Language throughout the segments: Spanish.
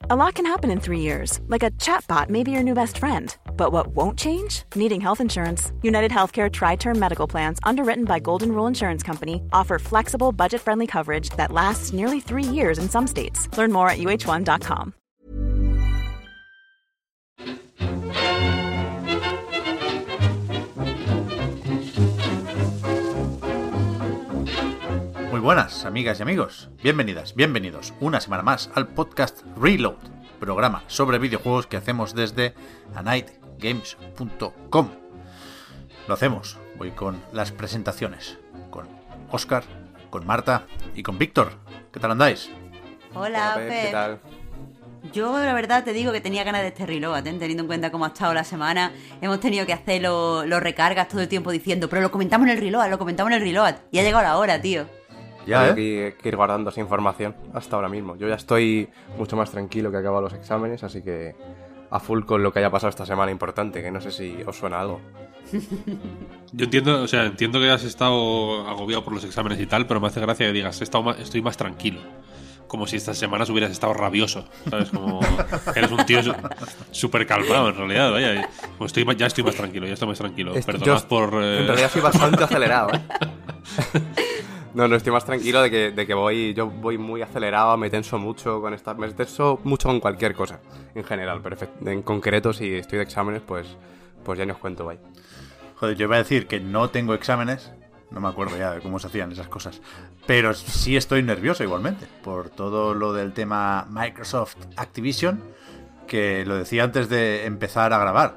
A lot can happen in 3 years, like a chatbot may be your new best friend. But what won't change? Needing health insurance. United Healthcare Tri-Term Medical Plans, underwritten by Golden Rule Insurance Company, offer flexible, budget-friendly coverage that lasts nearly 3 years in some states. Learn more at uh1.com. Muy buenas, amigas y amigos. Bienvenidas, bienvenidos una semana más al podcast Reload, programa sobre videojuegos que hacemos desde anightgames.com. Lo hacemos hoy con las presentaciones, con Óscar, con Marta y con Víctor. ¿Qué tal andáis? Hola, Pep, Pep. ¿qué tal? Yo la verdad te digo que tenía ganas de este reload, teniendo en cuenta cómo ha estado la semana. Hemos tenido que hacer los recargas todo el tiempo diciendo, pero lo comentamos en el reload, y ha llegado la hora, tío. Ya, Tengo que ir guardando esa información hasta ahora mismo. Yo ya estoy mucho más tranquilo que he acabado los exámenes, así que a full con lo que haya pasado esta semana importante, que no sé si os suena algo. Yo entiendo que has estado agobiado por los exámenes y tal, pero me hace gracia que digas, estoy más tranquilo. Como si estas semanas hubieras estado rabioso, ¿sabes? Como eres un tío súper calmado, en realidad, vaya. Pues ya estoy más tranquilo. Perdonad por... En realidad soy bastante acelerado, ¿eh? No, estoy más tranquilo de que yo voy muy acelerado, me tenso mucho me tenso mucho con cualquier cosa, en general, pero en concreto si estoy de exámenes, pues ya ni os cuento, vaya. Joder, yo iba a decir que no tengo exámenes, no me acuerdo ya de cómo se hacían esas cosas, pero sí estoy nervioso igualmente, por todo lo del tema Microsoft Activision, que lo decía antes de empezar a grabar.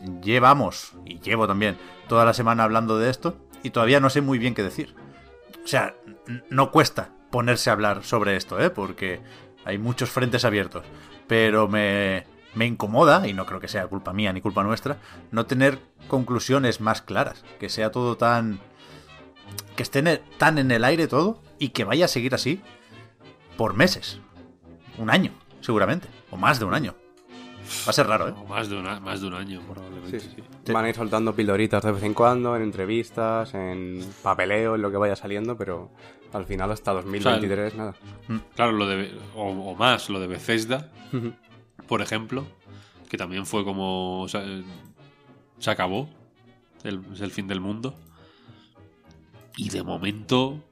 Llevo también toda la semana hablando de esto, y todavía no sé muy bien qué decir. O sea, no cuesta ponerse a hablar sobre esto, porque hay muchos frentes abiertos. Pero me incomoda, y no creo que sea culpa mía ni culpa nuestra, no tener conclusiones más claras. Que sea todo que esté tan en el aire todo y que vaya a seguir así por meses. Un año, seguramente. O más de un año. Va a ser raro, ¿eh? O más de un año, probablemente. Sí. Van a ir soltando pildoritas de vez en cuando, en entrevistas, en papeleo, en lo que vaya saliendo, pero al final hasta 2023 nada. Claro, lo de Bethesda, por ejemplo, que también fue como... se acabó, es el fin del mundo. Y de momento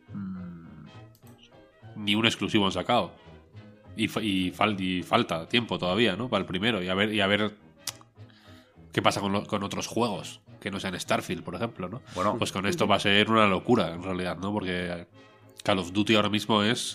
ni un exclusivo han sacado. Y falta tiempo todavía, ¿no? Para el primero. Y a ver qué pasa con otros juegos que no sean Starfield, por ejemplo, ¿no? Bueno, pues con esto va a ser una locura, en realidad, ¿no? Porque Call of Duty ahora mismo es...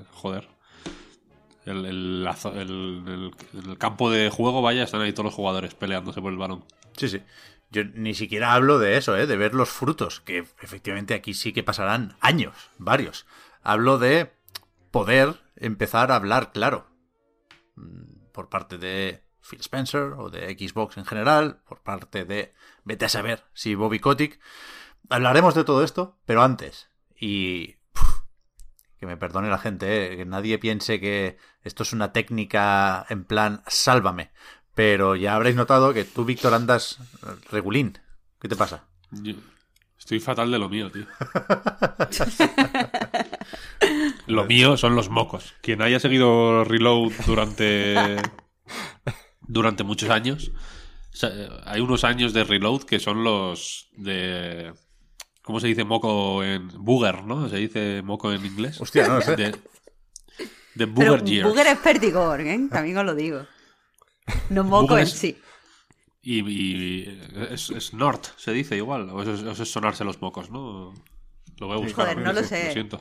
el campo de juego, vaya, están ahí todos los jugadores peleándose por el balón. Sí. Yo ni siquiera hablo de eso, de ver los frutos, que efectivamente aquí sí que pasarán años, varios. Hablo de poder empezar a hablar claro por parte de Phil Spencer o de Xbox en general, por parte de vete a saber si Bobby Kotick. Hablaremos de todo esto, pero antes, y que me perdone la gente, que nadie piense que esto es una técnica en plan sálvame, pero ya habréis notado que tú, Víctor, andas regulín. ¿Qué te pasa? Yo estoy fatal de lo mío, tío. Lo mío son los mocos. Quien haya seguido Reload durante muchos años, o sea, hay unos años de Reload que son los de... ¿Cómo se dice moco en... Booger, ¿no? Se dice moco en inglés. Hostia, no sé. De Booger Pero Years. Booger es perdigor, también os lo digo. No moco Booger en sí. Y es Nord, se dice igual. O eso es sonarse los mocos, ¿no? Lo voy a buscar. Joder, no lo sé. Lo siento.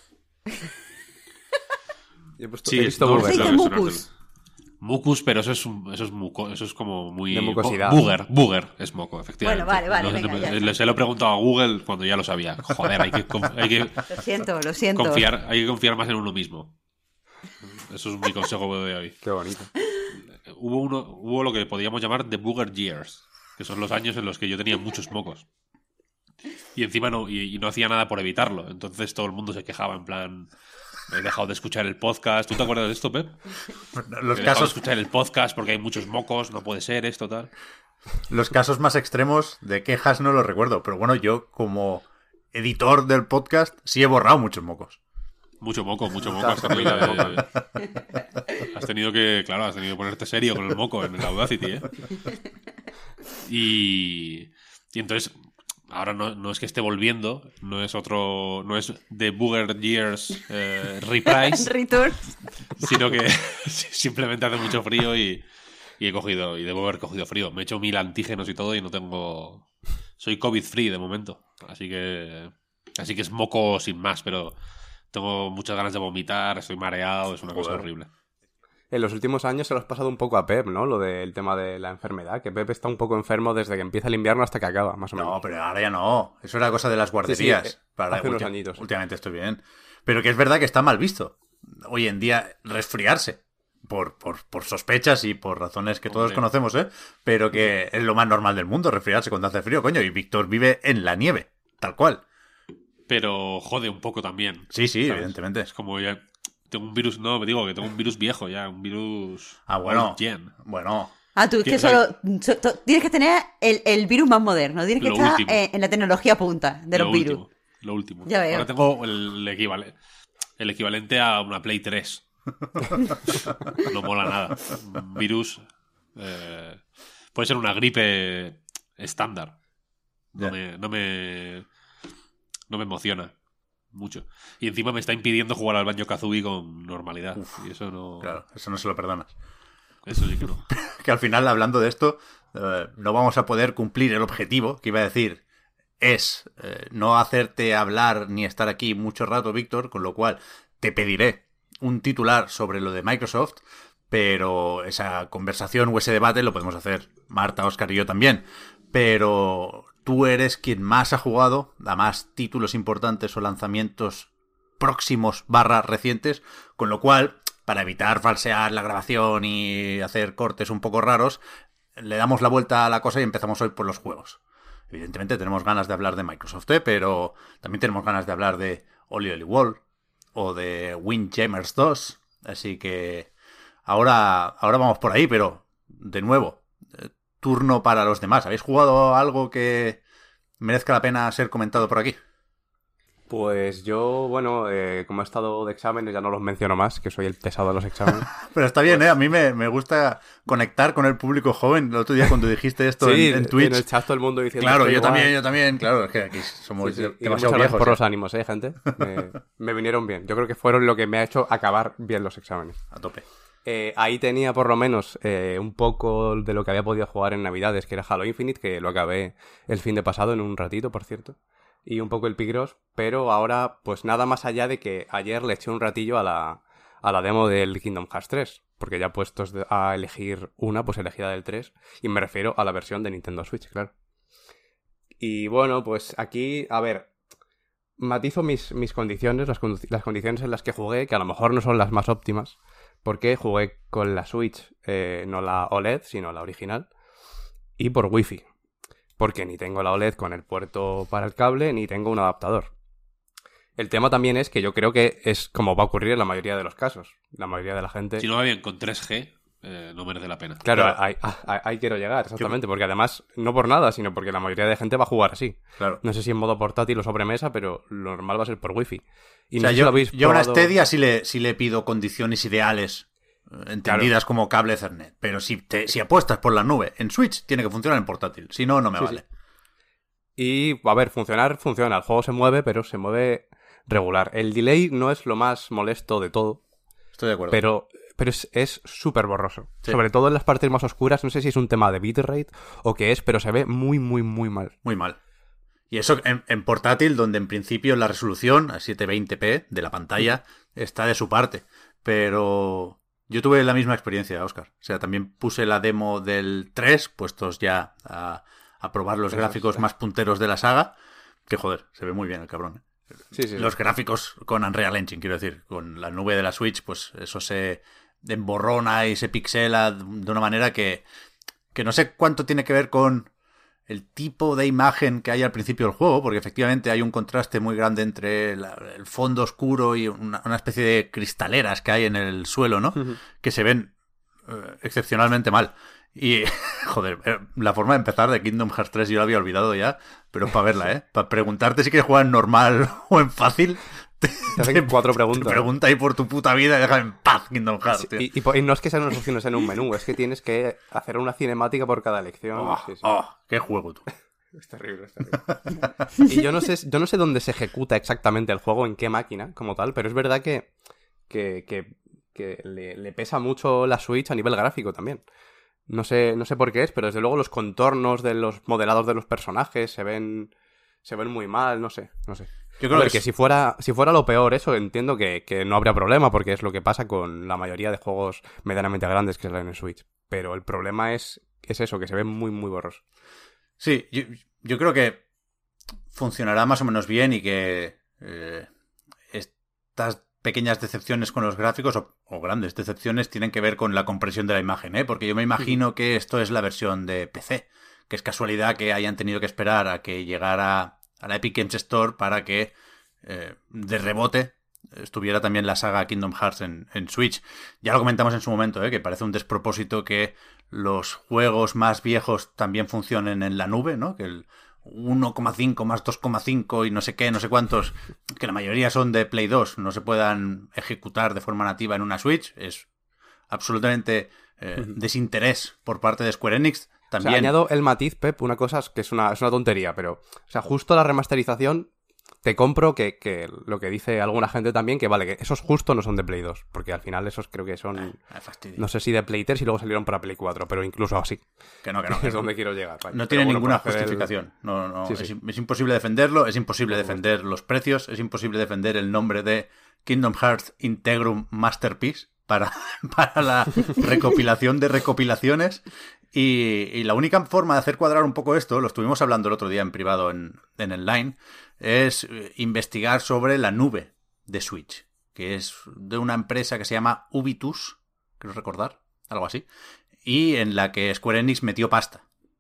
He Sí, visto esto Booger. Se dice mucus. Mucus, pero eso es muco, eso es como muy... De mucosidad. Booger es moco, efectivamente. Bueno, vale, venga, ya. Se lo he preguntado a Google cuando ya lo sabía. Joder, hay que Lo siento. hay que confiar más en uno mismo. Eso es mi consejo de hoy. Qué bonito. Hubo lo que podríamos llamar The Booger Years, que son los años en los que yo tenía muchos mocos. Y encima no hacía nada por evitarlo. Entonces todo el mundo se quejaba en plan... He dejado de escuchar el podcast. ¿Tú te acuerdas de esto, Pep? Los He dejado de casos, escuchar el podcast porque hay muchos mocos, no puede ser esto, tal. los casos más extremos de quejas no los recuerdo. Pero bueno, yo como editor del podcast sí he borrado muchos mocos. Mucho moco. Has tenido que ponerte serio con el moco en el Audacity, ¿eh? Y entonces, ahora no es que esté volviendo, no es The Booger Years Reprise, Return. sino que simplemente hace mucho frío y debo haber cogido frío. Me he hecho 1000 antígenos y todo y no tengo... Soy COVID-free de momento, así que es moco sin más, pero tengo muchas ganas de vomitar, estoy mareado, es una cosa horrible. En los últimos años se lo has pasado un poco a Pep, ¿no? Lo del tema de la enfermedad, que Pep está un poco enfermo desde que empieza el invierno hasta que acaba, más o menos. No, pero ahora ya no. Eso era cosa de las guarderías. Sí, hace unos añitos. Últimamente estoy bien. Pero que es verdad que está mal visto hoy en día resfriarse. Por sospechas y por razones que todos conocemos, ¿eh? Pero que es lo más normal del mundo, resfriarse cuando hace frío, coño. Y Víctor vive en la nieve, tal cual. Pero jode un poco también. Sí, ¿sabes? evidentemente. Es como ya... Tengo un virus... No, me digo que tengo un virus viejo ya, un virus... Bueno. Gen. Bueno. Tú es que tienes que tener el virus más moderno, tienes que estar en la tecnología punta de los virus. Lo último. Ya veo. Ahora tengo el equivalente a una Play 3. No mola nada. Un virus puede ser una gripe estándar. No me emociona mucho. Y encima me está impidiendo jugar al Banjo-Kazooie con normalidad. Y eso no... Claro, eso no se lo perdonas. Eso sí que no. Que al final, hablando de esto, no vamos a poder cumplir el objetivo, que iba a decir, es no hacerte hablar ni estar aquí mucho rato, Víctor, con lo cual te pediré un titular sobre lo de Microsoft, pero esa conversación o ese debate lo podemos hacer Marta, Óscar y yo también. Pero tú eres quien más ha jugado a más títulos importantes o lanzamientos próximos / recientes, con lo cual, para evitar falsear la grabación y hacer cortes un poco raros, le damos la vuelta a la cosa y empezamos hoy por los juegos. Evidentemente tenemos ganas de hablar de Microsoft, pero también tenemos ganas de hablar de Oli Oli World o de Windjammers 2, así que ahora vamos por ahí, pero de nuevo, turno para los demás. ¿Habéis jugado algo que merezca la pena ser comentado por aquí? Pues yo, bueno, como he estado de exámenes, ya no los menciono más, que soy el pesado de los exámenes. Pero está bien, ¿eh? A mí me gusta conectar con el público joven. El otro día cuando dijiste esto sí, en Twitch... en el chat todo el mundo diciendo... Claro, yo también. Claro, es que aquí somos demasiado demasiado gracias viejos. por los ánimos, gente. Me vinieron bien. Yo creo que fueron lo que me ha hecho acabar bien los exámenes. A tope. Ahí tenía por lo menos un poco de lo que había podido jugar en Navidades, que era Halo Infinite, que lo acabé el fin de pasado en un ratito, por cierto. Y un poco el Picross, pero ahora pues nada más allá de que ayer le eché un ratillo a la demo del Kingdom Hearts 3, porque ya puestos a elegir una, pues elegí la del 3, y me refiero a la versión de Nintendo Switch, claro. Y bueno, pues aquí, a ver, matizo mis condiciones, las condiciones en las que jugué, que a lo mejor no son las más óptimas, porque jugué con la Switch, no la OLED, sino la original, y por Wi-Fi. Porque ni tengo la OLED con el puerto para el cable, ni tengo un adaptador. El tema también es que yo creo que es como va a ocurrir en la mayoría de los casos. La mayoría de la gente... Si no va bien con 3G, no merece la pena. Claro, ahí quiero llegar, exactamente. Porque además, no por nada, sino porque la mayoría de gente va a jugar así. Claro. No sé si en modo portátil o sobremesa, pero lo normal va a ser por Wi-Fi. Y O no sea, sé si lo habéis yo a una probado... Stadia sí le pido condiciones ideales, entendidas como cable Ethernet. Pero si apuestas por la nube en Switch, tiene que funcionar en portátil. Si no, no me vale. Sí. Y, a ver, funciona. El juego se mueve, pero se mueve regular. El delay no es lo más molesto de todo. Estoy de acuerdo. Pero es súper borroso. Sí. Sobre todo en las partes más oscuras. No sé si es un tema de bitrate o qué es, pero se ve muy, muy, muy mal. Muy mal. Y eso en portátil, donde en principio la resolución a 720p de la pantalla está de su parte. Pero yo tuve la misma experiencia, Óscar. O sea, también puse la demo del 3, puestos ya a probar los gráficos más punteros de la saga. Que joder, se ve muy bien el cabrón, ¿eh? Sí. Los gráficos con Unreal Engine, quiero decir. Con la nube de la Switch, pues eso se emborrona y se pixela de una manera que no sé cuánto tiene que ver con el tipo de imagen que hay al principio del juego, porque efectivamente hay un contraste muy grande entre el fondo oscuro y una especie de cristaleras que hay en el suelo, ¿no? Uh-huh. Que se ven excepcionalmente mal. Y, joder, la forma de empezar de Kingdom Hearts 3 yo la había olvidado ya, pero para verla, para preguntarte si quieres jugar en normal o en fácil, Te hacen 4 Te preguntas. pregunta ahí por tu puta vida y deja en paz Kingdom Hearts, tío. Y no es que sean unas opciones en un menú, es que tienes que hacer una cinemática por cada elección. Oh, Sí, sí. qué juego, tú. Es terrible, es terrible. Y yo no sé dónde se ejecuta exactamente el juego, en qué máquina, como tal, pero es verdad que le pesa mucho la Switch a nivel gráfico también. No sé por qué es, pero desde luego los contornos de los modelados de los personajes se ven muy mal, no sé. Yo creo Que si fuera lo peor eso, entiendo que no habría problema, porque es lo que pasa con la mayoría de juegos medianamente grandes que salen en Switch. Pero el problema es eso, que se ve muy, muy borroso. Sí, yo creo que funcionará más o menos bien y que estas pequeñas decepciones con los gráficos o grandes decepciones tienen que ver con la compresión de la imagen, ¿eh? Porque yo me imagino que esto es la versión de PC, que es casualidad que hayan tenido que esperar a que llegara a la Epic Games Store para que de rebote estuviera también la saga Kingdom Hearts en Switch. Ya lo comentamos en su momento, que parece un despropósito que los juegos más viejos también funcionen en la nube, ¿no? Que el 1,5 más 2,5 y no sé qué, no sé cuántos, que la mayoría son de Play 2, no se puedan ejecutar de forma nativa en una Switch. Es absolutamente desinterés por parte de Square Enix. También... O sea, añado el matiz, Pep, una cosa que es una tontería, pero... O sea, justo la remasterización te compro que lo que dice alguna gente también, que vale, que esos justo no son de Play 2, porque al final esos creo que son... no sé si de Play 3 y luego salieron para Play 4, pero incluso así. Que no. Es donde quiero llegar. Vale. No tiene ninguna justificación. No. Sí. Es imposible defenderlo, es imposible defender los precios, es imposible defender el nombre de Kingdom Hearts Integrum Masterpiece para la recopilación de recopilaciones. Y la única forma de hacer cuadrar un poco esto, lo estuvimos hablando el otro día en privado en el Line, es investigar sobre la nube de Switch, que es de una empresa que se llama Ubitus, creo recordar, algo así, y en la que Square Enix metió pasta.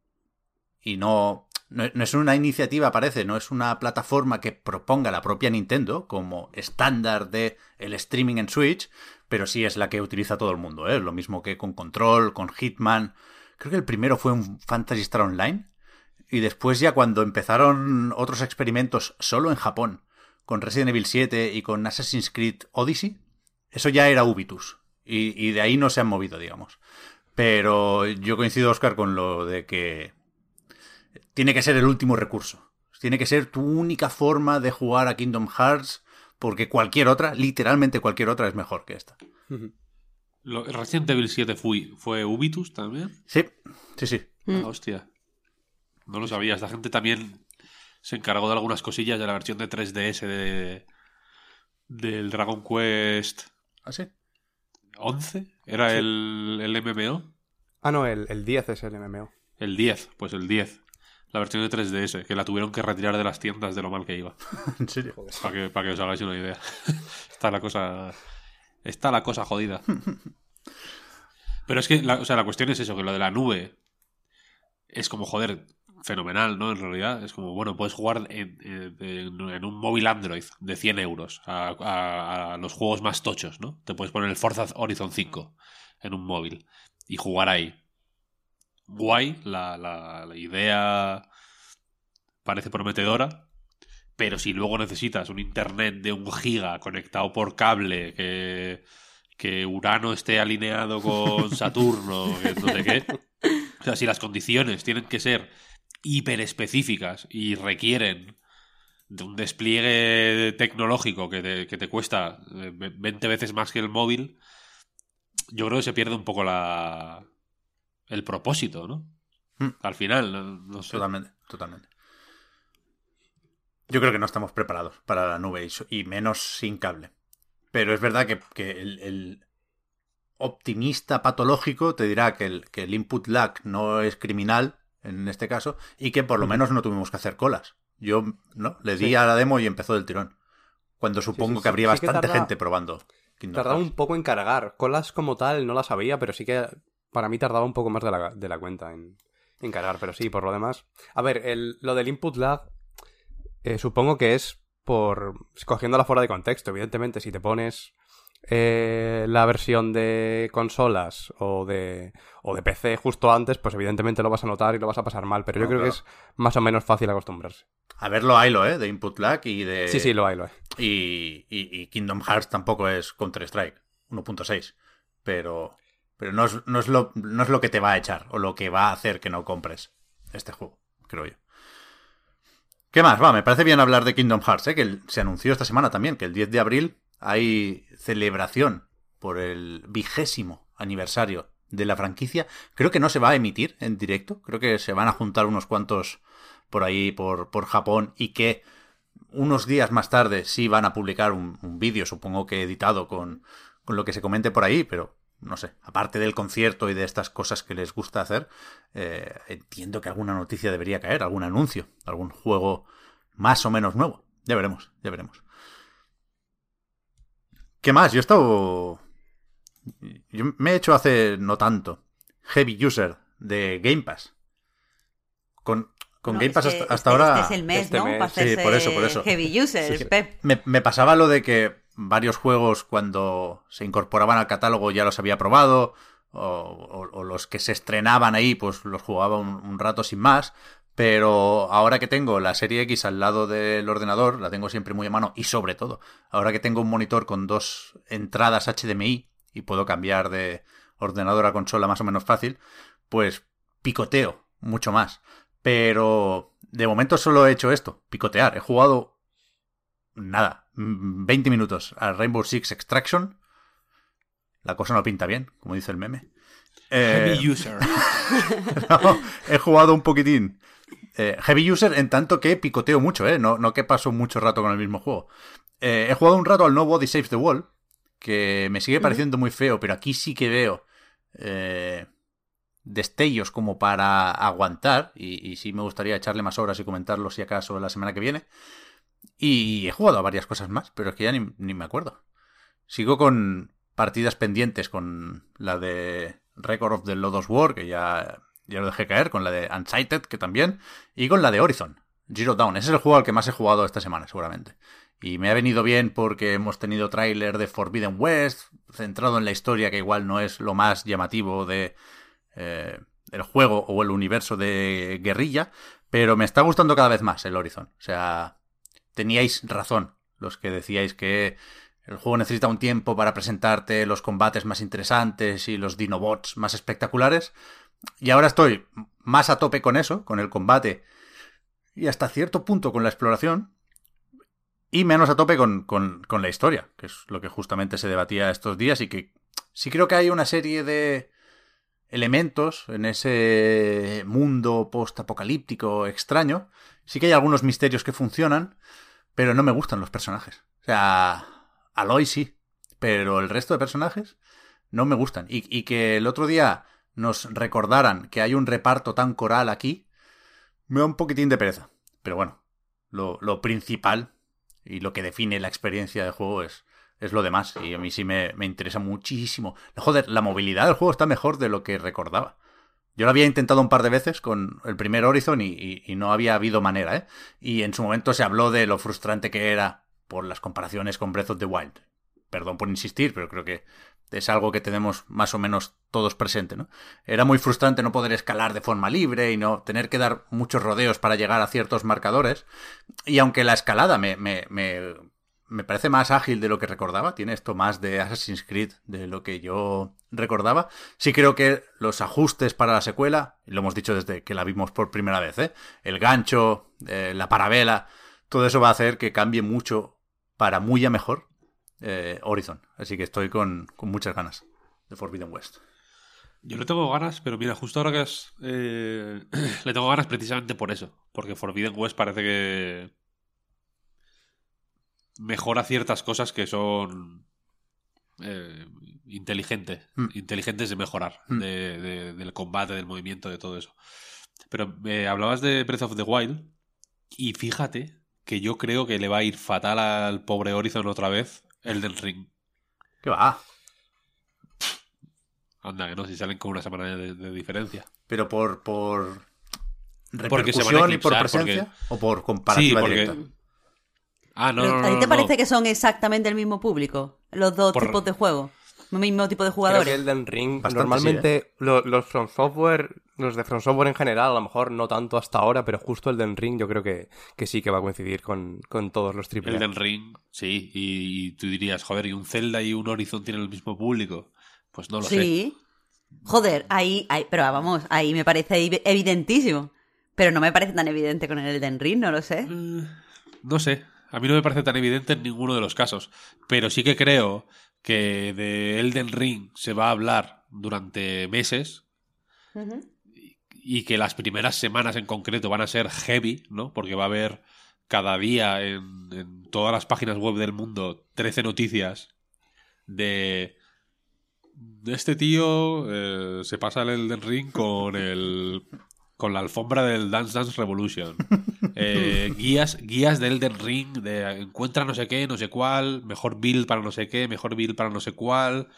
Y no es una iniciativa, parece, no es una plataforma que proponga la propia Nintendo como estándar de el streaming en Switch, pero sí es la que utiliza todo el mundo, ¿eh? Lo mismo que con Control, con Hitman. Creo que el primero fue un Phantasy Star Online. Y después ya cuando empezaron otros experimentos solo en Japón, con Resident Evil 7 y con Assassin's Creed Odyssey, eso ya era Ubitus. Y de ahí no se han movido, digamos. Pero yo coincido, Óscar, con lo de que tiene que ser el último recurso. Tiene que ser tu única forma de jugar a Kingdom Hearts, porque cualquier otra, literalmente cualquier otra, es mejor que esta. ¿Resident Evil 7 fue Ubitus también? Sí. Hostia. No lo sabía. Esta gente también se encargó de algunas cosillas de la versión de 3DS del Dragon Quest. ¿Ah, sí? 11. ¿Era sí. el MMO? Ah, no, el 10 es el MMO. El 10, pues el 10. La versión de 3DS, que la tuvieron que retirar de las tiendas de lo mal que iba. ¿En serio? Para que os hagáis una idea. Está la cosa jodida. Pero es que, la cuestión es eso, que lo de la nube es como, joder, fenomenal, ¿no? En realidad es como, bueno, puedes jugar en un móvil Android de 100 euros a los juegos más tochos, ¿no? Te puedes poner el Forza Horizon 5 en un móvil y jugar ahí. Guay, la idea parece prometedora, pero si luego necesitas un internet de 1 giga conectado por cable, que Urano esté alineado con Saturno, que no sé qué. O sea, si las condiciones tienen que ser hiper específicas y requieren de un despliegue tecnológico que te cuesta 20 veces más que el móvil, yo creo que se pierde un poco el propósito, ¿no? Al final, no sé. Totalmente. Yo creo que no estamos preparados para la nube y menos sin cable. Pero es verdad que el optimista patológico te dirá que el input lag no es criminal en este caso y que por lo menos no tuvimos que hacer colas. Yo le di a la demo y empezó del tirón. Cuando supongo que habría bastante gente probando Kingdom Tardaba Hearts. un poco en cargar. Colas como tal no las había, pero sí que para mí tardaba un poco más de la cuenta en cargar. Pero sí, por lo demás... A ver, lo del input lag supongo que es por... cogiéndola fuera de contexto. Evidentemente, si te pones la versión de consolas o de PC justo antes, pues evidentemente lo vas a notar y lo vas a pasar mal, pero yo creo que es más o menos fácil acostumbrarse. A verlo haylo, de Input Lag y de... Sí, lo hay. Y Kingdom Hearts tampoco es Counter-Strike 1.6, pero no es lo que te va a echar o lo que va a hacer que no compres este juego, creo yo. ¿Qué más? Me parece bien hablar de Kingdom Hearts, que se anunció esta semana también, que el 10 de abril hay celebración por el 20º aniversario de la franquicia. Creo que no se va a emitir en directo, creo que se van a juntar unos cuantos por ahí, por Japón, y que unos días más tarde sí van a publicar un vídeo, supongo que editado con lo que se comente por ahí, pero no sé, aparte del concierto y de estas cosas que les gusta hacer, entiendo que alguna noticia debería caer, algún anuncio, algún juego más o menos nuevo. Ya veremos. ¿Qué más? Yo me he hecho hace no tanto Heavy User de Game Pass. Con Game Pass hasta ahora... Este es el mes, ¿no? mes. Para hacerse Sí, por eso. Heavy User, Sí, Pep. me pasaba lo de que varios juegos cuando se incorporaban al catálogo ya los había probado, o los que se estrenaban ahí pues los jugaba un rato sin más, pero ahora que tengo la Serie X al lado del ordenador, la tengo siempre muy a mano, y sobre todo, ahora que tengo un monitor con 2 entradas HDMI y puedo cambiar de ordenador a consola más o menos fácil, pues picoteo mucho más. Pero de momento solo he hecho esto, picotear. He jugado 20 minutos a Rainbow Six Extraction. La cosa no pinta bien, como dice el meme. Heavy User. No, he jugado un poquitín. Heavy User en tanto que picoteo mucho, no que paso mucho rato con el mismo juego. He jugado un rato al Nobody Saves the World, que me sigue pareciendo muy feo, pero aquí sí que veo destellos como para aguantar, y sí me gustaría echarle más horas y comentarlo si acaso la semana que viene. Y he jugado a varias cosas más, pero es que ya ni me acuerdo. Sigo con partidas pendientes, con la de Record of the Lodoss War, que ya lo dejé caer, con la de Unsighted, que también, y con la de Horizon Zero Dawn. Ese es el juego al que más he jugado esta semana, seguramente. Y me ha venido bien porque hemos tenido tráiler de Forbidden West, centrado en la historia, que igual no es lo más llamativo de el juego o el universo de Guerrilla, pero me está gustando cada vez más el Horizon. O sea, teníais razón los que decíais que el juego necesita un tiempo para presentarte los combates más interesantes y los Dinobots más espectaculares. Y ahora estoy más a tope con eso, con el combate y hasta cierto punto con la exploración, y menos a tope con la historia, que es lo que justamente se debatía estos días, y que sí creo que hay una serie de elementos en ese mundo post-apocalíptico extraño. Sí que hay algunos misterios que funcionan, pero no me gustan los personajes. O sea, Aloy sí, pero el resto de personajes no me gustan. Y que el otro día nos recordaran que hay un reparto tan coral aquí, me da un poquitín de pereza. Pero bueno, lo principal y lo que define la experiencia de juego es lo demás. Y a mí sí me interesa muchísimo. Joder, la movilidad del juego está mejor de lo que recordaba. Yo lo había intentado un par de veces con el primer Horizon y no había habido manera, Y en su momento se habló de lo frustrante que era por las comparaciones con Breath of the Wild. Perdón por insistir, pero creo que es algo que tenemos más o menos todos presente, ¿no? Era muy frustrante no poder escalar de forma libre y no tener que dar muchos rodeos para llegar a ciertos marcadores. Y aunque la escalada me parece más ágil de lo que recordaba, tiene esto más de Assassin's Creed de lo que yo recordaba, sí creo que los ajustes para la secuela, y lo hemos dicho desde que la vimos por primera vez, el gancho, la parabela, todo eso va a hacer que cambie mucho para muy a mejor Horizon. Así que estoy con muchas ganas de Forbidden West. Yo le tengo ganas, pero mira, justo ahora que le tengo ganas precisamente por eso, porque Forbidden West parece que mejora ciertas cosas que son inteligentes de mejorar, del combate, del movimiento, de todo eso. Pero hablabas de Breath of the Wild, y fíjate que yo creo que le va a ir fatal al pobre Horizon otra vez Elden Ring. ¿Qué va? Anda, que no, si salen con una semana de diferencia. Pero por porque se van a repercusión y por presencia, porque... o por comparativa sí, porque... directa. Ah, no, Pero, no, ¿a ti no, te no. parece que son exactamente el mismo público? Los dos Por- tipos de juego. El mismo tipo de Creo jugadores. que Elden Ring, Bastante normalmente los From Software, los de From Software en general, a lo mejor no tanto hasta ahora, pero justo Elden Ring yo creo que sí que va a coincidir con todos los AAA. Elden Ring, sí. Y tú dirías, joder, ¿y un Zelda y un Horizon tienen el mismo público? Pues no lo sé. Sí. Joder, pero vamos, ahí me parece evidentísimo. Pero no me parece tan evidente con el Elden Ring, no lo sé. No sé. A mí no me parece tan evidente en ninguno de los casos. Pero sí que creo que de Elden Ring se va a hablar durante meses y que las primeras semanas en concreto van a ser heavy, ¿no? Porque va a haber cada día en todas las páginas web del mundo 13 noticias de este tío se pasa el Elden Ring con la alfombra del Dance Dance Revolution. Guías de Elden Ring, de encuentra no sé qué, no sé cuál, mejor build para no sé qué, mejor build para no sé cuál,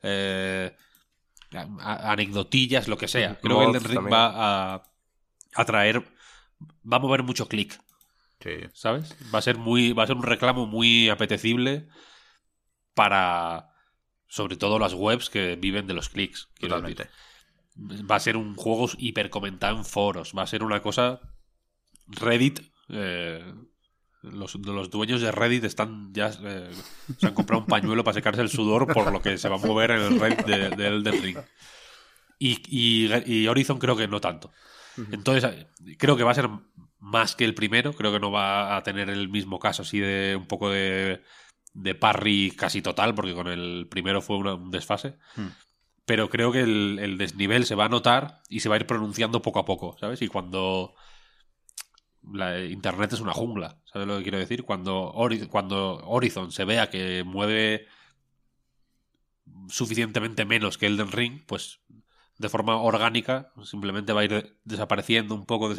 anecdotillas, lo que sea. Creo que Mods Elden Ring también. va a traer, va a mover mucho click, Sí. ¿sabes? Va a ser un reclamo muy apetecible para, sobre todo, las webs que viven de los clics. Quiero Totalmente. decir. Va a ser un juego hipercomentado en foros. Va a ser una cosa. Reddit. Los dueños de Reddit están ya. Se han comprado un pañuelo para secarse el sudor por lo que se va a mover en el Reddit de Elden Ring. Y Horizon creo que no tanto. Entonces, creo que va a ser más que el primero. Creo que no va a tener el mismo caso así de un poco de parry casi total, porque con el primero fue un desfase. Pero creo que el desnivel se va a notar y se va a ir pronunciando poco a poco, ¿sabes? Y cuando Internet es una jungla, ¿sabes lo que quiero decir? Cuando Horizon se vea que mueve suficientemente menos que Elden Ring, pues de forma orgánica simplemente va a ir desapareciendo un poco.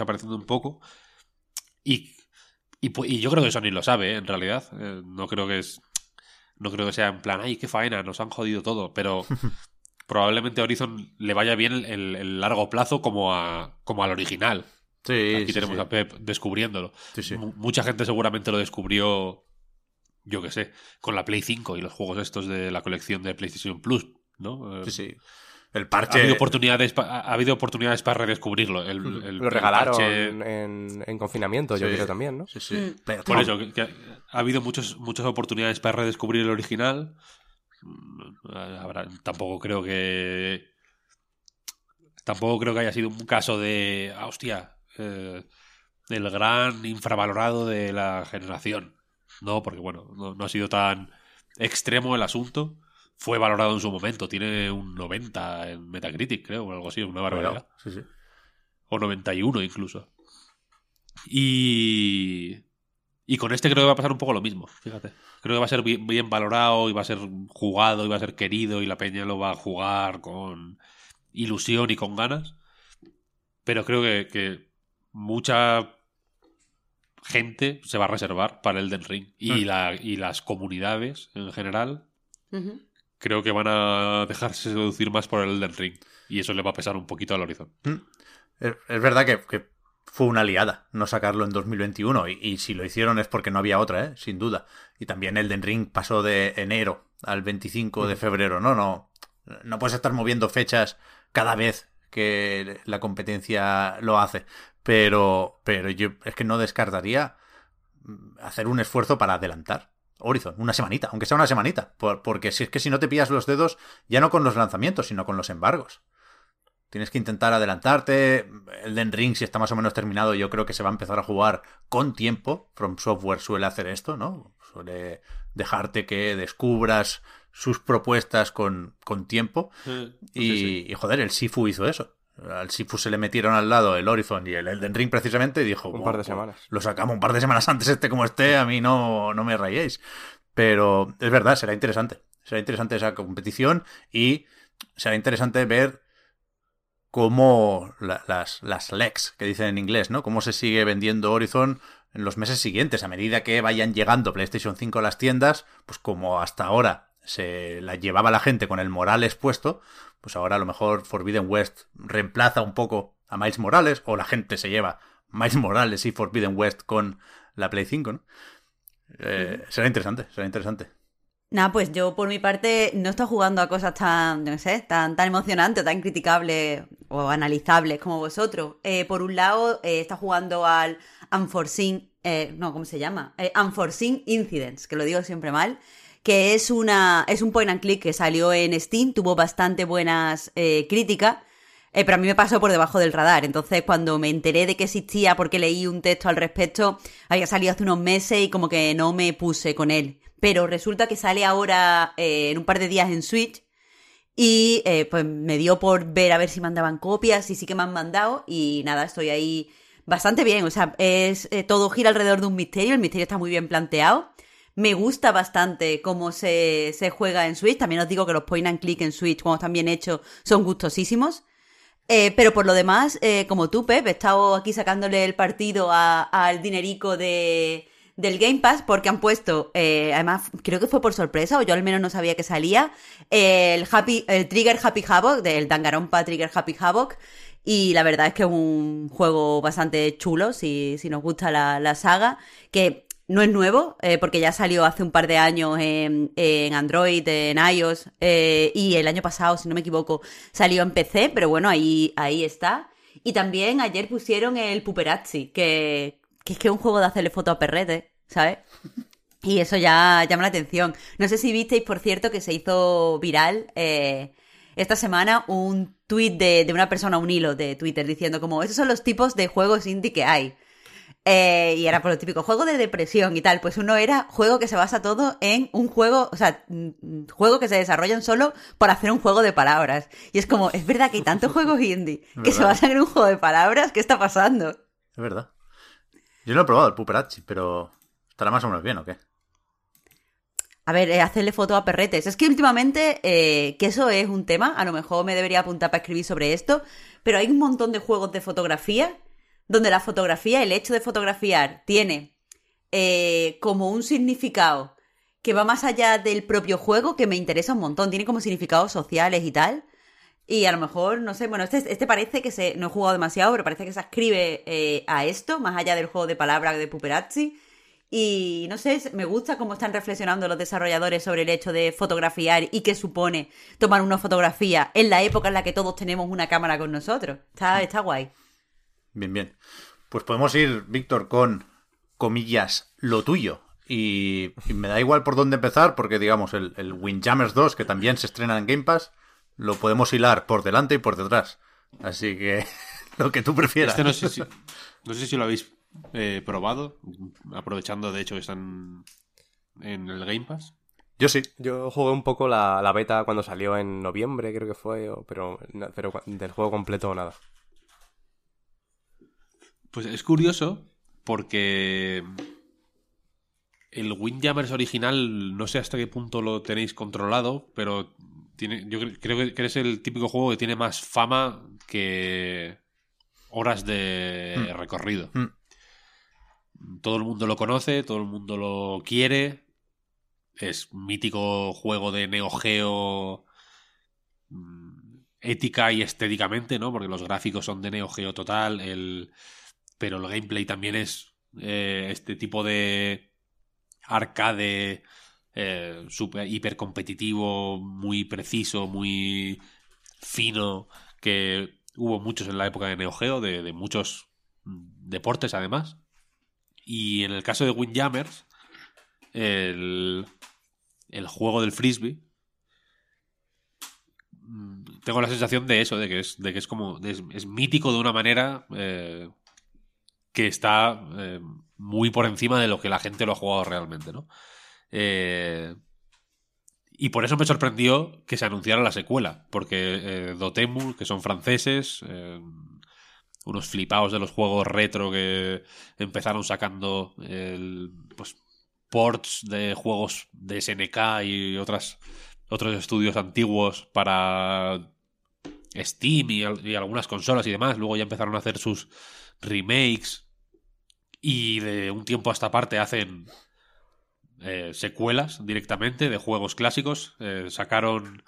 Y yo creo que Sony lo sabe, ¿eh? En realidad. No creo que sea en plan, ay, qué faena, nos han jodido todo, pero probablemente a Horizon le vaya bien el largo plazo como al original. Sí, Aquí sí, tenemos sí. a Pep descubriéndolo. Sí, sí. Mucha gente seguramente lo descubrió, yo qué sé, con la Play 5 y los juegos estos de la colección de PlayStation Plus, ¿no? Sí, sí. El Ha parche. habido oportunidades para redescubrirlo. Lo regalaron parche- en confinamiento, yo Sí. creo también, ¿no? Sí, sí. Pero, Por eso, que ha habido muchas oportunidades para redescubrir el original. Tampoco creo que haya sido un caso de hostia, el gran infravalorado de la generación. No, porque bueno, no ha sido tan extremo el asunto. Fue valorado en su momento. Tiene un 90 en Metacritic, creo, o algo así, una barbaridad. Sí, sí. O 91 incluso. Y con este creo que va a pasar un poco lo mismo, fíjate. Creo que va a ser bien valorado y va a ser jugado y va a ser querido y la peña lo va a jugar con ilusión y con ganas. Pero creo que mucha gente se va a reservar para el Elden Ring. Y las comunidades en general creo que van a dejarse seducir más por el Elden Ring. Y eso le va a pesar un poquito al Horizon. Es verdad que fue una liada no sacarlo en 2021 y si lo hicieron es porque no había otra, sin duda. Y también Elden Ring pasó de enero al 25 de febrero. No puedes estar moviendo fechas cada vez que la competencia lo hace. Pero yo es que no descartaría hacer un esfuerzo para adelantar Horizon, una semanita, aunque sea una semanita. Porque si es que si no te pillas los dedos, ya no con los lanzamientos, sino con los embargos. Tienes que intentar adelantarte. Elden Ring, si está más o menos terminado, yo creo que se va a empezar a jugar con tiempo. From Software suele hacer esto, ¿no? Suele dejarte que descubras sus propuestas con tiempo. Y joder, el Sifu hizo eso. Al Sifu se le metieron al lado el Horizon y el Elden Ring precisamente y dijo... Un par de semanas. Lo sacamos un par de semanas antes, como esté, a mí no me rayéis. Pero es verdad, será interesante. Será interesante esa competición y será interesante ver cómo las legs, que dicen en inglés, ¿no? Cómo se sigue vendiendo Horizon en los meses siguientes, a medida que vayan llegando PlayStation 5 a las tiendas, pues como hasta ahora se la llevaba la gente con el Morales puesto, pues ahora a lo mejor Forbidden West reemplaza un poco a Miles Morales, o la gente se lleva Miles Morales y Forbidden West con la Play 5, ¿no? Será interesante, será interesante. Nada, pues yo por mi parte no estoy jugando a cosas tan, no sé, tan emocionantes, tan criticables o analizables como vosotros. Por un lado, está jugando al Unforeseen, ¿cómo se llama? Unforeseen Incidents, que lo digo siempre mal, que es un point and click que salió en Steam, tuvo bastante buenas críticas, pero a mí me pasó por debajo del radar. Entonces, cuando me enteré de que existía, porque leí un texto al respecto, había salido hace unos meses y como que no me puse con él. Pero resulta que sale ahora en un par de días en Switch y pues me dio por ver a ver si mandaban copias y sí que me han mandado y nada, estoy ahí bastante bien. O sea, todo gira alrededor de un misterio, el misterio está muy bien planteado. Me gusta bastante cómo se juega en Switch. También os digo que los point and click en Switch, cuando están bien hechos, son gustosísimos. Pero por lo demás, como tú, Pep, he estado aquí sacándole el partido al dinerico del Game Pass porque han puesto, además creo que fue por sorpresa o yo al menos no sabía que salía, el Trigger Happy Havoc, del Danganronpa Trigger Happy Havoc, y la verdad es que es un juego bastante chulo si nos gusta la saga, que no es nuevo, porque ya salió hace un par de años en Android, en iOS, y el año pasado, si no me equivoco, salió en PC, pero bueno, ahí está. Y también ayer pusieron el Puperazzi, que es que es un juego de hacerle foto a perretes, ¿sabes? Y eso ya llama la atención. No sé si visteis, por cierto, que se hizo viral esta semana un tuit de una persona, un hilo de Twitter, diciendo como, esos son los tipos de juegos indie que hay. Y era por lo típico, juego de depresión y tal. Pues uno era juego que se basa todo en un juego, o sea, juego que se desarrollan solo para hacer un juego de palabras. Y es como, es verdad que hay tantos juegos indie que se basan en un juego de palabras, ¿qué está pasando? Es verdad. Yo no he probado el Puperazzi, pero ¿estará más o menos bien o qué? A ver, hacerle foto a perretes. Es que últimamente, que eso es un tema, a lo mejor me debería apuntar para escribir sobre esto, pero hay un montón de juegos de fotografía donde la fotografía, el hecho de fotografiar, tiene como un significado que va más allá del propio juego, que me interesa un montón. Tiene como significados sociales y tal. Y a lo mejor, no sé, bueno, este parece que no he jugado demasiado, pero parece que se ascribe a esto, más allá del juego de palabras de Puperazzi. Y no sé, me gusta cómo están reflexionando los desarrolladores sobre el hecho de fotografiar y qué supone tomar una fotografía en la época en la que todos tenemos una cámara con nosotros. Está guay. Bien, bien. Pues podemos ir, Víctor, con, comillas, lo tuyo. Y me da igual por dónde empezar, porque digamos, el Windjammers 2, que también se estrena en Game Pass, lo podemos hilar por delante y por detrás. Así que lo que tú prefieras. No sé si lo habéis probado, aprovechando de hecho que están en el Game Pass. Yo sí. Yo jugué un poco la beta cuando salió en noviembre, creo que fue, pero del juego completo nada. Pues es curioso porque el Windjammers original no sé hasta qué punto lo tenéis controlado, pero yo creo que es el típico juego que tiene más fama que horas de recorrido. Todo el mundo lo conoce, todo el mundo lo quiere. Es un mítico juego de Neo Geo, ética y estéticamente, ¿no? Porque los gráficos son de Neo Geo total, pero el gameplay también es este tipo de arcade super hiper competitivo, muy preciso, muy fino, que hubo muchos en la época de Neo Geo, de muchos deportes además. Y en el caso de Windjammers, el juego del frisbee, tengo la sensación de eso, de que es como es mítico de una manera que está muy por encima de lo que la gente lo ha jugado realmente, ¿no? Y por eso me sorprendió que se anunciara la secuela, porque Dotemu, que son franceses, unos flipados de los juegos retro que empezaron sacando pues ports de juegos de SNK y otros estudios antiguos para Steam y algunas consolas y demás. Luego ya empezaron a hacer sus remakes y de un tiempo a esta parte hacen secuelas directamente de juegos clásicos. Sacaron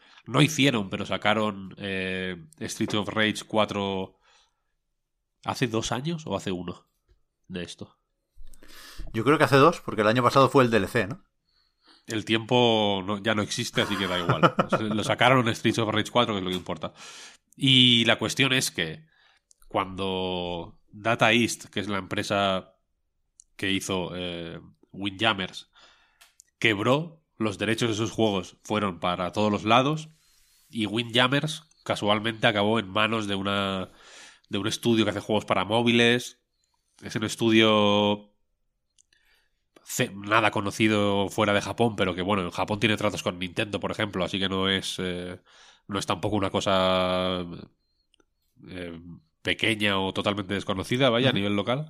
Streets of Rage 4 ¿hace 2 años o hace 1 de esto? Yo creo que hace 2, porque el año pasado fue el DLC, ¿no? El tiempo ya no existe, así que da igual. Lo sacaron en Streets of Rage 4, que es lo que importa. Y la cuestión es que cuando Data East, que es la empresa que hizo Windjammers, quebró, los derechos de sus juegos fueron para todos los lados y Windjammers casualmente acabó en manos de un estudio que hace juegos para móviles. Es un estudio nada conocido fuera de Japón, pero que bueno, en Japón tiene tratos con Nintendo, por ejemplo, así que no es tampoco una cosa pequeña o totalmente desconocida, vaya, a nivel local.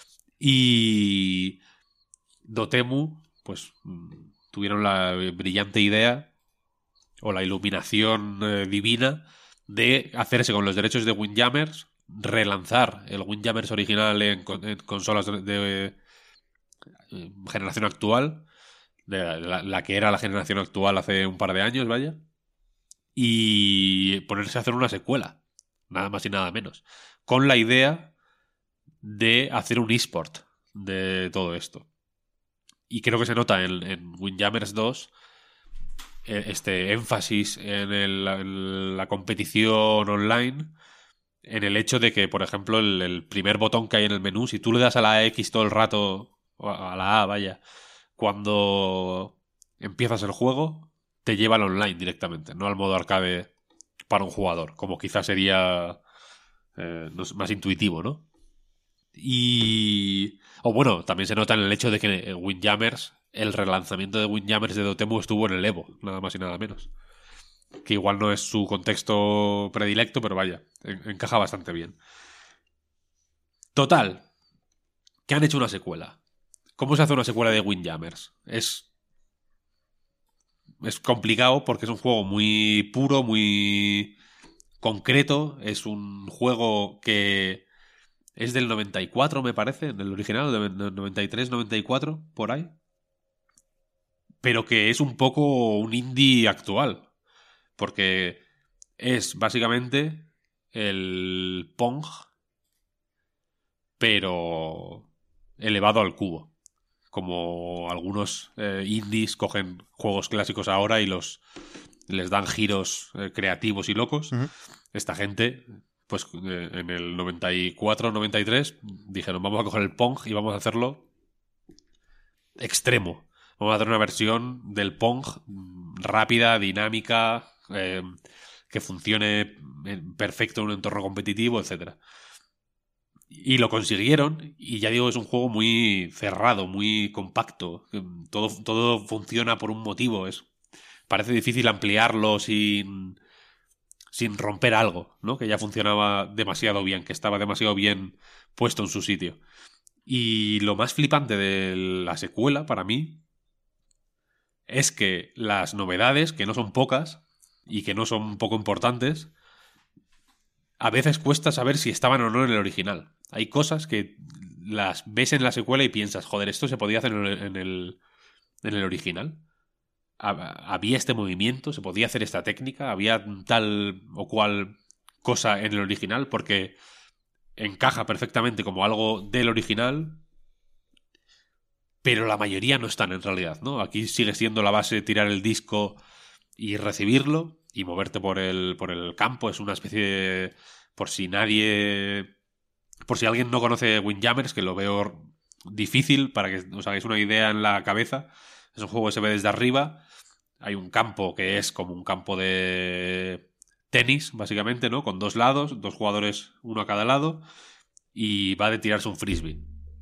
Y Dotemu, pues tuvieron la brillante idea o la iluminación divina de hacerse con los derechos de Windjammers, relanzar el Windjammers original en consolas de generación actual, de la que era la generación actual hace un par de años, vaya, y ponerse a hacer una secuela, nada más y nada menos, con la idea de hacer un eSport de todo esto. Y creo que se nota en Windjammers 2 este énfasis en la competición online, en el hecho de que, por ejemplo, el primer botón que hay en el menú, si tú le das a la X todo el rato, o a la A, vaya, cuando empiezas el juego, te lleva al online directamente, no al modo arcade para un jugador, como quizás sería más intuitivo, ¿no? O bueno, también se nota en el hecho de que Windjammers, el relanzamiento de Windjammers de Dotemu estuvo en el Evo, nada más y nada menos. Que igual no es su contexto predilecto, pero vaya, encaja bastante bien. Total, que han hecho una secuela. ¿Cómo se hace una secuela de Windjammers? Es complicado porque es un juego muy puro, muy concreto. Es un juego que es del 94, me parece, en el original, del 93, 94, por ahí. Pero que es un poco un indie actual. Porque es básicamente el Pong, pero elevado al cubo. Como algunos indies cogen juegos clásicos ahora y les dan giros creativos y locos. Uh-huh. Esta gente, pues en el 94, 93, dijeron, vamos a coger el Pong y vamos a hacerlo extremo. Vamos a hacer una versión del Pong rápida, dinámica, que funcione perfecto en un entorno competitivo, etcétera. Y lo consiguieron, y ya digo, es un juego muy cerrado, muy compacto. Todo funciona por un motivo. Parece difícil ampliarlo sin romper algo, ¿no? Que ya funcionaba demasiado bien, que estaba demasiado bien puesto en su sitio. Y lo más flipante de la secuela, para mí, es que las novedades, que no son pocas y que no son poco importantes, a veces cuesta saber si estaban o no en el original. Hay cosas que las ves en la secuela y piensas, joder, esto se podía hacer en el original. Había este movimiento, se podía hacer esta técnica, había tal o cual cosa en el original, porque encaja perfectamente como algo del original, pero la mayoría no están en realidad, ¿no? Aquí sigue siendo la base tirar el disco y recibirlo y moverte por el campo. Es una especie de... Por si alguien no conoce Windjammers, que lo veo difícil para que os hagáis una idea en la cabeza. Es un juego que se ve desde arriba. Hay un campo que es como un campo de tenis, básicamente, ¿no? Con dos lados, dos jugadores, uno a cada lado, y va de tirarse un frisbee.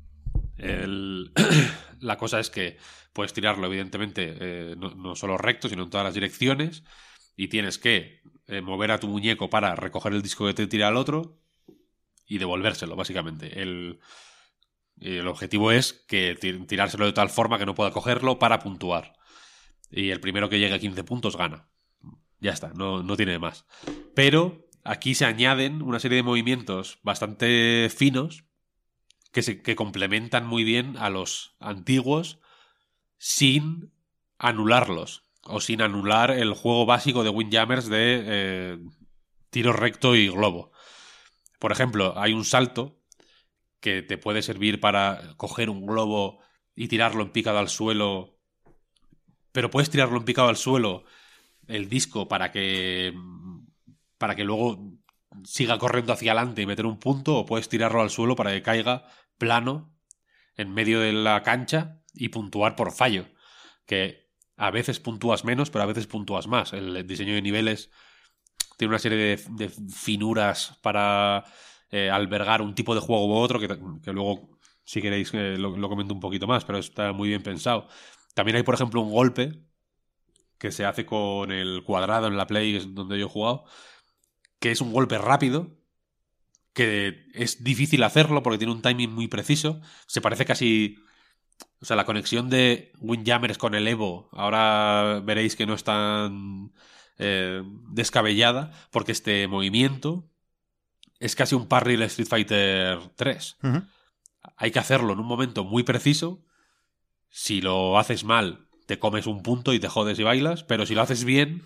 La cosa es que puedes tirarlo, evidentemente, no solo recto, sino en todas las direcciones, y tienes que mover a tu muñeco para recoger el disco que te tira al otro y devolvérselo, básicamente. El objetivo es que tirárselo de tal forma que no pueda cogerlo para puntuar. Y el primero que llegue a 15 puntos gana. Ya está, no tiene más. Pero aquí se añaden una serie de movimientos bastante finos que complementan muy bien a los antiguos sin anularlos. O sin anular el juego básico de Windjammers de tiro recto y globo. Por ejemplo, hay un salto que te puede servir para coger un globo y tirarlo en picado al suelo, pero puedes tirarlo en picado al suelo el disco para que luego siga corriendo hacia adelante y meter un punto, o puedes tirarlo al suelo para que caiga plano en medio de la cancha y puntuar por fallo, que a veces puntúas menos, pero a veces puntúas más. El diseño de niveles tiene una serie de finuras para albergar un tipo de juego u otro, que luego, si queréis, lo comento un poquito más, pero está muy bien pensado. También hay, por ejemplo, un golpe que se hace con el cuadrado en la Play, que es donde yo he jugado, que es un golpe rápido, que es difícil hacerlo porque tiene un timing muy preciso. Se parece casi... O sea, la conexión de Windjammers con el Evo, ahora veréis que no es tan descabellada, porque este movimiento es casi un parry de Street Fighter 3. Uh-huh. Hay que hacerlo en un momento muy preciso. Si lo haces mal, te comes un punto y te jodes y bailas, pero si lo haces bien,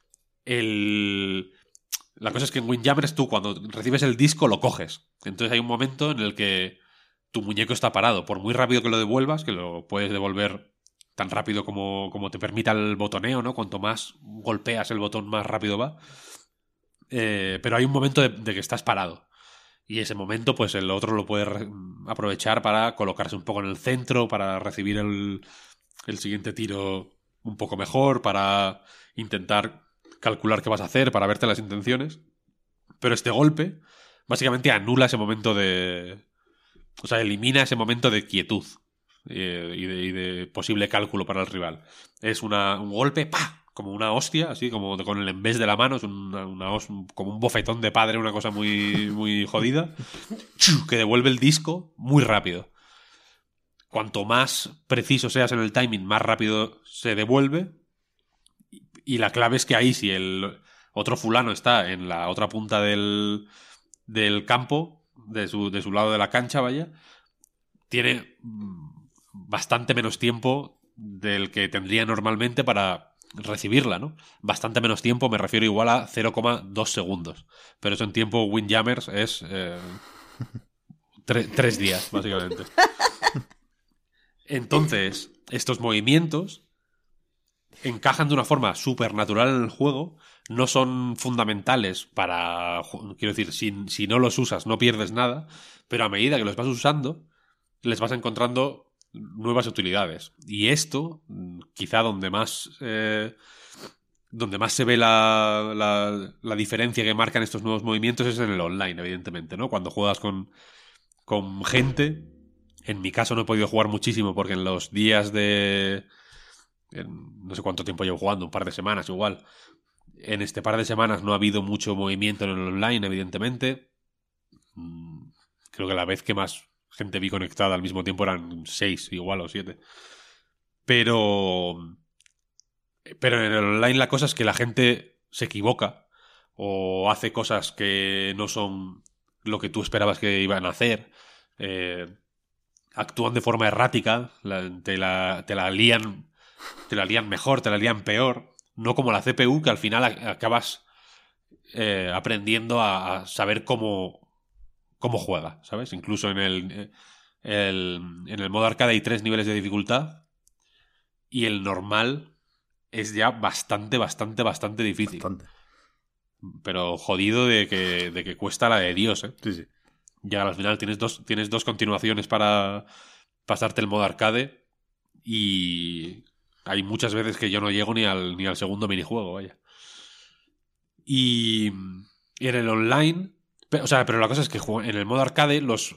la cosa es que en Windjammers tú cuando recibes el disco lo coges. Entonces hay un momento en el que tu muñeco está parado. Por muy rápido que lo devuelvas, que lo puedes devolver tan rápido como te permita el botoneo, ¿no? Cuanto más golpeas el botón, más rápido va. Pero hay un momento de que estás parado. Y ese momento, pues el otro lo puede aprovechar para colocarse un poco en el centro, para recibir el siguiente tiro un poco mejor, para intentar calcular qué vas a hacer, para verte las intenciones. Pero este golpe básicamente anula ese momento de... O sea, elimina ese momento de quietud y de posible cálculo para el rival. Es un golpe, ¡pah!, como una hostia, así como con el embés de la mano, es como un bofetón de padre, una cosa muy, muy jodida, que devuelve el disco muy rápido. Cuanto más preciso seas en el timing, más rápido se devuelve. Y la clave es que ahí, si el otro fulano está en la otra punta del campo, de su lado de la cancha, vaya, tiene bastante menos tiempo del que tendría normalmente para recibirla, ¿no? Bastante menos tiempo, me refiero igual a 0,2 segundos. Pero eso en tiempo Windjammers es 3 días, básicamente. Entonces, estos movimientos encajan de una forma súper natural en el juego, no son fundamentales para... Quiero decir, si no los usas no pierdes nada, pero a medida que los vas usando, les vas encontrando nuevas utilidades. Y esto, quizá donde más se ve la diferencia que marcan estos nuevos movimientos es en el online, evidentemente, ¿no? Cuando juegas con gente... En mi caso no he podido jugar muchísimo porque en los días no sé cuánto tiempo llevo jugando, un par de semanas igual. En este par de semanas no ha habido mucho movimiento en el online, evidentemente. Creo que la vez que más gente vi conectada al mismo tiempo eran 6 igual o 7. Pero en el online la cosa es que la gente se equivoca o hace cosas que no son lo que tú esperabas que iban a hacer. Actúan de forma errática, te la lían mejor, te la lían peor. No como la CPU, que al final acabas aprendiendo a saber cómo juega, ¿sabes? Incluso en el modo arcade hay 3 niveles de dificultad y el normal es ya bastante difícil. Bastante. Pero jodido de que cuesta la de Dios, ¿eh? Sí, sí. Ya al final tienes dos continuaciones para pasarte el modo arcade y hay muchas veces que yo no llego ni al segundo minijuego, vaya. Y en el online... pero la cosa es que en el modo arcade los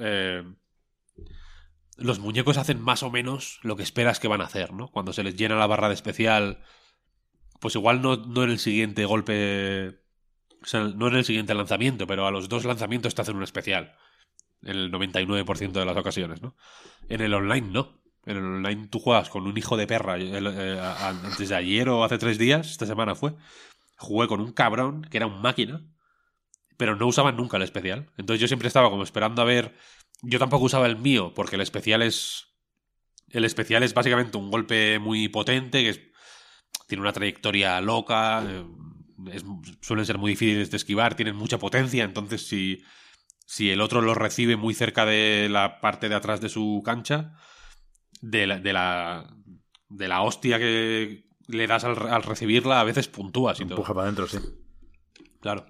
muñecos hacen más o menos lo que esperas que van a hacer, ¿no? Cuando se les llena la barra de especial, pues igual no en el siguiente golpe... O sea, no en el siguiente lanzamiento, pero a los 2 lanzamientos te hacen un especial. En el 99% de las ocasiones, ¿no? En el online no. En el online tú juegas con un hijo de perra. Antes de ayer o hace 3 días, esta semana jugué con un cabrón que era un máquina, pero no usaban nunca el especial. Entonces yo siempre estaba como esperando a ver... Yo tampoco usaba el mío, porque el especial es básicamente un golpe muy potente, tiene una trayectoria loca... suelen ser muy difíciles de esquivar, tienen mucha potencia, entonces si el otro lo recibe muy cerca de la parte de atrás de su cancha, de la hostia que le das al recibirla, a veces puntúas y todo. Empuja para adentro, sí. Claro.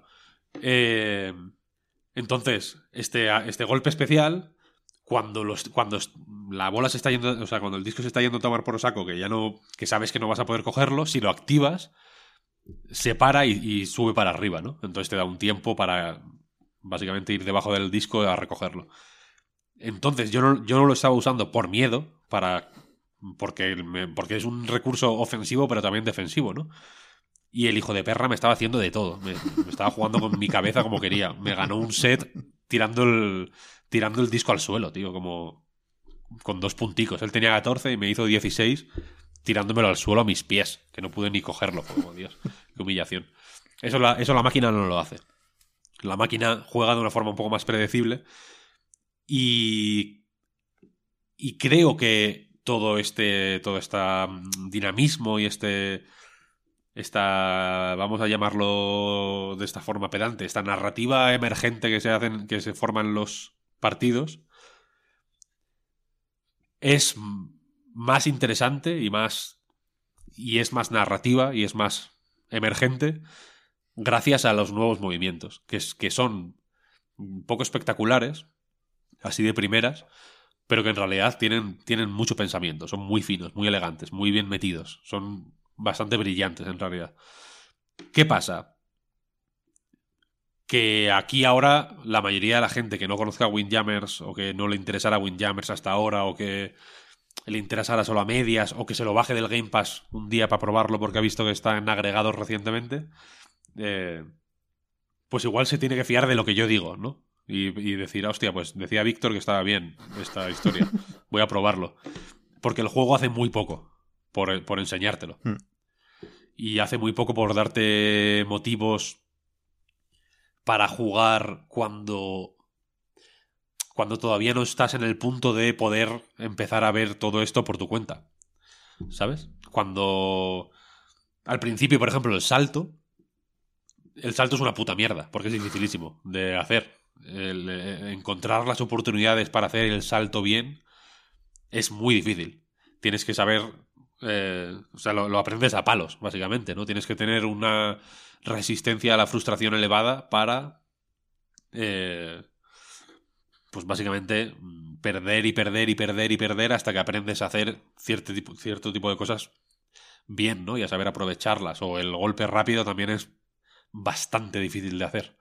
Entonces, este golpe especial, cuando la bola se está yendo, o sea, cuando el disco se está yendo a tomar por saco, que sabes que no vas a poder cogerlo, si lo activas, se para y sube para arriba, ¿no? Entonces te da un tiempo para básicamente ir debajo del disco a recogerlo. Entonces yo no lo estaba usando por miedo, porque es un recurso ofensivo pero también defensivo, ¿no? Y el hijo de perra me estaba haciendo de todo. Me estaba jugando con mi cabeza como quería. Me ganó un set tirando el disco al suelo, tío, como con 2 punticos. Él tenía 14 y me hizo 16 tirándomelo al suelo a mis pies, que no pude ni cogerlo. Oh, Dios, qué humillación. Eso la máquina no lo hace. La máquina juega de una forma un poco más predecible y creo que todo este dinamismo y esta, vamos a llamarlo de esta forma pedante, esta narrativa emergente que se forma en los partidos es más interesante y es más narrativa y es más emergente gracias a los nuevos movimientos, que son un poco espectaculares, así de primeras, pero que en realidad tienen mucho pensamiento, son muy finos, muy elegantes, muy bien metidos, son bastante brillantes en realidad. ¿Qué pasa? Que aquí ahora la mayoría de la gente que no conozca Windjammers o que no le interesara Windjammers hasta ahora o que le interesara solo a medias o que se lo baje del Game Pass un día para probarlo porque ha visto que está en agregados recientemente, pues igual se tiene que fiar de lo que yo digo, ¿no? Y decir, hostia, pues decía Víctor que estaba bien esta historia, voy a probarlo. Porque el juego hace muy poco por enseñártelo. Y hace muy poco por darte motivos para jugar cuando todavía no estás en el punto de poder empezar a ver todo esto por tu cuenta. ¿Sabes? Cuando al principio, por ejemplo, el salto es una puta mierda, porque es dificilísimo de hacer. Encontrar las oportunidades para hacer el salto bien es muy difícil. Tienes que saber... o sea, lo aprendes a palos, básicamente, ¿no? Tienes que tener una resistencia a la frustración elevada para... pues básicamente perder y perder y perder y perder hasta que aprendes a hacer cierto tipo de cosas bien, ¿no? Y a saber aprovecharlas. O el golpe rápido también es bastante difícil de hacer.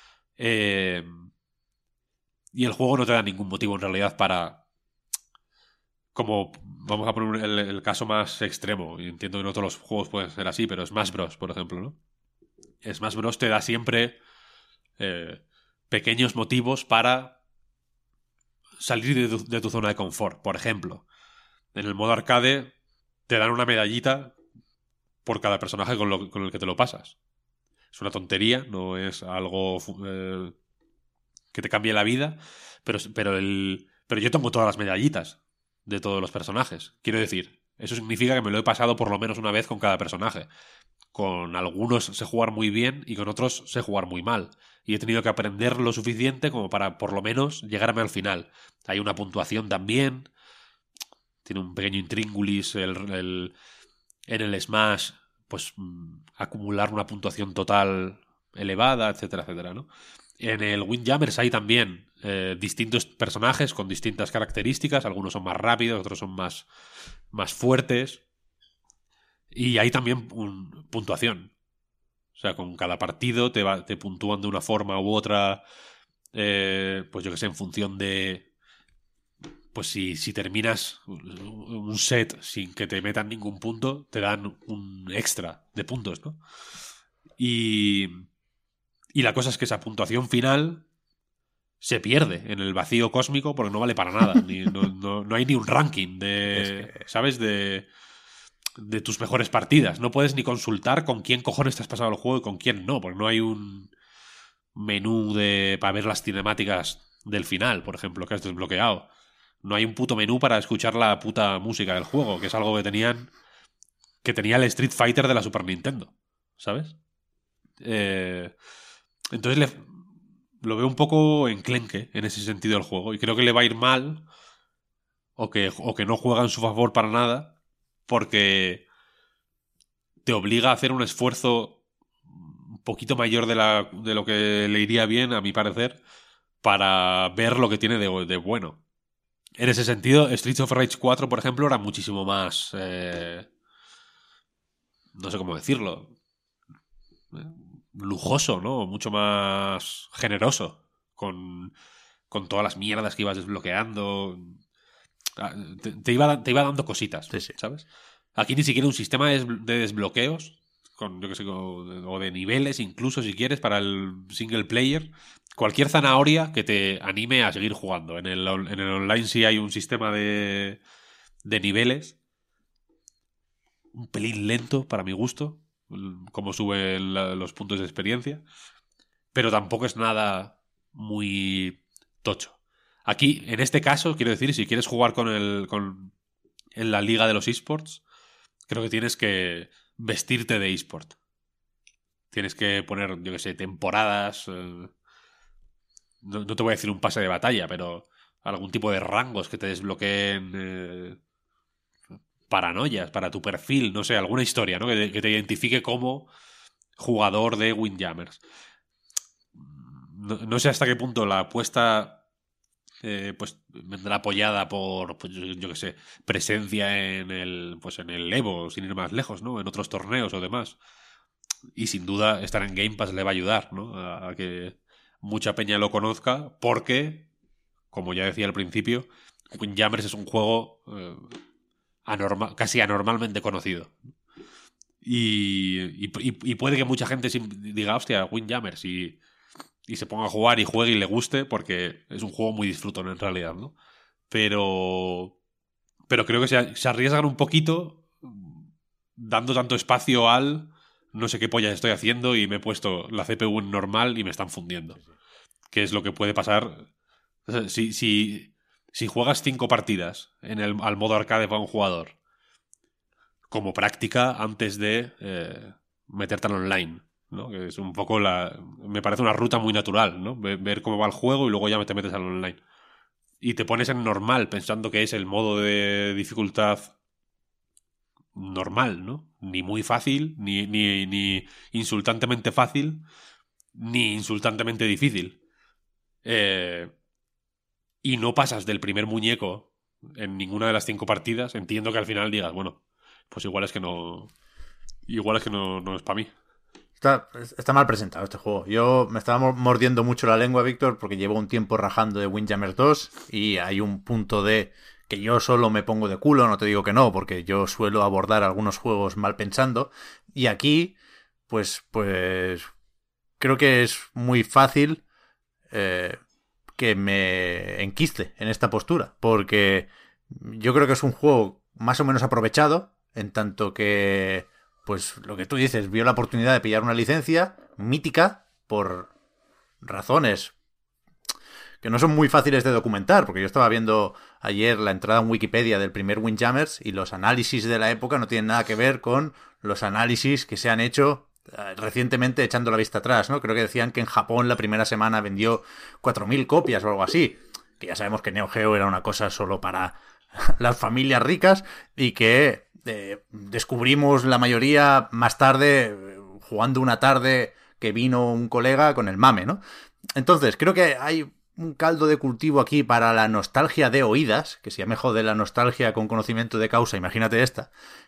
Y el juego no te da ningún motivo en realidad para... Como vamos a poner el caso más extremo, y entiendo que no todos los juegos pueden ser así, pero Smash Bros, por ejemplo, ¿no? Smash Bros te da siempre pequeños motivos para salir de tu zona de confort. Por ejemplo, en el modo arcade te dan una medallita por cada personaje con el que te lo pasas. Es una tontería, no es algo que te cambie la vida, pero yo tengo todas las medallitas de todos los personajes. Quiero decir, eso significa que me lo he pasado por lo menos una vez con cada personaje. Con algunos sé jugar muy bien y con otros sé jugar muy mal. Y he tenido que aprender lo suficiente como para por lo menos llegarme al final. Hay una puntuación también. Tiene un pequeño intríngulis en el Smash, pues acumular una puntuación total elevada, etcétera, etcétera, ¿no? En el Windjammers hay también distintos personajes con distintas características. Algunos son más rápidos, otros son más fuertes. Y hay también puntuación. O sea, con cada partido te puntúan de una forma u otra. Pues yo que sé, en función de... Pues si terminas un set sin que te metan ningún punto, te dan un extra de puntos, ¿no? Y la cosa es que esa puntuación final se pierde en el vacío cósmico porque no vale para nada. No hay ni un ranking ¿sabes? De tus mejores partidas. No puedes ni consultar con quién cojones te has pasado el juego y con quién no, porque no hay un menú para ver las cinemáticas del final, por ejemplo, que has desbloqueado. No hay un puto menú para escuchar la puta música del juego, que es algo que tenía el Street Fighter de la Super Nintendo, ¿sabes? Entonces lo veo un poco enclenque en ese sentido el juego y creo que le va a ir mal o que no juega en su favor para nada, porque te obliga a hacer un esfuerzo un poquito mayor de lo que le iría bien, a mi parecer, para ver lo que tiene de bueno. En ese sentido, Streets of Rage 4, por ejemplo, era muchísimo más... no sé cómo decirlo. Lujoso, ¿no? Mucho más generoso con todas las mierdas que ibas desbloqueando. Te iba dando cositas, Sí, sí. ¿sabes? Aquí ni siquiera un sistema de desbloqueos, yo que sé, o de niveles incluso, si quieres, para el single player. Cualquier zanahoria que te anime a seguir jugando. En el online sí hay un sistema de niveles. Un pelín lento, para mi gusto, como sube los puntos de experiencia. Pero tampoco es nada muy tocho. Aquí, en este caso, quiero decir, si quieres jugar en la liga de los esports, creo que tienes que vestirte de esport. Tienes que poner, yo qué sé, temporadas. No te voy a decir un pase de batalla, pero algún tipo de rangos que te desbloqueen paranoias para tu perfil, no sé, alguna historia, ¿no? Que te identifique como jugador de Windjammers. No sé hasta qué punto la apuesta pues vendrá apoyada por, pues, yo qué sé, presencia en el Evo, sin ir más lejos, ¿no? En otros torneos o demás. Y sin duda estar en Game Pass le va a ayudar, ¿no? A que mucha peña lo conozca, porque, como ya decía al principio, Windjammers es un juego casi anormalmente conocido. Y puede que mucha gente diga, hostia, Windjammers, y se ponga a jugar y juegue y le guste, porque es un juego muy disfrutón en realidad, ¿no? Pero creo que se arriesgan un poquito dando tanto espacio al no sé qué pollas estoy haciendo y me he puesto la CPU en normal y me están fundiendo. Que es lo que puede pasar. O sea, si juegas 5 partidas al modo arcade para un jugador como práctica antes de meterte al online, ¿no? Que es un poco me parece una ruta muy natural, ¿no? Ver cómo va el juego y luego ya te metes al online. Y te pones en normal pensando que es el modo de dificultad normal, ¿no? Ni muy fácil, ni insultantemente fácil, ni insultantemente difícil. Y no pasas del primer muñeco en ninguna de las 5 partidas, entiendo que al final digas, bueno, pues igual es que no es para mí. Está mal presentado este juego. Yo me estaba mordiendo mucho la lengua, Víctor, porque llevo un tiempo rajando de Windjammers 2 y hay un punto de que yo solo me pongo de culo, no te digo que no, porque yo suelo abordar algunos juegos mal pensando, y aquí pues creo que es muy fácil que me enquiste en esta postura, porque yo creo que es un juego más o menos aprovechado, en tanto que, pues lo que tú dices, vio la oportunidad de pillar una licencia mítica por razones que no son muy fáciles de documentar, porque yo estaba viendo ayer la entrada en Wikipedia del primer Windjammers y los análisis de la época no tienen nada que ver con los análisis que se han hecho recientemente echando la vista atrás, ¿no? Creo que decían que en Japón la primera semana vendió 4.000 copias o algo así, que ya sabemos que Neo Geo era una cosa solo para las familias ricas y que descubrimos la mayoría más tarde, jugando una tarde que vino un colega con el mame, ¿no? Entonces, creo que hay un caldo de cultivo aquí para la nostalgia de oídas, que si ya me jode la nostalgia con conocimiento de causa, imagínate esta.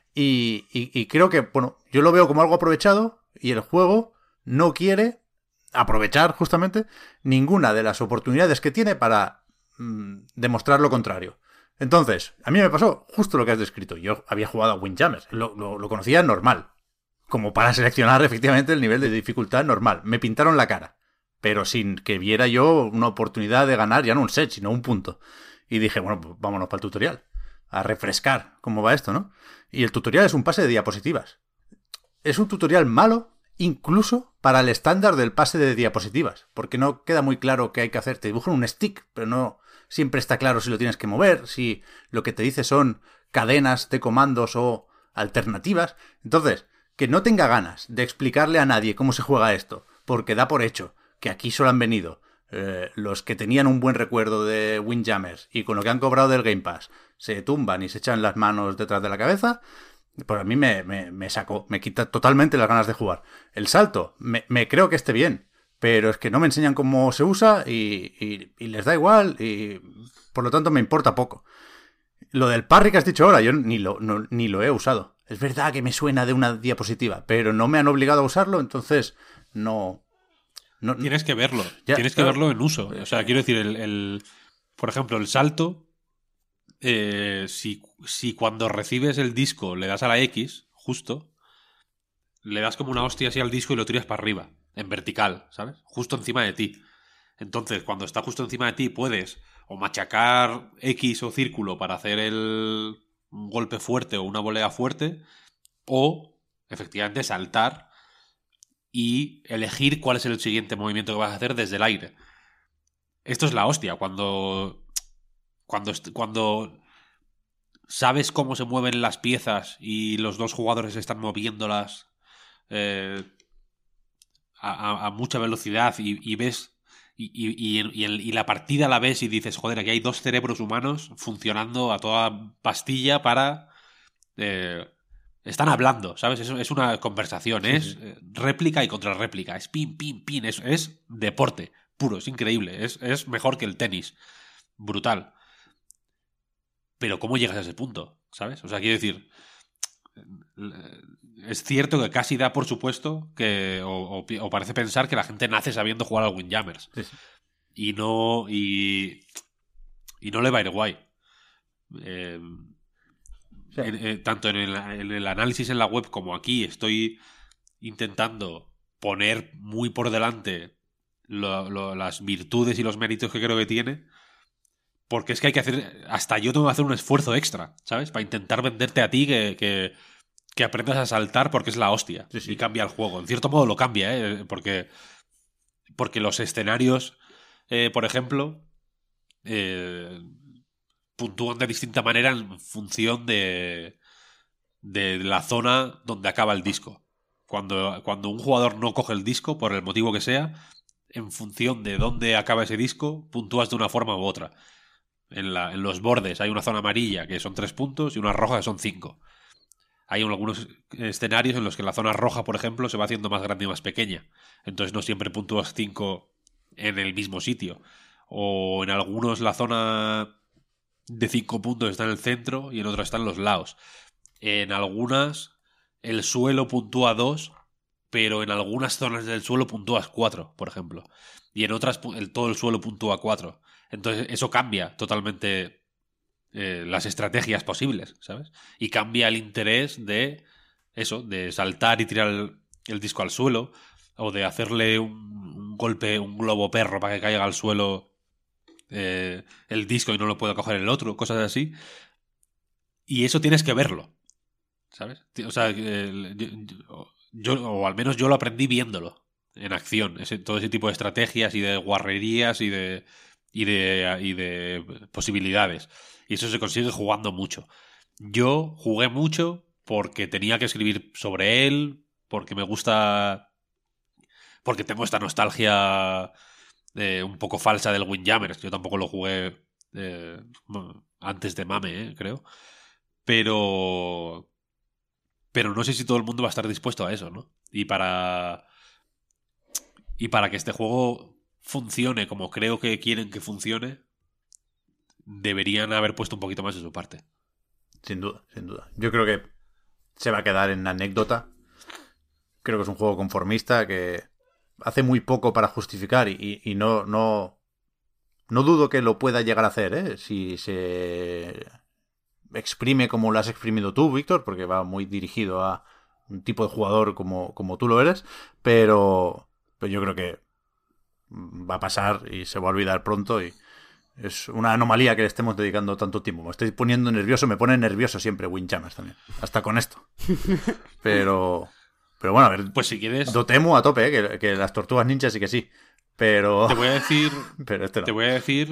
Y creo que, bueno, yo lo veo como algo aprovechado y el juego no quiere aprovechar justamente ninguna de las oportunidades que tiene para demostrar lo contrario. Entonces, a mí me pasó justo lo que has descrito. Yo había jugado a Windjammers, lo conocía normal, como para seleccionar efectivamente el nivel de dificultad normal. Me pintaron la cara, pero sin que viera yo una oportunidad de ganar ya no un set, sino un punto. Y dije, bueno, pues vámonos para el tutorial, a refrescar cómo va esto, ¿no? Y el tutorial es un pase de diapositivas. Es un tutorial malo, incluso para el estándar del pase de diapositivas, porque no queda muy claro qué hay que hacer. Te dibujan un stick, pero no siempre está claro si lo tienes que mover, si lo que te dice son cadenas de comandos o alternativas. Entonces, que no tenga ganas de explicarle a nadie cómo se juega esto, porque da por hecho que aquí solo han venido los que tenían un buen recuerdo de Windjammers y con lo que han cobrado del Game Pass se tumban y se echan las manos detrás de la cabeza, pues a mí me sacó, me quita totalmente las ganas de jugar. El salto, me creo que esté bien, pero es que no me enseñan cómo se usa y les da igual y por lo tanto me importa poco. Lo del parry que has dicho ahora, yo ni lo he usado. Es verdad que me suena de una diapositiva, pero no me han obligado a usarlo, entonces no Tienes que verlo. Ya, Tienes que claro. verlo en uso. O sea, quiero decir, por ejemplo, el salto, si cuando recibes el disco le das a la X, justo, le das como una hostia así al disco y lo tiras para arriba, en vertical, ¿sabes? Justo encima de ti. Entonces, cuando está justo encima de ti, puedes o machacar X o círculo para hacer un golpe fuerte o una volea fuerte, o efectivamente saltar y elegir cuál es el siguiente movimiento que vas a hacer desde el aire. Esto es la hostia. Cuando sabes cómo se mueven las piezas y los dos jugadores están moviéndolas a mucha velocidad y ves y la partida la ves y dices, joder, aquí hay dos cerebros humanos funcionando a toda pastilla para... están hablando, ¿sabes? Es una conversación, Sí, es sí. réplica y contrarréplica, es pin, pin, pin, es deporte puro, es increíble, es mejor que el tenis, brutal. Pero ¿cómo llegas a ese punto? ¿Sabes? O sea, quiero decir, es cierto que casi da por supuesto que o parece pensar que la gente nace sabiendo jugar al Windjammers. Sí, sí. Y no le va a ir guay. Sí. Tanto en el análisis en la web como aquí estoy intentando poner muy por delante las virtudes y los méritos que creo que tiene, porque es que hay que hacer, hasta yo tengo que hacer un esfuerzo extra, ¿sabes? Para intentar venderte a ti que aprendas a saltar porque es la hostia. Sí, sí. Y cambia el juego. En cierto modo lo cambia, ¿eh? Porque los escenarios, por ejemplo, puntúan de distinta manera en función de la zona donde acaba el disco. Cuando un jugador no coge el disco, por el motivo que sea, en función de dónde acaba ese disco, puntúas de una forma u otra. En los bordes hay una zona amarilla que son 3 puntos y una roja que son 5. Hay algunos escenarios en los que la zona roja, por ejemplo, se va haciendo más grande y más pequeña. Entonces no siempre puntúas 5 en el mismo sitio. O en algunos la zona de 5 puntos está en el centro y en otras está en los lados. En algunas el suelo puntúa 2, pero en algunas zonas del suelo puntúas 4, por ejemplo. Y en otras todo el suelo puntúa 4. Entonces eso cambia totalmente las estrategias posibles, ¿sabes? Y cambia el interés de eso, de saltar y tirar el disco al suelo, o de hacerle un golpe, un globo perro para que caiga al suelo el disco y no lo pueda coger el otro, cosas así. Y eso tienes que verlo, ¿sabes? O sea, yo o al menos yo lo aprendí viéndolo en acción, todo ese tipo de estrategias y de guarrerías y de posibilidades. Y eso se consigue jugando mucho. Yo jugué mucho porque tenía que escribir sobre él, porque me gusta, porque tengo esta nostalgia un poco falsa del Windjammers. Yo tampoco lo jugué antes de Mame, creo. Pero no sé si todo el mundo va a estar dispuesto a eso, ¿no? Y para que este juego funcione como creo que quieren que funcione, deberían haber puesto un poquito más de su parte. Sin duda, sin duda. Yo creo que se va a quedar en anécdota. Creo que es un juego conformista que hace muy poco para justificar y no dudo que lo pueda llegar a hacer, ¿eh? Si se exprime como lo has exprimido tú, Víctor, porque va muy dirigido a un tipo de jugador como tú lo eres, pero yo creo que va a pasar y se va a olvidar pronto y es una anomalía que le estemos dedicando tanto tiempo. Me estoy poniendo nervioso, me pone nervioso siempre Windjammers también, hasta con esto. Pero bueno, a ver, pues si quieres, Dotemu a tope, que las tortugas ninjas sí que sí, pero te voy a decir, pero este no. te voy a decir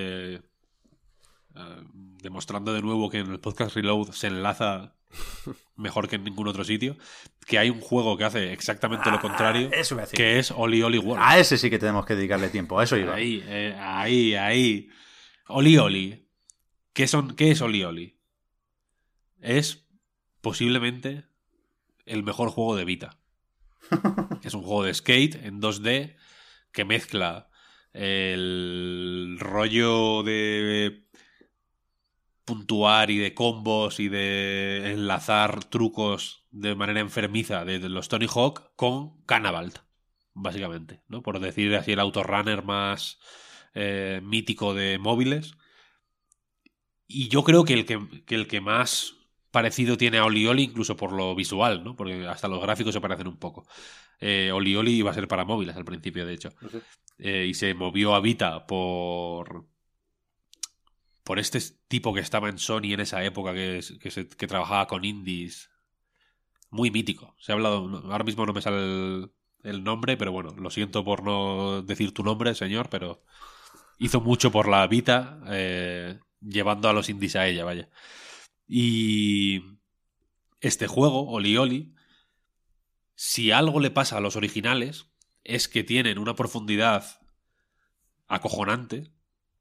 demostrando de nuevo que en el podcast Reload se enlaza mejor que en ningún otro sitio, que hay un juego que hace exactamente lo contrario, eso iba a decir. que es Oli Oli World. A ese sí que tenemos que dedicarle tiempo, a eso iba. Ahí. Oli Oli. ¿Qué es Oli Oli? Es posiblemente el mejor juego de Vita. Es un juego de skate en 2D que mezcla el rollo de puntuar y de combos y de enlazar trucos de manera enfermiza de los Tony Hawk con Cannavalt, básicamente, ¿no? Por decir así, el autorunner más mítico de móviles. Y yo creo que el que más parecido tiene a Oli Oli, incluso por lo visual, ¿no? Porque hasta los gráficos se parecen un poco. Oli Oli iba a ser para móviles al principio, de hecho. Y se movió a Vita por este tipo que estaba en Sony en esa época que trabajaba con indies. Muy mítico. Se ha hablado, ahora mismo no me sale el nombre, pero bueno, lo siento por no decir tu nombre, señor, pero hizo mucho por la Vita, llevando a los indies a ella, vaya. Y este juego, Oli Oli, si algo le pasa a los originales, es que tienen una profundidad acojonante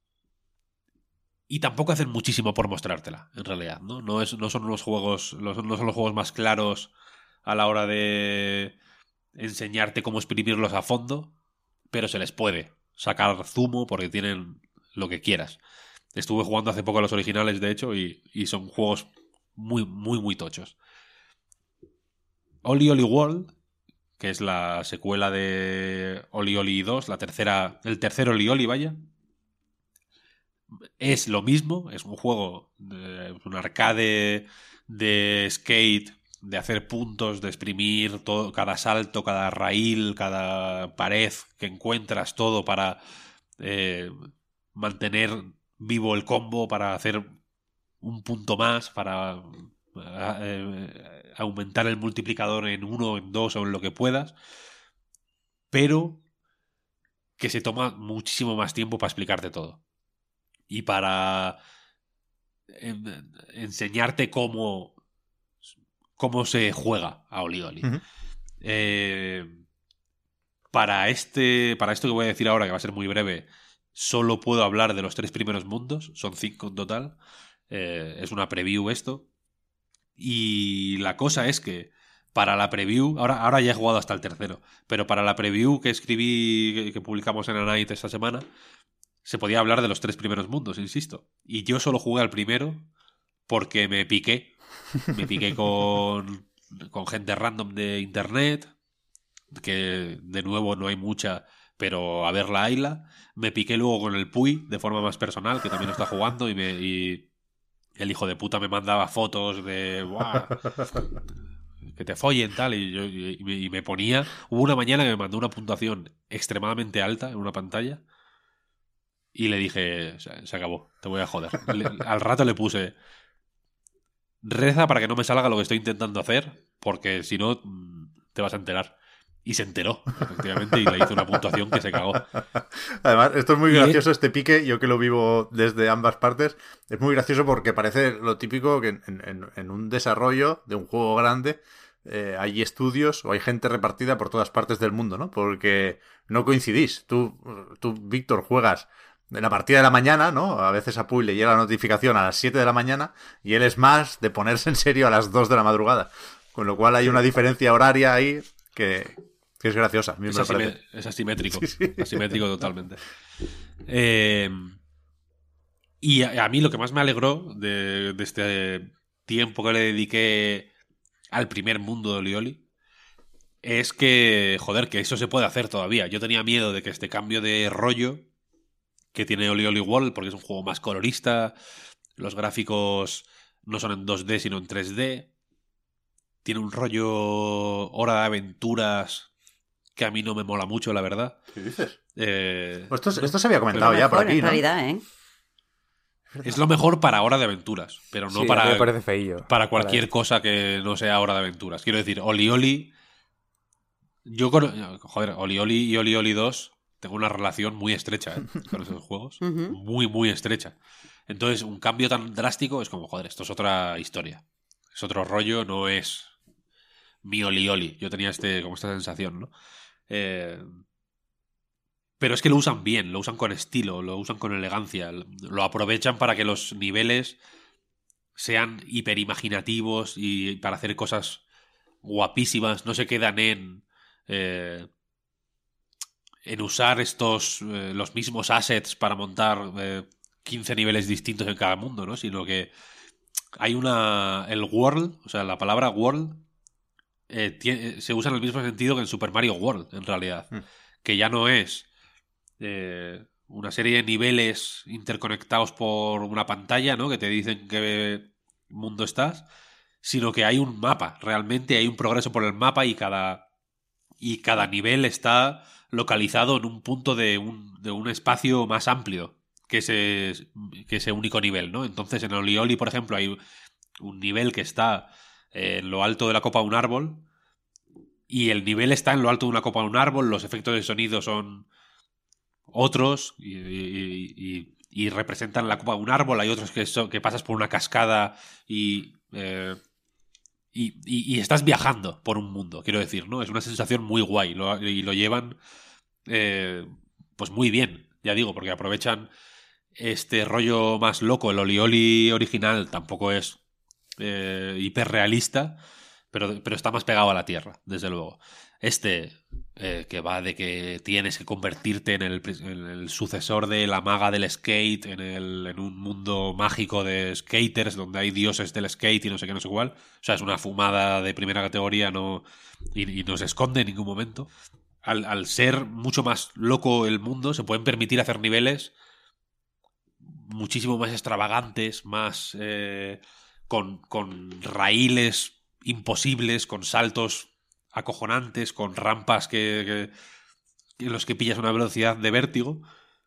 y tampoco hacen muchísimo por mostrártela, en realidad, ¿no? No son los juegos más claros a la hora de enseñarte cómo exprimirlos a fondo, pero se les puede sacar zumo porque tienen lo que quieras. Estuve jugando hace poco a los originales, de hecho, y son juegos muy, muy, muy tochos. Oli Oli World, que es la secuela de Oli Oli 2, el tercer Oli Oli, vaya, es lo mismo, es un juego, un arcade de skate, de hacer puntos, de exprimir todo, cada salto, cada raíl, cada pared que encuentras, todo para mantener vivo el combo, para hacer un punto más, para aumentar el multiplicador en 1, en 2 o en lo que puedas, pero que se toma muchísimo más tiempo para explicarte todo y para enseñarte cómo se juega a Oli Oli. Para esto que voy a decir ahora, que va a ser muy breve, solo puedo hablar de los 3 primeros mundos, son 5 en total. Es una preview esto. Y la cosa es que para la preview, ahora ya he jugado hasta el tercero, pero para la preview que escribí, que publicamos en A Night esta semana, se podía hablar de los 3 primeros mundos, insisto. Y yo solo jugué al primero porque me piqué. Me piqué con gente random de internet, que de nuevo no hay mucha, pero a verla hayla. Me piqué luego con el Puy de forma más personal, que también lo está jugando, y el hijo de puta me mandaba fotos de ¡buah! Que te follen tal, y me ponía. Hubo una mañana que me mandó una puntuación extremadamente alta en una pantalla y le dije, se acabó, te voy a joder. Al rato le puse, reza para que no me salga lo que estoy intentando hacer, porque si no te vas a enterar. Y se enteró, efectivamente, y le hizo una puntuación que se cagó. Además, esto es muy gracioso, este pique, yo que lo vivo desde ambas partes, es muy gracioso porque parece lo típico que en un desarrollo de un juego grande hay estudios o hay gente repartida por todas partes del mundo, ¿no? Porque no coincidís. Tú Víctor, juegas en la partida de la mañana, ¿no? A veces a Puy le llega la notificación a las 7 de la mañana y él es más de ponerse en serio a las 2 de la madrugada. Con lo cual hay una diferencia horaria ahí que es graciosa. Es asimétrico. Sí. Asimétrico totalmente. Y a mí lo que más me alegró de este tiempo que le dediqué al primer mundo de Oli Oli es que, joder, que eso se puede hacer todavía. Yo tenía miedo de que este cambio de rollo que tiene Oli Oli World, porque es un juego más colorista, los gráficos no son en 2D sino en 3D, tiene un rollo hora de aventuras que a mí no me mola mucho, la verdad. ¿Qué dices? Esto se había comentado ya por aquí, en ¿no? realidad, ¿eh? Es lo mejor para hora de aventuras, pero no Sí, para, me parece feillo. para cualquier cosa que no sea hora de aventuras. Quiero decir, Oli Oli... Joder, Oli Oli y Oli Oli 2 tengo una relación muy estrecha con esos juegos. Muy, muy estrecha. Entonces, un cambio tan drástico es como, joder, esto es otra historia. Es otro rollo, no es mi Oli Oli. Yo tenía como esta sensación, ¿no? Pero es que lo usan bien, lo usan con estilo, lo usan con elegancia, lo aprovechan para que los niveles sean hiperimaginativos y para hacer cosas guapísimas. No se quedan en usar los mismos assets para montar 15 niveles distintos en cada mundo, ¿no? Sino que hay el world, o sea, la palabra world se usa en el mismo sentido que en Super Mario World, en realidad. Que ya no es una serie de niveles interconectados por una pantalla, ¿no? Que te dicen qué mundo estás, sino que hay un mapa, realmente hay un progreso por el mapa y cada nivel está localizado en un punto de un espacio más amplio que ese único nivel, ¿no? Entonces en Oli-Oli, por ejemplo, hay un nivel que está en lo alto de la copa de un árbol y el nivel está en lo alto de una copa de un árbol, los efectos de sonido son otros y representan la copa de un árbol, hay otros que pasas por una cascada y estás viajando por un mundo, quiero decir, ¿no? Es una sensación muy guay y lo llevan pues muy bien, ya digo, porque aprovechan este rollo más loco. El Oli-Oli original tampoco es hiperrealista, pero está más pegado a la tierra, desde luego. Que va de que tienes que convertirte en el sucesor de la maga del skate, en un mundo mágico de skaters, donde hay dioses del skate y no sé qué, no sé cuál. O sea, es una fumada de primera categoría, y no se esconde en ningún momento. Al ser mucho más loco el mundo, se pueden permitir hacer niveles muchísimo más extravagantes, más con raíles imposibles, con saltos acojonantes, con rampas en los que pillas una velocidad de vértigo.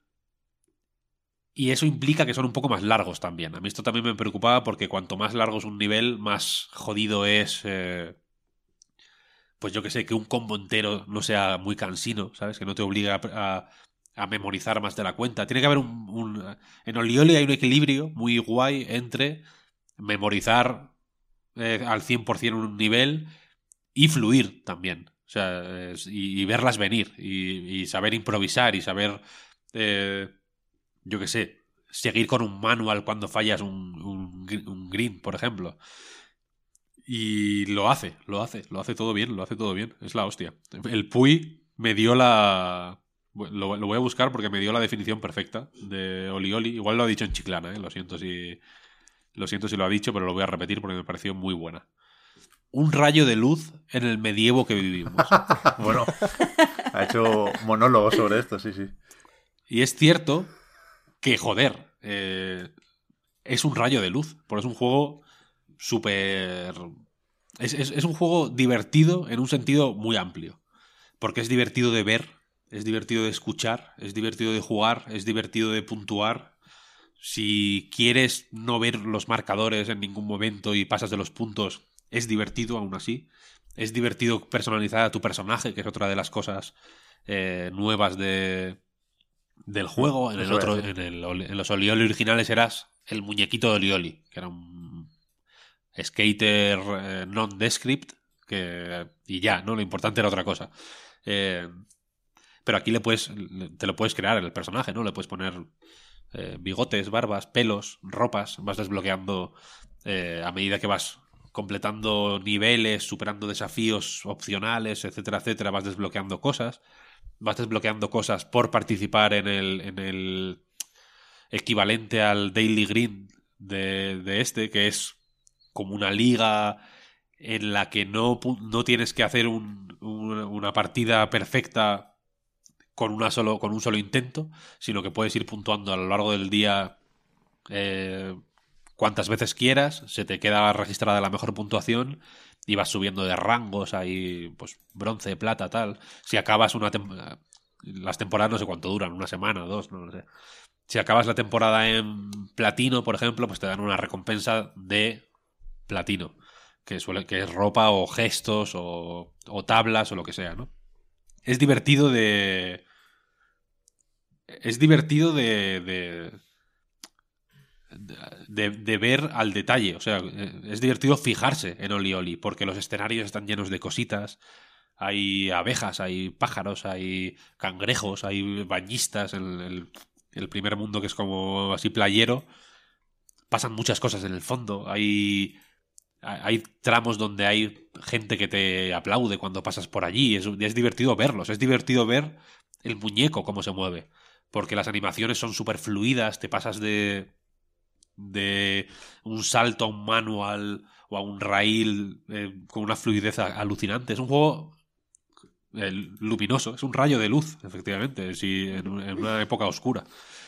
Y eso implica que son un poco más largos también. A mí esto también me preocupaba porque cuanto más largo es un nivel, más jodido es... pues yo que sé, que un combo entero no sea muy cansino, ¿sabes? Que no te obliga a memorizar más de la cuenta. Tiene que haber en Oli-Oli hay un equilibrio muy guay entre memorizar al 100% un nivel y fluir también. O sea, y verlas venir y saber improvisar y saber, yo qué sé, seguir con un manual cuando fallas un green, por ejemplo. Y lo hace todo bien, lo hace todo bien. Es la hostia. El Puy me dio lo voy a buscar porque me dio la definición perfecta de Oli-Oli. Igual lo ha dicho en Chiclana, ¿eh? Lo siento si lo ha dicho, pero lo voy a repetir porque me pareció muy buena. Un rayo de luz en el medievo que vivimos. Bueno, ha hecho monólogos sobre esto, sí, sí. Y es cierto que, joder, es un rayo de luz, porque es un juego súper... Es un juego divertido en un sentido muy amplio, porque es divertido de ver, es divertido de escuchar, es divertido de jugar, es divertido de puntuar. Si quieres no ver los marcadores en ningún momento y pasas de los puntos, es divertido aún así. Es divertido personalizar a tu personaje, que es otra de las cosas nuevas del juego. En los Oli-Oli originales eras el muñequito de Oli-Oli, que era un skater nondescript, y ya, ¿no? Lo importante era otra cosa. Pero aquí te lo puedes crear en el personaje, ¿no? Le puedes poner bigotes, barbas, pelos, ropas. Vas desbloqueando a medida que vas completando niveles, superando desafíos opcionales, etcétera, etcétera. Vas desbloqueando cosas. Vas desbloqueando cosas por participar en el equivalente al Daily Grind de que es como una liga en la que no tienes que hacer una partida perfecta con un solo intento, sino que puedes ir puntuando a lo largo del día cuantas veces quieras, se te queda registrada la mejor puntuación y vas subiendo de rangos ahí, pues bronce, plata, tal. Si acabas las temporadas no sé cuánto duran, una semana, dos, no lo sé. Si acabas la temporada en platino, por ejemplo, pues te dan una recompensa de platino, que es ropa o gestos o tablas o lo que sea, ¿no? Es divertido de ver al detalle. O sea, es divertido fijarse en Oli-Oli, porque los escenarios están llenos de cositas. hay abejas, hay pájaros, hay cangrejos, hay bañistas. El primer mundo, que es como así playero, pasan muchas cosas en el fondo. Hay tramos donde hay gente que te aplaude cuando pasas por allí. Es divertido verlos. Es divertido ver el muñeco cómo se mueve. Porque las animaciones son súper fluidas. Te pasas de un salto a un manual o a un rail con una fluidez alucinante. Es un juego luminoso. Es un rayo de luz, efectivamente. Sí, en una época oscura.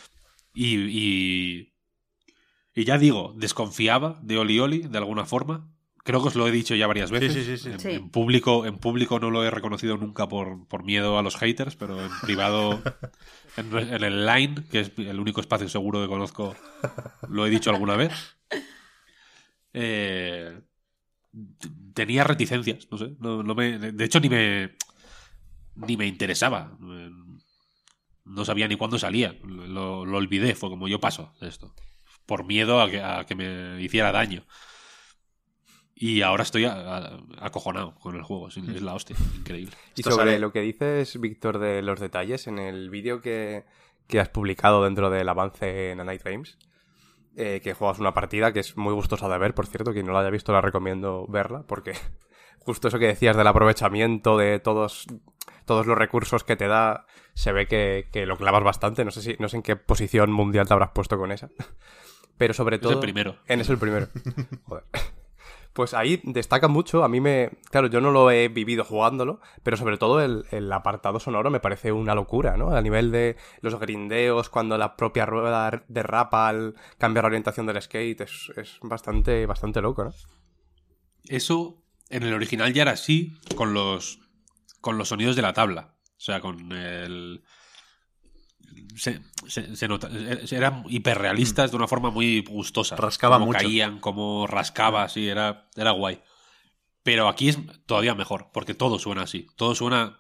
Y ya digo, desconfiaba de Oli Oli de alguna forma. Creo que os lo he dicho ya varias veces. Sí. Sí. En público no lo he reconocido nunca por miedo a los haters, pero en privado, en el Line, que es el único espacio seguro que conozco, lo he dicho alguna vez. Tenía reticencias, no sé. De hecho, ni me interesaba. No sabía ni cuándo salía. Lo olvidé. Fue como yo paso de esto. Por miedo a que me hiciera daño. Y ahora estoy acojonado con el juego. Es la hostia. Increíble. Y Esto sobre sale- lo que dices, Víctor, de los detalles, en el vídeo que has publicado dentro del avance en A Night Games, que juegas una partida que es muy gustosa de ver, por cierto. Quien no la haya visto la recomiendo verla, porque justo eso que decías del aprovechamiento de todos los recursos que te da, se ve que lo clavas bastante. No sé en qué posición mundial te habrás puesto con esa. Pero sobre todo... Es el primero. Es el primero. Joder. Pues ahí destaca mucho, claro, yo no lo he vivido jugándolo, pero sobre todo el apartado sonoro me parece una locura, ¿no? A nivel de los grindeos, cuando la propia rueda derrapa al cambiar la orientación del skate, es bastante loco, ¿no? Eso en el original ya era así con los sonidos de la tabla. O sea, con el... Se nota, eran hiperrealistas de una forma muy gustosa. Rascaba cómo mucho. caían, cómo rascaba, así, era guay. Pero aquí es todavía mejor, porque todo suena así. Todo suena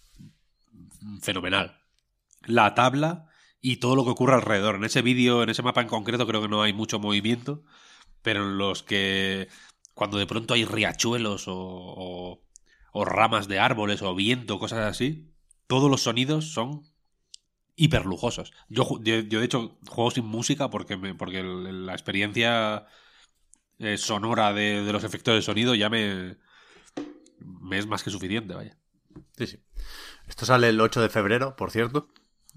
fenomenal. La tabla y todo lo que ocurre alrededor. En ese vídeo, en ese mapa en concreto, creo que no hay mucho movimiento, pero en los que cuando de pronto hay riachuelos o ramas de árboles o viento, cosas así, todos los sonidos son hiper lujosos. Yo de hecho juego sin música porque la experiencia sonora de los efectos de sonido ya me es más que suficiente, vaya. Sí. Esto sale el 8 de febrero, por cierto.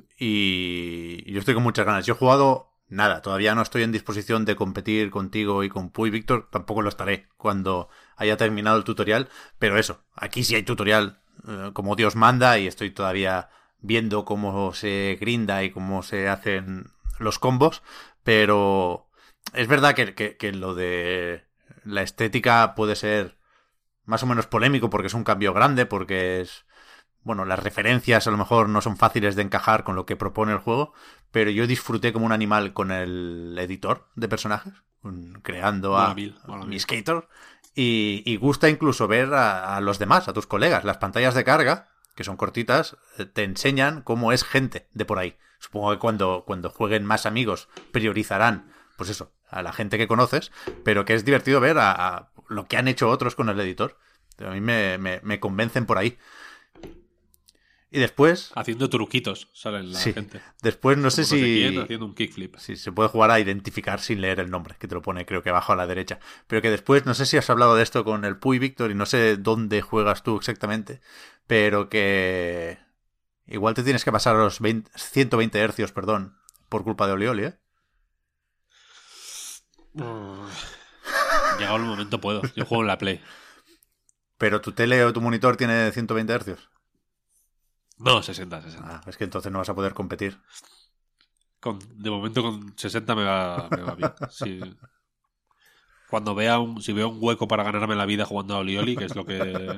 Y yo estoy con muchas ganas. Yo he jugado nada. Todavía no estoy en disposición de competir contigo y con Puy, Víctor. Tampoco lo estaré cuando haya terminado el tutorial. Pero eso, aquí sí hay tutorial como Dios manda y estoy todavía viendo cómo se grinda y cómo se hacen los combos. Pero es verdad que lo de la estética puede ser más o menos polémico porque es un cambio grande, porque es... Bueno, las referencias a lo mejor no son fáciles de encajar con lo que propone el juego, pero yo disfruté como un animal con el editor de personajes, creando a mi skater, y gusta incluso ver a los demás, a tus colegas. Las pantallas de carga, que son cortitas, te enseñan cómo es gente de por ahí. Supongo que cuando jueguen más amigos priorizarán, pues eso, a la gente que conoces, pero que es divertido ver a lo que han hecho otros con el editor. A mí me convencen por ahí. Y después... Haciendo truquitos salen la gente. Después no sé si... quién, haciendo un kickflip. Sí, se puede jugar a identificar sin leer el nombre, que te lo pone creo que abajo a la derecha. Pero que después, no sé si has hablado de esto con el Puy, Víctor, y no sé dónde juegas tú exactamente, pero que... Igual te tienes que pasar a los 120 hercios, perdón, por culpa de Oli Oli, ¿eh? Llegado el momento puedo. Yo juego en la Play. ¿Pero tu tele o tu monitor tiene 120 hercios? No, 60. Ah, es que entonces no vas a poder competir. De momento con 60 me va bien. Sí. Cuando si veo un hueco para ganarme la vida jugando a Oli Oli, que es lo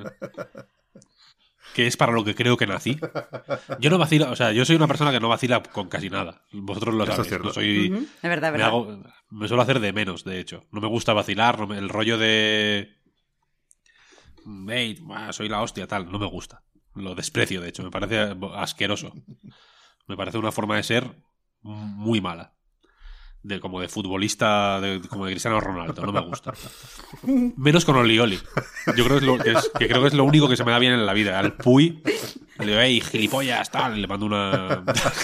que es para lo que creo que nací. Yo no vacilo, o sea, yo soy una persona que no vacila con casi nada. Vosotros lo sabéis. cierto. No soy, Es verdad, es verdad. me suelo hacer de menos, de hecho. No me gusta vacilar, el rollo de... Hey, soy la hostia, tal, no me gusta. Lo desprecio, de hecho, me parece asqueroso. Me parece una forma de ser muy mala. como de futbolista, como de Cristiano Ronaldo, no me gusta. Menos con Olioli. Yo creo que creo que es lo único que se me da bien en la vida. Al Puy, le digo, hey, gilipollas, tal, y le mando una...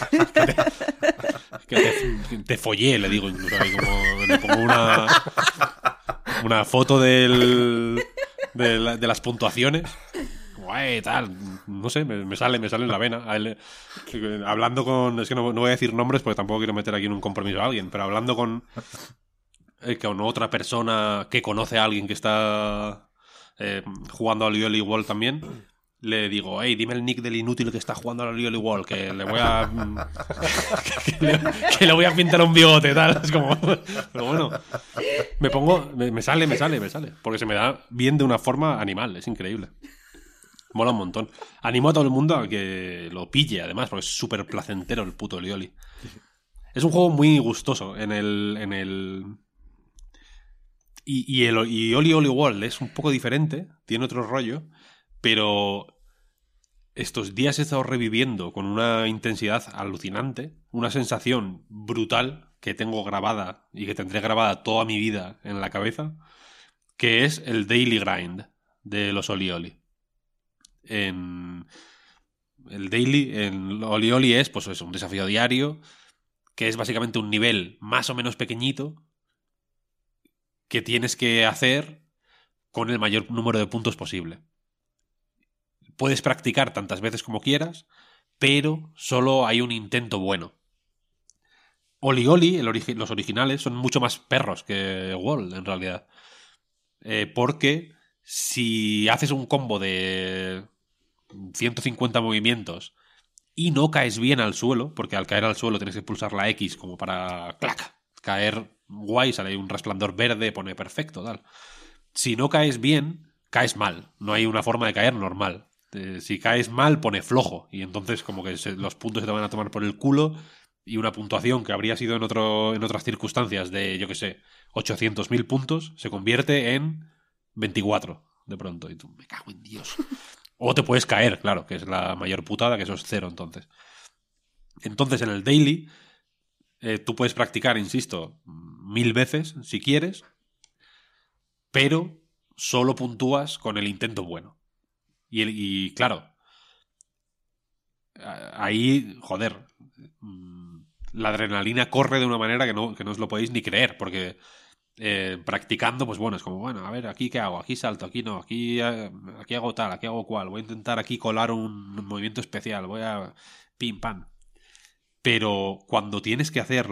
que te follé, le digo incluso. Ahí como le pongo una foto de las puntuaciones. Guay, tal, no sé, me sale en la vena. Hablando con... Es que no voy a decir nombres porque tampoco quiero meter aquí en un compromiso a alguien, pero hablando con otra persona que conoce a alguien que está jugando a Olioli Wall también, le digo, hey, dime el nick del inútil que está jugando a Olioli Wall, que le voy a... que le voy a pintar un bigote, tal. Es como... Pero bueno, me sale, porque se me da bien de una forma animal, es increíble. Mola un montón. Animo a todo el mundo a que lo pille, además, porque es súper placentero el puto Olioli. Es un juego muy gustoso Y Oli Oli World es un poco diferente, tiene otro rollo, pero estos días he estado reviviendo con una intensidad alucinante, una sensación brutal que tengo grabada y que tendré grabada toda mi vida en la cabeza, que es el Daily Grind de los Oli Oli. El daily en Oli Oli es, pues es un desafío diario que es básicamente un nivel más o menos pequeñito que tienes que hacer con el mayor número de puntos posible. Puedes practicar tantas veces como quieras, pero solo hay un intento bueno. Oli Oli, los originales, son mucho más perros que Wall, en realidad. Porque si haces un combo de 150 movimientos y no caes bien al suelo, porque al caer al suelo tienes que pulsar la X como para ¡clac! Caer guay, sale un resplandor verde, pone perfecto, tal. Si no caes bien, caes mal. No hay una forma de caer normal. Si caes mal, pone flojo. Y entonces como que los puntos se te van a tomar por el culo y una puntuación que habría sido en otras circunstancias de, yo que sé, 800.000 puntos, se convierte en 24 de pronto. Y tú, me cago en Dios. O te puedes caer, claro, que es la mayor putada, que eso es 0 entonces. Entonces en el daily tú puedes practicar, insisto, 1000 veces si quieres, pero solo puntúas con el intento bueno. Y claro, ahí, joder, la adrenalina corre de una manera que no os lo podéis ni creer, porque practicando, pues bueno, es como, bueno, a ver, aquí qué hago, aquí salto, aquí no, aquí hago tal, aquí hago cual, voy a intentar aquí colar un movimiento especial, voy a pim pam. Pero cuando tienes que hacer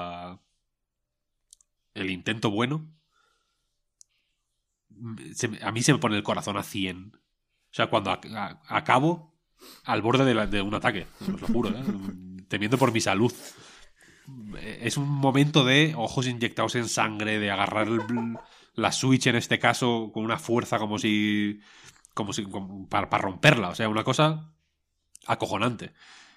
el intento bueno, a mí se me pone el corazón a 100. O sea, cuando acabo al borde de un ataque, os lo juro, temiendo por mi salud. Es un momento de ojos inyectados en sangre, de agarrar la Switch en este caso con una fuerza como para romperla. O sea, una cosa acojonante.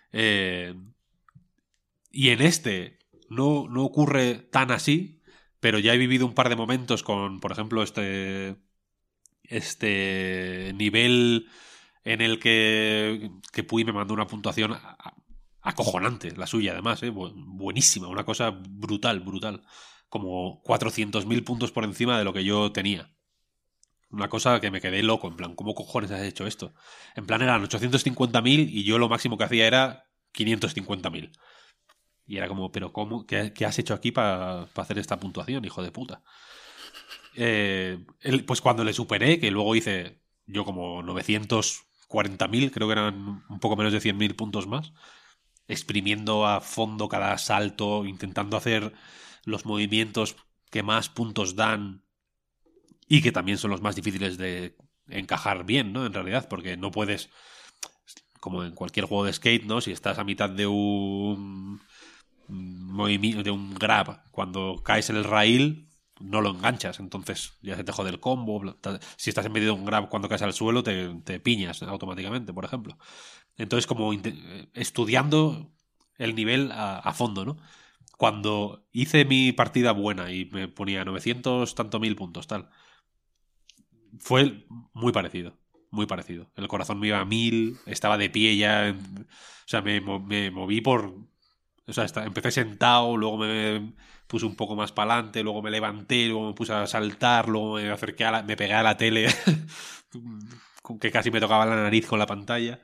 Y en este no ocurre tan así, pero ya he vivido un par de momentos con, por ejemplo, este nivel en el que Puy me mandó una puntuación acojonante, la suya además, buenísima, una cosa brutal, como 400.000 puntos por encima de lo que yo tenía. Una cosa que me quedé loco, en plan, ¿cómo cojones has hecho esto? En plan, eran 850.000 y yo lo máximo que hacía era 550.000. Y era como, ¿pero cómo? ¿Qué has hecho aquí para hacer esta puntuación, hijo de puta? Pues cuando le superé, que luego hice yo como 940.000, creo que eran un poco menos de 100.000 puntos más, exprimiendo a fondo cada salto, intentando hacer los movimientos que más puntos dan y que también son los más difíciles de encajar bien, ¿no? En realidad, porque no puedes, como en cualquier juego de skate, ¿no? Si estás a mitad de un movimiento, de un grab, cuando caes en el rail no lo enganchas, entonces ya se te jode el combo. Si estás en medio de un grab cuando caes al suelo te piñas automáticamente, por ejemplo. Entonces como estudiando el nivel a fondo, ¿no? Cuando hice mi partida buena y me ponía 900 tanto mil puntos, tal, fue muy parecido. Muy parecido. El corazón me iba a 1000, estaba de pie ya. O sea, me moví por O sea, empecé sentado, luego me puse un poco más para adelante, luego me levanté, luego me puse a saltar, luego me acerqué me pegué a la tele, que casi me tocaba la nariz con la pantalla.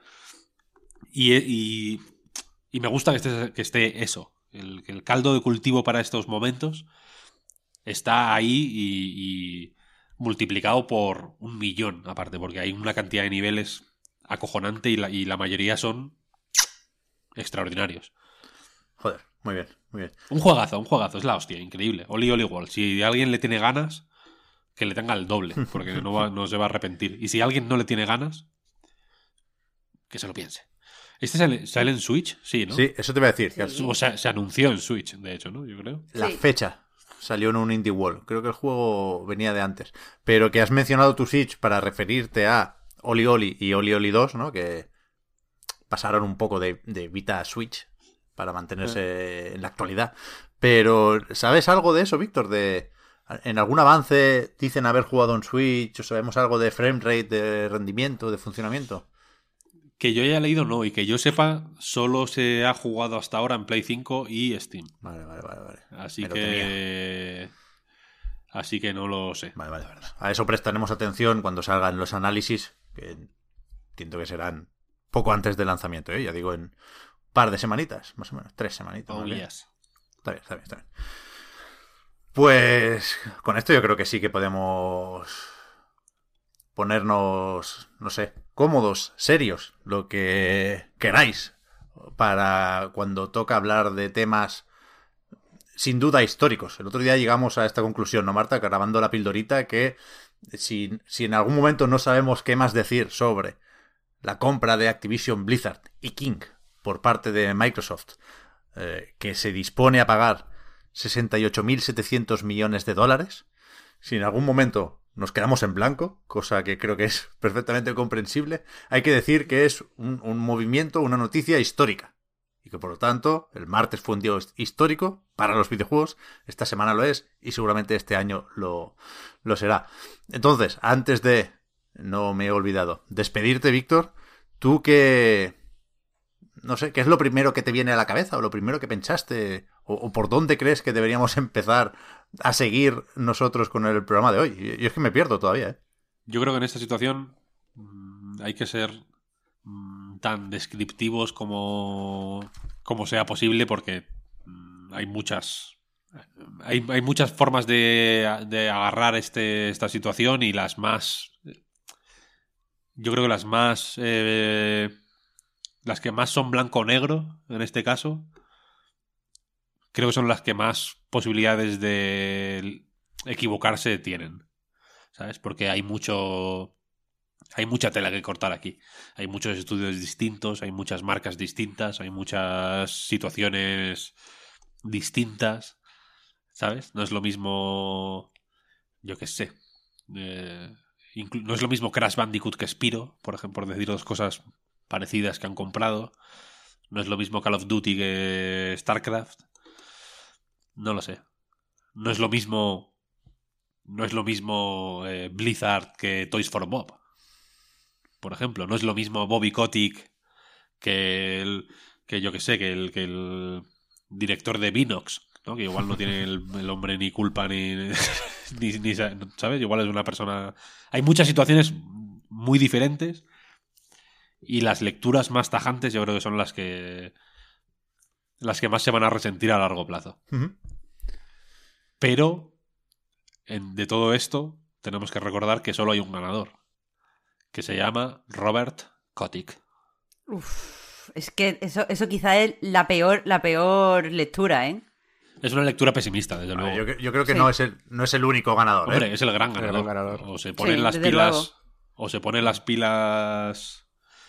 Y me gusta que esté eso, que el caldo de cultivo para estos momentos está ahí y multiplicado por 1.000.000 aparte, porque hay una cantidad de niveles acojonante y la mayoría son extraordinarios. Joder, muy bien, muy bien. Un juegazo, es la hostia, increíble. Oli World. Si alguien le tiene ganas, que le tenga el doble, porque no se va a arrepentir. Y si alguien no le tiene ganas, que se lo piense. ¿Este sale en Switch? Sí, ¿no? Sí, eso te iba a decir. O sea, se anunció en Switch, de hecho, ¿no? Yo creo. La Sí. fecha salió en un Indie World. Creo que el juego venía de antes. Pero que has mencionado tu Switch para referirte a Oli Oli y Oli Oli 2, ¿no? Que pasaron un poco de Vita a Switch para mantenerse en la actualidad. Pero, ¿sabes algo de eso, Víctor? ¿En algún avance dicen haber jugado en Switch? ¿O sabemos algo de framerate, de rendimiento, de funcionamiento? Que yo haya leído, no. Y que yo sepa, solo se ha jugado hasta ahora en Play 5 y Steam. Vale. Así que no lo sé. Vale. A eso prestaremos atención cuando salgan los análisis, que entiendo que serán poco antes del lanzamiento, ¿eh? Ya digo, en un par de semanitas, más o menos, 3 semanitas. Oh, ¿vale? yes. Está bien. Pues con esto yo creo que sí que podemos ponernos, no sé, cómodos, serios, lo que queráis, para cuando toca hablar de temas sin duda históricos. El otro día llegamos a esta conclusión, ¿no, Marta? Grabando la pildorita, que si en algún momento no sabemos qué más decir sobre la compra de Activision Blizzard y King por parte de Microsoft, que se dispone a pagar 68.700 millones de dólares, si en algún momento nos quedamos en blanco, cosa que creo que es perfectamente comprensible, hay que decir que es un movimiento, una noticia histórica. Y que por lo tanto, el martes fue un día histórico para los videojuegos, esta semana lo es, y seguramente este año lo será. Entonces, antes de, no me he olvidado, despedirte, Víctor, tú que, no sé, ¿qué es lo primero que te viene a la cabeza o lo primero que pensaste o por dónde crees que deberíamos empezar a seguir nosotros con el programa de hoy? Yo es que me pierdo todavía, ¿eh? Yo creo que en esta situación hay que ser tan descriptivos como sea posible, porque hay muchas formas de agarrar esta situación, y las más, yo creo que las que más son blanco o negro en este caso, creo que son las que más posibilidades de equivocarse tienen, ¿sabes? Porque hay mucha tela que cortar aquí. Hay muchos estudios distintos, hay muchas marcas distintas, hay muchas situaciones distintas, ¿sabes? No es lo mismo, yo qué sé, no es lo mismo Crash Bandicoot que Spyro, por ejemplo, por decir dos cosas parecidas que han comprado. No es lo mismo Call of Duty que StarCraft. No lo sé. No es lo mismo Blizzard que Toys for Bob, por ejemplo. No es lo mismo Bobby Kotick que el director de Vinox, ¿no? Que igual no tiene el hombre ni culpa ni ¿sabes? Igual es una persona. Hay muchas situaciones muy diferentes, y las lecturas más tajantes yo creo que son las que más se van a resentir a largo plazo. Uh-huh. Pero de todo esto tenemos que recordar que solo hay un ganador, que se llama Robert Kotick. Es que eso quizá es la peor lectura, ¿eh? Es una lectura pesimista, desde luego. Yo creo que Sí. no es el único ganador. Hombre, ¿eh? es el gran El ganador. gran ganador. O se ponen Sí, las desde pilas. luego. O se ponen las pilas.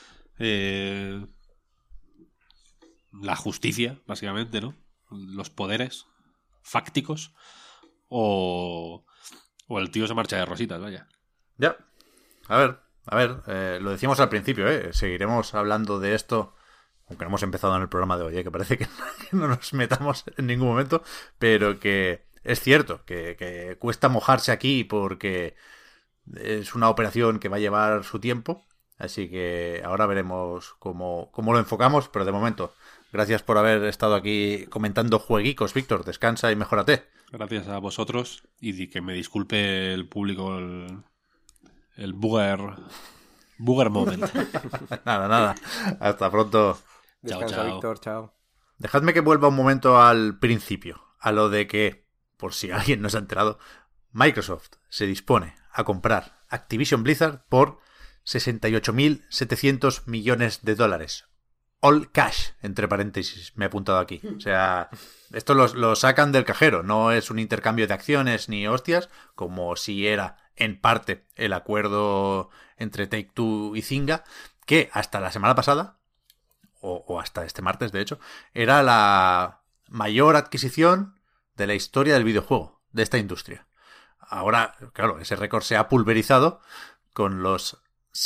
La justicia, básicamente, ¿no? Los poderes fácticos. O el tío se marcha de rositas, vaya. Ya. A ver, lo decíamos al principio, ¿eh? Seguiremos hablando de esto, aunque no hemos empezado en el programa de hoy, ¿eh? Que parece que no nos metamos en ningún momento, pero que es cierto que cuesta mojarse aquí porque es una operación que va a llevar su tiempo, así que ahora veremos cómo lo enfocamos, pero de momento Gracias por haber estado aquí comentando jueguicos, Víctor. Descansa y mejórate. Gracias a vosotros y que me disculpe el público el booger moment. Nada. Hasta pronto. Descansa, chao. Víctor, chao. Dejadme que vuelva un momento al principio, a lo de que, por si alguien no se ha enterado, Microsoft se dispone a comprar Activision Blizzard por 68.700 millones de dólares. All cash, entre paréntesis, me he apuntado aquí. O sea, esto lo sacan del cajero, no es un intercambio de acciones ni hostias, como si era en parte el acuerdo entre Take-Two y Zynga, que hasta la semana pasada, o hasta este martes de hecho, era la mayor adquisición de la historia del videojuego, de esta industria. Ahora, claro, ese récord se ha pulverizado con los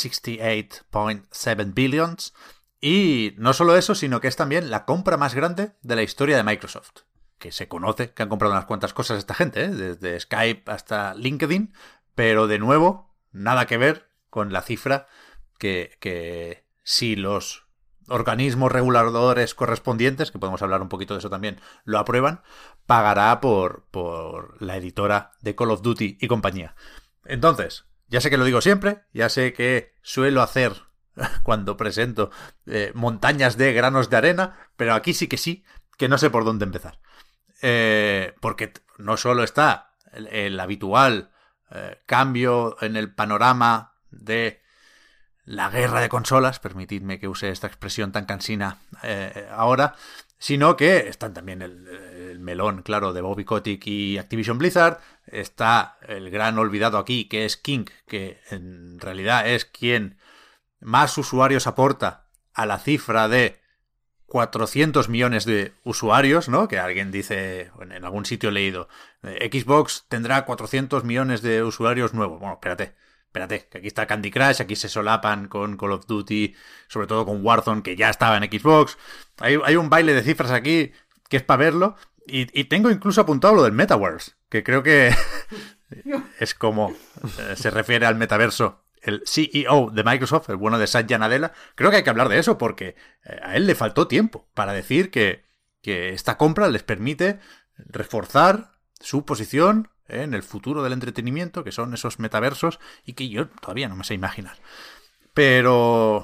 68.7 billions. Y no solo eso, sino que es también la compra más grande de la historia de Microsoft. Que se conoce que han comprado unas cuantas cosas esta gente, desde Skype hasta LinkedIn, pero de nuevo, nada que ver con la cifra que si los organismos reguladores correspondientes, que podemos hablar un poquito de eso también, lo aprueban, pagará por la editora de Call of Duty y compañía. Entonces, ya sé que lo digo siempre, ya sé que suelo hacer cuando presento montañas de granos de arena, pero aquí sí, que no sé por dónde empezar. Porque no solo está el habitual cambio en el panorama de la guerra de consolas, permitidme que use esta expresión tan cansina ahora, sino que están también el melón, claro, de Bobby Kotick y Activision Blizzard, está el gran olvidado aquí, que es King, que en realidad es quien más usuarios aporta a la cifra de 400 millones de usuarios, ¿no? Que alguien dice, bueno, en algún sitio he leído, Xbox tendrá 400 millones de usuarios nuevos. Bueno, espérate, que aquí está Candy Crush, aquí se solapan con Call of Duty, sobre todo con Warzone, que ya estaba en Xbox. Hay un baile de cifras aquí que es para verlo. Y tengo incluso apuntado lo del Metaverse, que creo que es como se refiere al metaverso el CEO de Microsoft, el bueno de Satya Nadella. Creo que hay que hablar de eso porque a él le faltó tiempo para decir que esta compra les permite reforzar su posición en el futuro del entretenimiento, que son esos metaversos, y que yo todavía no me sé imaginar. Pero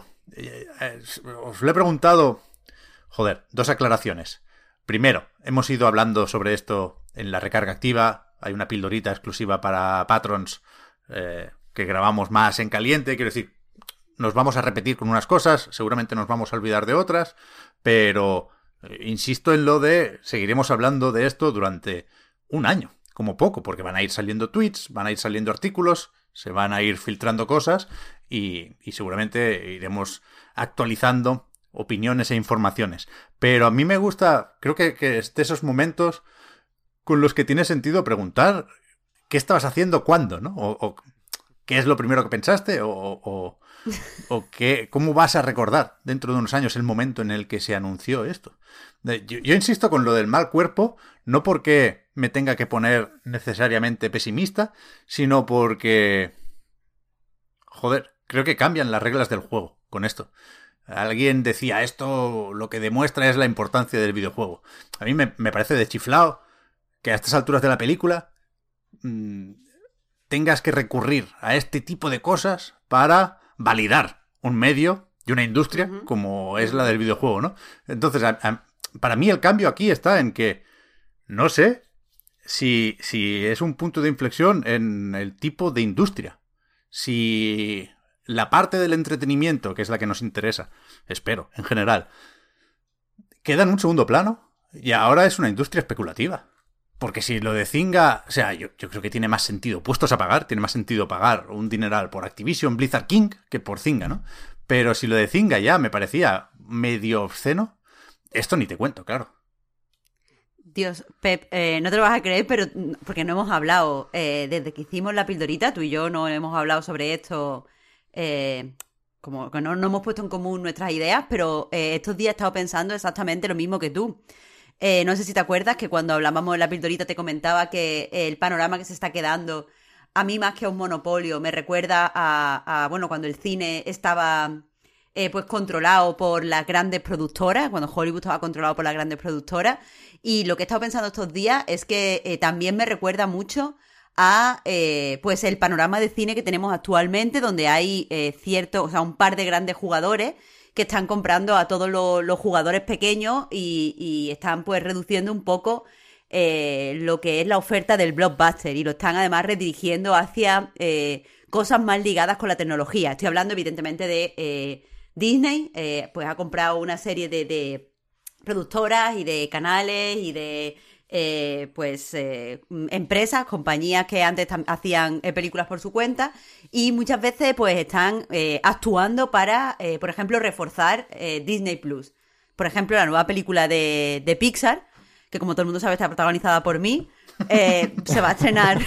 os lo he preguntado, dos aclaraciones. Primero, hemos ido hablando sobre esto en la recarga activa, hay una pildorita exclusiva para patrons que grabamos más en caliente, quiero decir, nos vamos a repetir con unas cosas, seguramente nos vamos a olvidar de otras, pero insisto en lo de seguiremos hablando de esto durante un año, como poco, porque van a ir saliendo tweets, van a ir saliendo artículos, se van a ir filtrando cosas y seguramente iremos actualizando opiniones e informaciones. Pero a mí me gusta, creo que es de esos momentos con los que tiene sentido preguntar qué estabas haciendo cuándo, ¿no? O qué es lo primero que pensaste o qué, cómo vas a recordar dentro de unos años el momento en el que se anunció esto. Yo insisto con lo del mal cuerpo, no porque me tenga que poner necesariamente pesimista, sino porque, creo que cambian las reglas del juego con esto. Alguien decía, esto lo que demuestra es la importancia del videojuego. A mí me parece de chiflao que a estas alturas de la película tengas que recurrir a este tipo de cosas para validar un medio y una industria como es la del videojuego, ¿no? Entonces, para mí el cambio aquí está en que no sé si es un punto de inflexión en el tipo de industria. Si la parte del entretenimiento, que es la que nos interesa, espero, en general, queda en un segundo plano y ahora es una industria especulativa. Porque si lo de Zynga, o sea, yo creo que tiene más sentido, puestos a pagar, tiene más sentido pagar un dineral por Activision Blizzard King que por Zynga, ¿no? Pero si lo de Zynga ya me parecía medio obsceno, esto ni te cuento, claro. Dios, Pep, no te lo vas a creer, pero porque no hemos hablado, desde que hicimos la pildorita, tú y yo no hemos hablado sobre esto, como que no hemos puesto en común nuestras ideas, pero estos días he estado pensando exactamente lo mismo que tú. No sé si te acuerdas que cuando hablábamos de la pildorita te comentaba que el panorama que se está quedando, a mí más que a un monopolio, me recuerda a bueno, cuando el cine estaba pues controlado por las grandes productoras, cuando Hollywood estaba controlado por las grandes productoras. Y lo que he estado pensando estos días es que también me recuerda mucho a pues el panorama de cine que tenemos actualmente, donde hay un par de grandes jugadores que están comprando a todos los jugadores pequeños y están pues reduciendo un poco lo que es la oferta del blockbuster, y lo están además redirigiendo hacia cosas más ligadas con la tecnología. Estoy hablando evidentemente de Disney, pues ha comprado una serie de productoras y de canales y de empresas, compañías que antes hacían películas por su cuenta, y muchas veces pues están actuando para, por ejemplo, reforzar Disney Plus. Por ejemplo, la nueva película de Pixar, que como todo el mundo sabe está protagonizada por mí, se va a estrenar.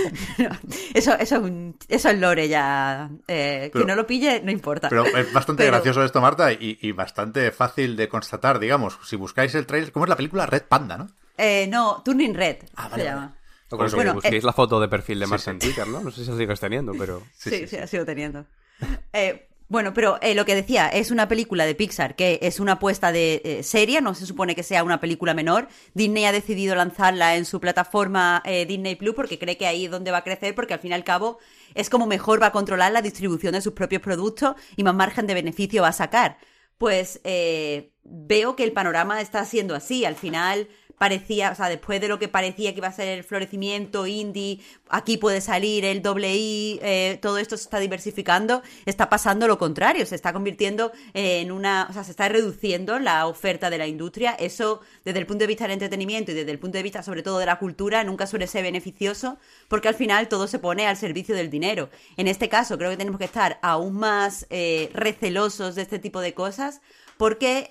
Eso es lore ya. Que no lo pille, no importa. Pero es bastante gracioso esto, Marta, y bastante fácil de constatar, digamos. Si buscáis el trailer, ¿cómo es la película? Red Panda, ¿no? No, Turning Red se llama. Por eso que busquéis la foto de perfil de Marta en Twitter, ¿no? No sé si la sigues teniendo, pero... Sí, la sigo teniendo. Bueno, pero lo que decía, es una película de Pixar que es una apuesta de seria, no se supone que sea una película menor. Disney ha decidido lanzarla en su plataforma Disney Plus porque cree que ahí es donde va a crecer, porque al fin y al cabo es como mejor va a controlar la distribución de sus propios productos y más margen de beneficio va a sacar. Pues veo que el panorama está siendo así. Al final parecía, o sea, después de lo que parecía que iba a ser el florecimiento indie, aquí puede salir el II, todo esto se está diversificando, está pasando lo contrario, se está convirtiendo en se está reduciendo la oferta de la industria. Eso, desde el punto de vista del entretenimiento y desde el punto de vista, sobre todo, de la cultura, nunca suele ser beneficioso, porque al final todo se pone al servicio del dinero. En este caso, creo que tenemos que estar aún más recelosos de este tipo de cosas, porque,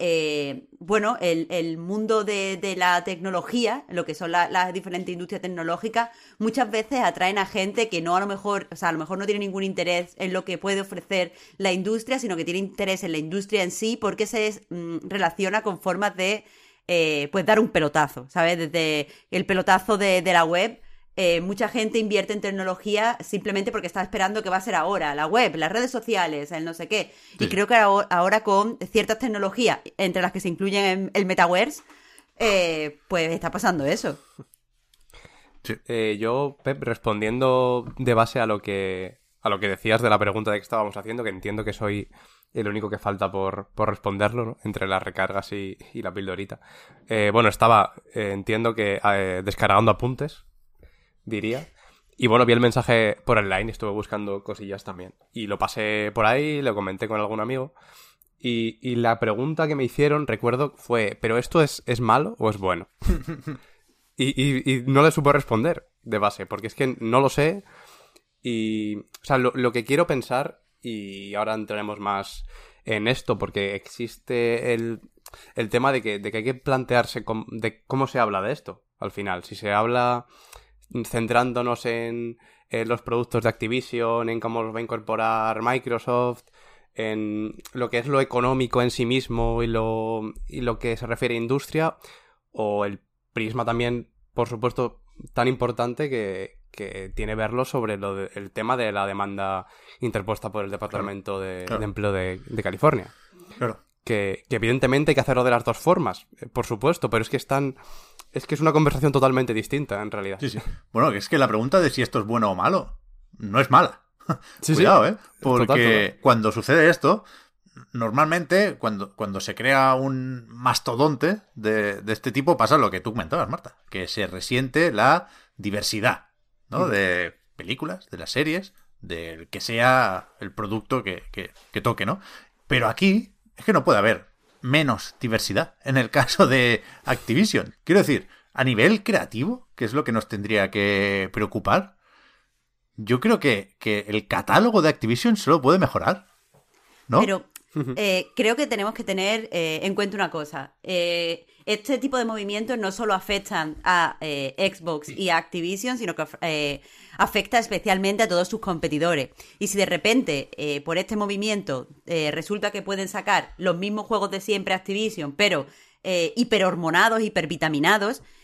el mundo de la tecnología, lo que son las diferentes industrias tecnológicas, muchas veces atraen a gente que no a lo mejor no tiene ningún interés en lo que puede ofrecer la industria, sino que tiene interés en la industria en sí, porque se relaciona con formas de, dar un pelotazo, ¿sabes? Desde el pelotazo de la web. Mucha gente invierte en tecnología simplemente porque está esperando que va a ser ahora, la web, las redes sociales, el no sé qué. Sí. Y creo que ahora con ciertas tecnologías, entre las que se incluyen el metaverse, pues está pasando eso. Sí. Yo, Pep, respondiendo de base a lo que decías de la pregunta de que estábamos haciendo, que entiendo que soy el único que falta por responderlo, ¿no? Entre las recargas y la pildorita. Estaba, entiendo que descargando apuntes, diría. Y bueno, vi el mensaje por el line y estuve buscando cosillas también. Y lo pasé por ahí, lo comenté con algún amigo. Y la pregunta que me hicieron, recuerdo, fue: ¿pero esto es malo o es bueno? y no le supo responder de base, porque es que no lo sé. Y, o sea, lo que quiero pensar, y ahora entraremos más en esto, porque existe el tema de que hay que plantearse de cómo se habla de esto, al final. Si se habla centrándonos en los productos de Activision, en cómo los va a incorporar Microsoft, en lo que es lo económico en sí mismo y lo que se refiere a industria, o el prisma también, por supuesto, tan importante que tiene verlo sobre el tema de la demanda interpuesta por el Departamento de Empleo de California. Claro. Que evidentemente hay que hacerlo de las dos formas, por supuesto, pero es que es una conversación totalmente distinta, en realidad. Sí. Bueno, es que la pregunta de si esto es bueno o malo no es mala. Sí, Cuidado, ¿eh? Porque total. Cuando sucede esto, normalmente, cuando se crea un mastodonte de este tipo, pasa lo que tú comentabas, Marta, que se resiente la diversidad, ¿no? De películas, de las series, del que sea el producto que toque, ¿no? Pero aquí es que no puede haber menos diversidad en el caso de Activision. Quiero decir, a nivel creativo, que es lo que nos tendría que preocupar, yo creo que el catálogo de Activision solo puede mejorar, ¿no? Pero creo que tenemos que tener en cuenta una cosa. Este tipo de movimientos no solo afectan a Xbox y a Activision, sino que afecta especialmente a todos sus competidores. Y si de repente, por este movimiento, resulta que pueden sacar los mismos juegos de siempre Activision, pero hiperhormonados, hipervitaminados,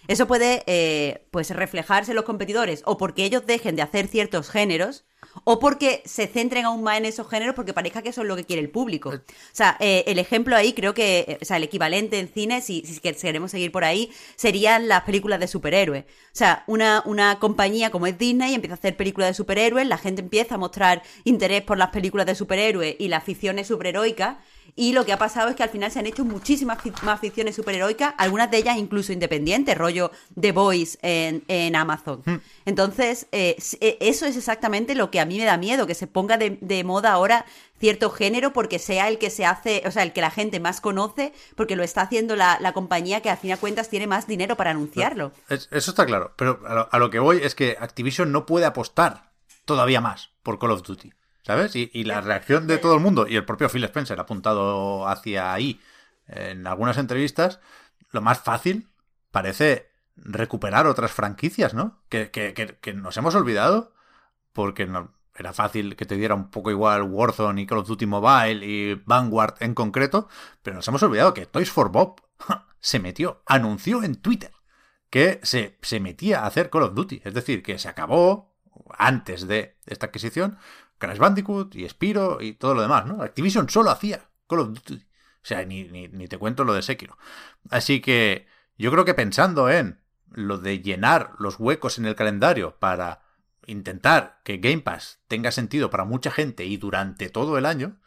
Eso puede pues reflejarse en los competidores o porque ellos dejen de hacer ciertos géneros o porque se centren aún más en esos géneros porque parezca que eso es lo que quiere el público. O sea, el ejemplo ahí creo que, o sea, el equivalente en cine, si queremos seguir por ahí, serían las películas de superhéroes. O sea, una compañía como es Disney empieza a hacer películas de superhéroes, la gente empieza a mostrar interés por las películas de superhéroes y las ficciones superheroicas. Y lo que ha pasado es que al final se han hecho muchísimas más ficciones superheroicas, algunas de ellas incluso independientes, rollo The Voice en Amazon. Entonces, eso es exactamente lo que a mí me da miedo, que se ponga de moda ahora cierto género porque sea el que se hace, o sea, el que la gente más conoce, porque lo está haciendo la compañía que a fin de cuentas tiene más dinero para anunciarlo. Eso está claro, pero a lo que voy es que Activision no puede apostar todavía más por Call of Duty. ¿Sabes? Y la reacción de todo el mundo, y el propio Phil Spencer ha apuntado hacia ahí en algunas entrevistas, lo más fácil parece recuperar otras franquicias, ¿no? Que nos hemos olvidado porque no, era fácil que te diera un poco igual Warzone y Call of Duty Mobile y Vanguard en concreto, pero nos hemos olvidado que Toys for Bob se metió, anunció en Twitter que se metía a hacer Call of Duty, es decir, que se acabó antes de esta adquisición Crash Bandicoot y Spyro y todo lo demás, ¿no? Activision solo hacía Call of Duty. O sea, ni te cuento lo de Sekiro. Así que yo creo que pensando en lo de llenar los huecos en el calendario para intentar que Game Pass tenga sentido para mucha gente y durante todo el año,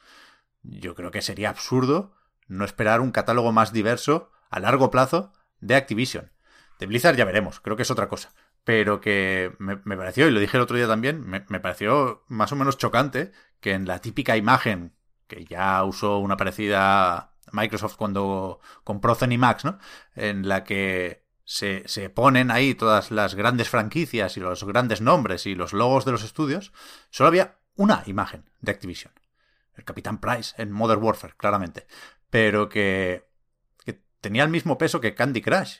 yo creo que sería absurdo no esperar un catálogo más diverso a largo plazo de Activision. De Blizzard ya veremos, creo que es otra cosa. Pero que me pareció, y lo dije el otro día también, me pareció más o menos chocante que en la típica imagen que ya usó una parecida Microsoft cuando compró ZeniMax, ¿no? En la que se ponen ahí todas las grandes franquicias y los grandes nombres y los logos de los estudios, solo había una imagen de Activision. El Capitán Price en Modern Warfare, claramente. Pero que tenía el mismo peso que Candy Crush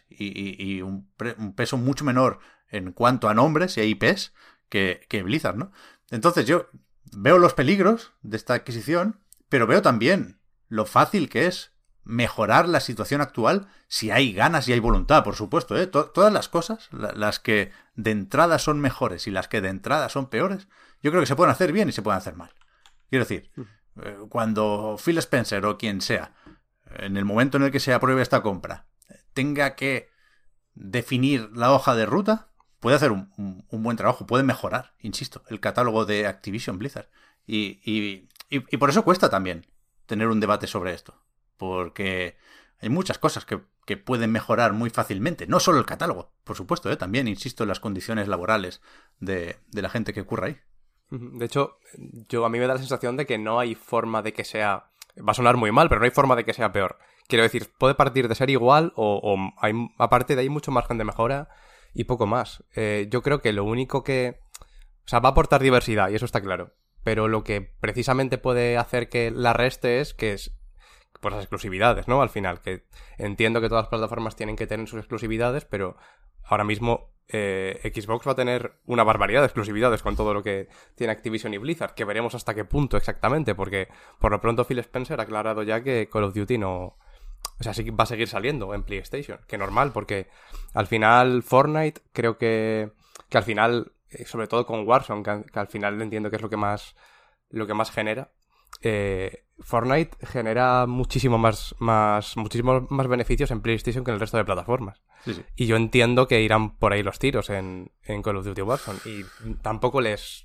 y un peso mucho menor en cuanto a nombres y a IPs que Blizzard, ¿no? Entonces yo veo los peligros de esta adquisición, pero veo también lo fácil que es mejorar la situación actual si hay ganas y hay voluntad, por supuesto, ¿eh? Todas las cosas, las que de entrada son mejores y las que de entrada son peores, yo creo que se pueden hacer bien y se pueden hacer mal. Quiero decir, cuando Phil Spencer o quien sea, en el momento en el que se apruebe esta compra, tenga que definir la hoja de ruta, puede hacer un buen trabajo, puede mejorar, insisto, el catálogo de Activision Blizzard. Y por eso cuesta también tener un debate sobre esto. Porque hay muchas cosas que pueden mejorar muy fácilmente. No solo el catálogo, por supuesto, también, insisto, en las condiciones laborales de la gente que ocurra ahí. De hecho, a mí me da la sensación de que no hay forma de que sea... Va a sonar muy mal, pero no hay forma de que sea peor. Quiero decir, puede partir de ser igual o hay, aparte de ahí, mucho margen de mejora y poco más. Yo creo que lo único que... O sea, va a aportar diversidad, y eso está claro. Pero lo que precisamente puede hacer que la reste es pues las exclusividades, ¿no? Al final, que entiendo que todas las plataformas tienen que tener sus exclusividades, pero ahora mismo Xbox va a tener una barbaridad de exclusividades con todo lo que tiene Activision y Blizzard, que veremos hasta qué punto exactamente, porque por lo pronto Phil Spencer ha aclarado ya que Call of Duty no... O sea, sí va a seguir saliendo en PlayStation, que normal, porque al final Fortnite creo que al final, sobre todo con Warzone, que al final entiendo que es lo que más genera, Fortnite genera muchísimos más beneficios en PlayStation que en el resto de plataformas. Sí. Y yo entiendo que irán por ahí los tiros en Call of Duty Warzone. Y tampoco les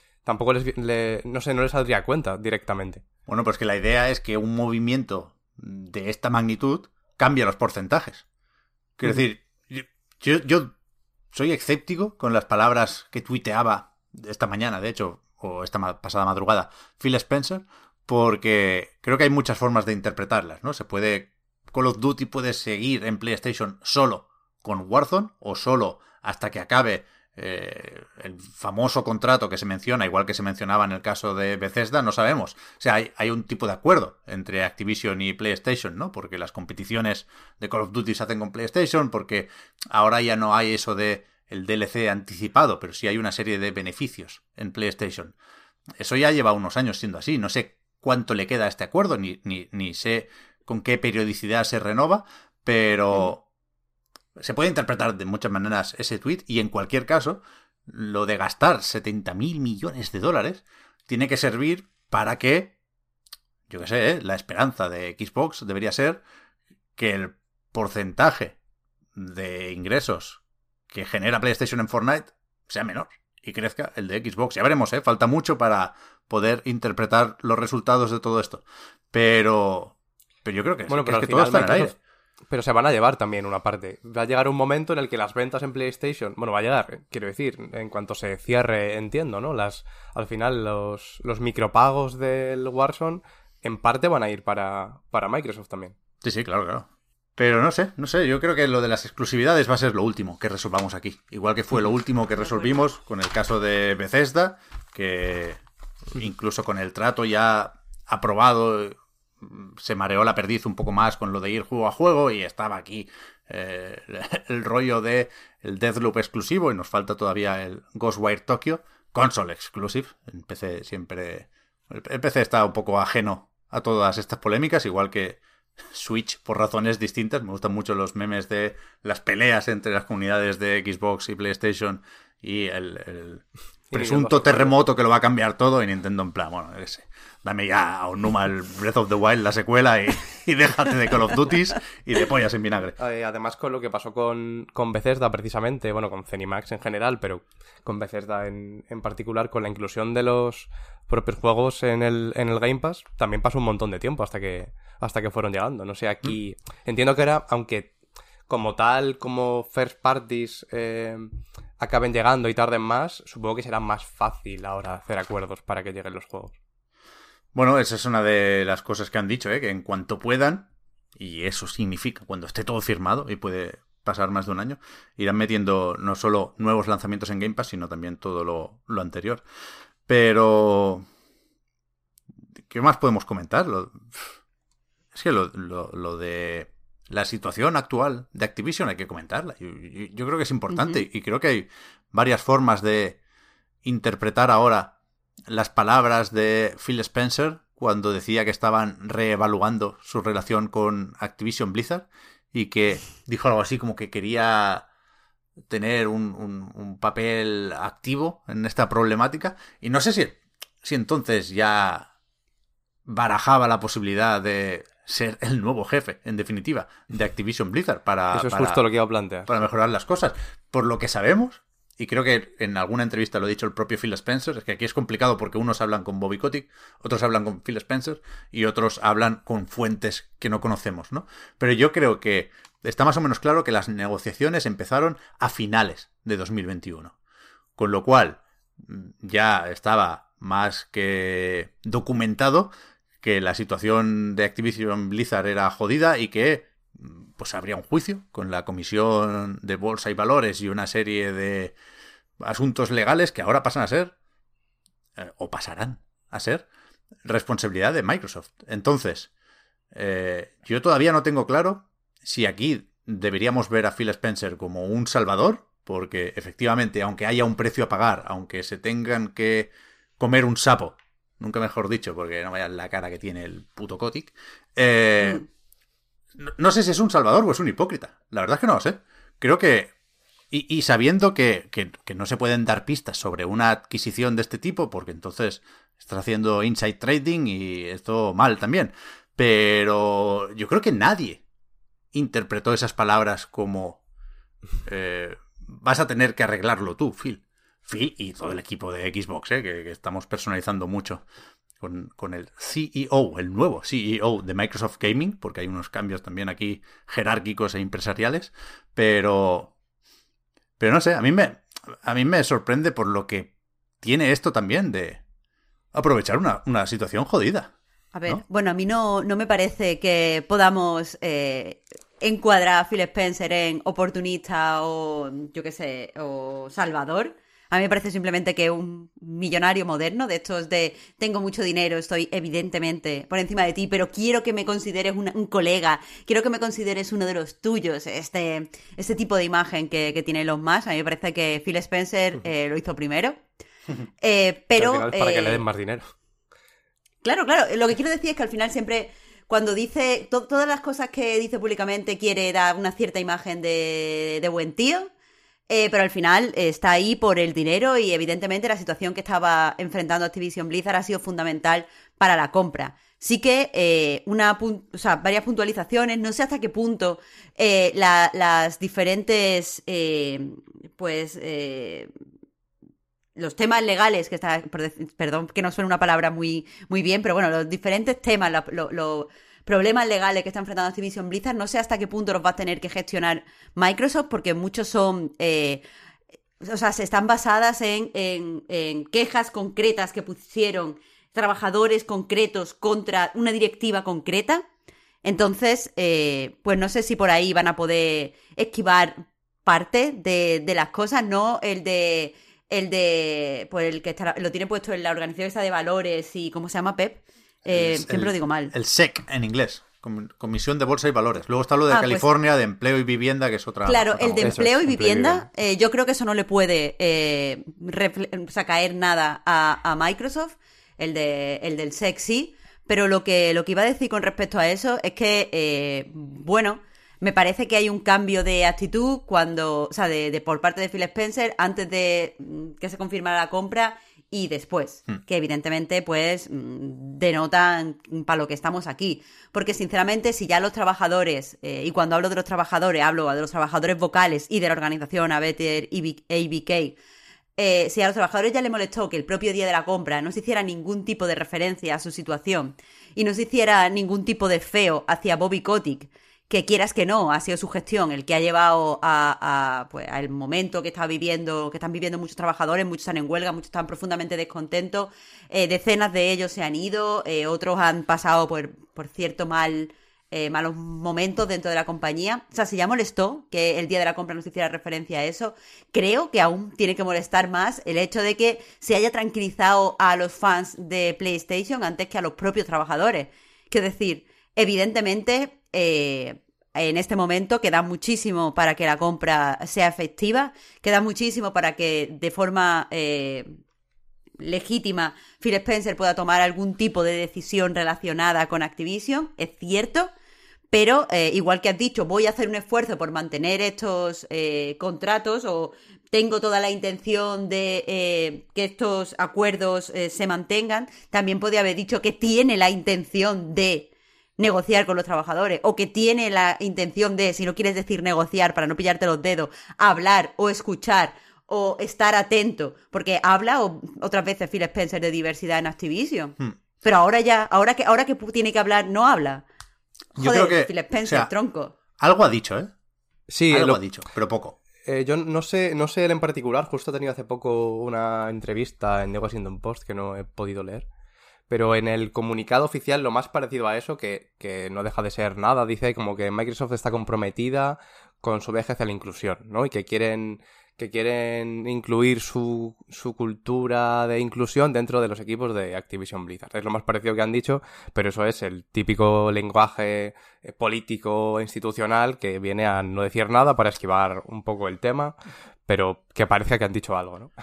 no les saldría a cuenta directamente. Bueno, pues que la idea es que un movimiento de esta magnitud cambia los porcentajes. Quiero decir, yo soy escéptico con las palabras que tuiteaba esta mañana, de hecho, o esta pasada madrugada, Phil Spencer, porque creo que hay muchas formas de interpretarlas, ¿no? Call of Duty puede seguir en PlayStation solo con Warzone o solo hasta que acabe el famoso contrato que se menciona, igual que se mencionaba en el caso de Bethesda, no sabemos. O sea, hay un tipo de acuerdo entre Activision y PlayStation, ¿no? Porque las competiciones de Call of Duty se hacen con PlayStation, porque ahora ya no hay eso de el DLC anticipado, pero sí hay una serie de beneficios en PlayStation. Eso ya lleva unos años siendo así. No sé cuánto le queda a este acuerdo, ni sé con qué periodicidad se renova, pero se puede interpretar de muchas maneras ese tweet, y en cualquier caso, lo de gastar 70.000 millones de dólares tiene que servir para que, yo qué sé, la esperanza de Xbox debería ser que el porcentaje de ingresos que genera PlayStation en Fortnite sea menor y crezca el de Xbox. Ya veremos, falta mucho para poder interpretar los resultados de todo esto. Pero yo creo que, bueno, pero es al que todo final está en el aire. Pero se van a llevar también una parte. Va a llegar un momento en el que las ventas en PlayStation... Bueno, va a llegar, quiero decir, en cuanto se cierre, entiendo, ¿no? Al final, los micropagos del Warzone, en parte van a ir para Microsoft también. Sí, claro. Pero no sé, yo creo que lo de las exclusividades va a ser lo último que resolvamos aquí. Igual que fue lo último que resolvimos con el caso de Bethesda, que incluso con el trato ya aprobado se mareó la perdiz un poco más con lo de ir juego a juego, y estaba aquí el rollo de el Deathloop exclusivo, y nos falta todavía el Ghostwire Tokyo console exclusive. En PC siempre... El PC está un poco ajeno a todas estas polémicas, igual que Switch, por razones distintas. Me gustan mucho los memes de las peleas entre las comunidades de Xbox y PlayStation y el presunto terremoto que lo va a cambiar todo, y Nintendo en plan, bueno, dame ya a Onuma el Breath of the Wild, la secuela, y déjate de Call of Duties y de pollas en vinagre. Además, con lo que pasó con Bethesda precisamente, bueno, con Zenimax en general, pero con Bethesda en particular, con la inclusión de los propios juegos en el Game Pass, también pasó un montón de tiempo hasta que fueron llegando. No sé, aquí entiendo que era, aunque como tal, como first parties acaben llegando y tarden más, supongo que será más fácil ahora hacer acuerdos para que lleguen los juegos. Bueno, esa es una de las cosas que han dicho, que en cuanto puedan, y eso significa cuando esté todo firmado, y puede pasar más de un año, irán metiendo no solo nuevos lanzamientos en Game Pass, sino también todo lo anterior. Pero... ¿qué más podemos comentar? Es que lo de la situación actual de Activision hay que comentarla. Yo creo que es importante, y creo que hay varias formas de interpretar ahora las palabras de Phil Spencer cuando decía que estaban reevaluando su relación con Activision Blizzard, y que dijo algo así como que quería tener un papel activo en esta problemática, y no sé si entonces ya barajaba la posibilidad de ser el nuevo jefe, en definitiva, de Activision Blizzard Eso es justo lo que iba a plantear. Para mejorar las cosas. Por lo que sabemos, y creo que en alguna entrevista lo ha dicho el propio Phil Spencer, es que aquí es complicado porque unos hablan con Bobby Kotick, otros hablan con Phil Spencer y otros hablan con fuentes que no conocemos, ¿no? Pero yo creo que está más o menos claro que las negociaciones empezaron a finales de 2021. Con lo cual, ya estaba más que documentado que la situación de Activision Blizzard era jodida, y que pues habría un juicio con la Comisión de Bolsa y Valores y una serie de asuntos legales que ahora pasan a ser, o pasarán a ser, responsabilidad de Microsoft. Entonces, yo todavía no tengo claro si aquí deberíamos ver a Phil Spencer como un salvador, porque efectivamente, aunque haya un precio a pagar, aunque se tengan que comer un sapo, nunca mejor dicho, porque no vean la cara que tiene el puto Kotick, no sé si es un salvador o es un hipócrita. La verdad es que no lo sé. Creo que... Y sabiendo que no se pueden dar pistas sobre una adquisición de este tipo, porque entonces estás haciendo inside trading y esto mal también. Pero yo creo que nadie interpretó esas palabras como vas a tener que arreglarlo tú, Phil. Phil y todo el equipo de Xbox, que estamos personalizando mucho con el CEO, el nuevo CEO de Microsoft Gaming, porque hay unos cambios también aquí jerárquicos e empresariales, pero no sé, a mí me sorprende por lo que tiene esto también de aprovechar una situación jodida. A ver, ¿no? Bueno, a mí no me parece que podamos encuadrar a Phil Spencer en oportunista o, yo qué sé, o salvador. A mí me parece simplemente que un millonario moderno, de estos de tengo mucho dinero, estoy evidentemente por encima de ti, pero quiero que me consideres un colega, quiero que me consideres uno de los tuyos, este tipo de imagen que tiene Elon Musk. A mí me parece que Phil Spencer lo hizo primero. Pero al final es para que le den más dinero. Claro, lo que quiero decir es que al final siempre... cuando dice todas las cosas que dice públicamente quiere dar una cierta imagen de buen tío, pero al final está ahí por el dinero y evidentemente la situación que estaba enfrentando Activision Blizzard ha sido fundamental para la compra. Sí que varias puntualizaciones, no sé hasta qué punto las diferentes, los temas legales que está, perdón que no suene una palabra muy, muy bien, pero bueno, los diferentes temas, los problemas legales que está enfrentando Activision Blizzard, no sé hasta qué punto los va a tener que gestionar Microsoft, porque muchos son, se están basadas en quejas concretas que pusieron trabajadores concretos contra una directiva concreta. Entonces, pues no sé si por ahí van a poder esquivar parte de las cosas, ¿no? El que lo tiene puesto en la organización esta de valores y ¿cómo se llama, Pep? Siempre lo digo mal. El SEC en inglés, Comisión de Bolsa y Valores. Luego está lo de California, de empleo y vivienda, que es otra. Claro, otra el de empleo y vivienda, yo creo que eso no le puede caer nada a Microsoft, el del SEC sí, pero lo que iba a decir con respecto a eso es que, me parece que hay un cambio de actitud por parte de Phil Spencer antes de que se confirmara la compra y después, que evidentemente pues denotan para lo que estamos aquí. Porque sinceramente, si ya los trabajadores, y cuando hablo de los trabajadores, hablo de los trabajadores vocales y de la organización Abeter ABK, si a los trabajadores ya les molestó que el propio día de la compra no se hiciera ningún tipo de referencia a su situación y no se hiciera ningún tipo de feo hacia Bobby Kotick, que quieras que no, ha sido su gestión el que ha llevado al momento que están viviendo muchos trabajadores, muchos están en huelga, muchos están profundamente descontentos, decenas de ellos se han ido, otros han pasado por cierto malos momentos dentro de la compañía. O sea, si ya molestó que el día de la compra no se hiciera referencia a eso, creo que aún tiene que molestar más el hecho de que se haya tranquilizado a los fans de PlayStation antes que a los propios trabajadores. Quiero decir, evidentemente, en este momento queda muchísimo para que la compra sea efectiva, queda muchísimo para que de forma legítima Phil Spencer pueda tomar algún tipo de decisión relacionada con Activision, es cierto, pero igual que has dicho, voy a hacer un esfuerzo por mantener estos contratos, o tengo toda la intención de que estos acuerdos se mantengan, también podría haber dicho que tiene la intención de negociar con los trabajadores, o que tiene la intención de, si no quieres decir negociar para no pillarte los dedos, hablar o escuchar o estar atento, porque habla otras veces Phil Spencer de diversidad en Activision, pero ahora que tiene que hablar no habla. Joder, yo creo que Phil Spencer, tronco. Algo ha dicho, ¿eh? Sí, algo ha dicho, pero poco. Yo no sé él en particular, justo he tenido hace poco una entrevista en The Washington Post que no he podido leer. Pero en el comunicado oficial lo más parecido a eso, que no deja de ser nada, dice como que Microsoft está comprometida con su viaje hacia la inclusión, ¿no? Y que quieren incluir su cultura de inclusión dentro de los equipos de Activision Blizzard. Es lo más parecido que han dicho, pero eso es el típico lenguaje político institucional que viene a no decir nada para esquivar un poco el tema, pero que parece que han dicho algo, ¿no?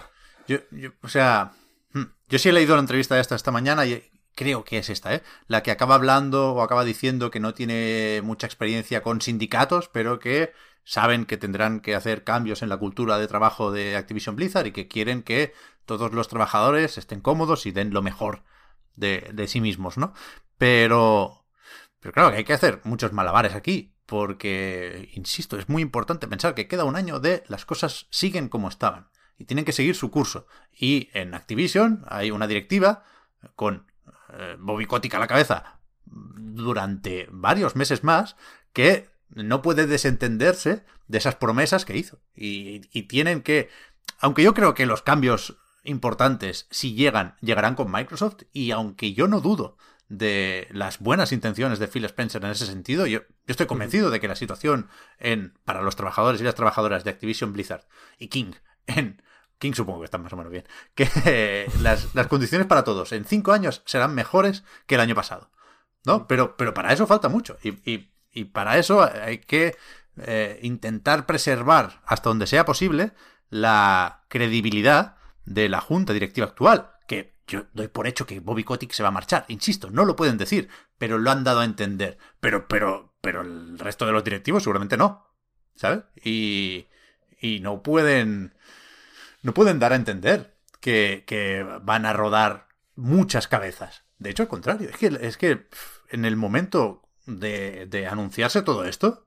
Yo sí he leído la entrevista esta mañana y creo que es esta, la que acaba hablando o acaba diciendo que no tiene mucha experiencia con sindicatos, pero que saben que tendrán que hacer cambios en la cultura de trabajo de Activision Blizzard y que quieren que todos los trabajadores estén cómodos y den lo mejor de sí mismos, ¿no? Pero claro que hay que hacer muchos malabares aquí, porque, insisto, es muy importante pensar que queda un año de las cosas siguen como estaban y tienen que seguir su curso. Y en Activision hay una directiva con Bobby Kotick a la cabeza durante varios meses más que no puede desentenderse de esas promesas que hizo. Y tienen que... Aunque yo creo que los cambios importantes, si llegarán con Microsoft, y aunque yo no dudo de las buenas intenciones de Phil Spencer en ese sentido, yo estoy convencido de que la situación para los trabajadores y las trabajadoras de Activision Blizzard y King supongo que están más o menos bien, que las condiciones para todos en 5 años serán mejores que el año pasado, ¿no? Pero para eso falta mucho y para eso hay que intentar preservar hasta donde sea posible la credibilidad de la junta directiva actual, que yo doy por hecho que Bobby Kotick se va a marchar. Insisto, no lo pueden decir, pero lo han dado a entender. Pero el resto de los directivos seguramente no, ¿sabes? Y no pueden dar a entender que van a rodar muchas cabezas. De hecho, al contrario, es que en el momento de anunciarse todo esto,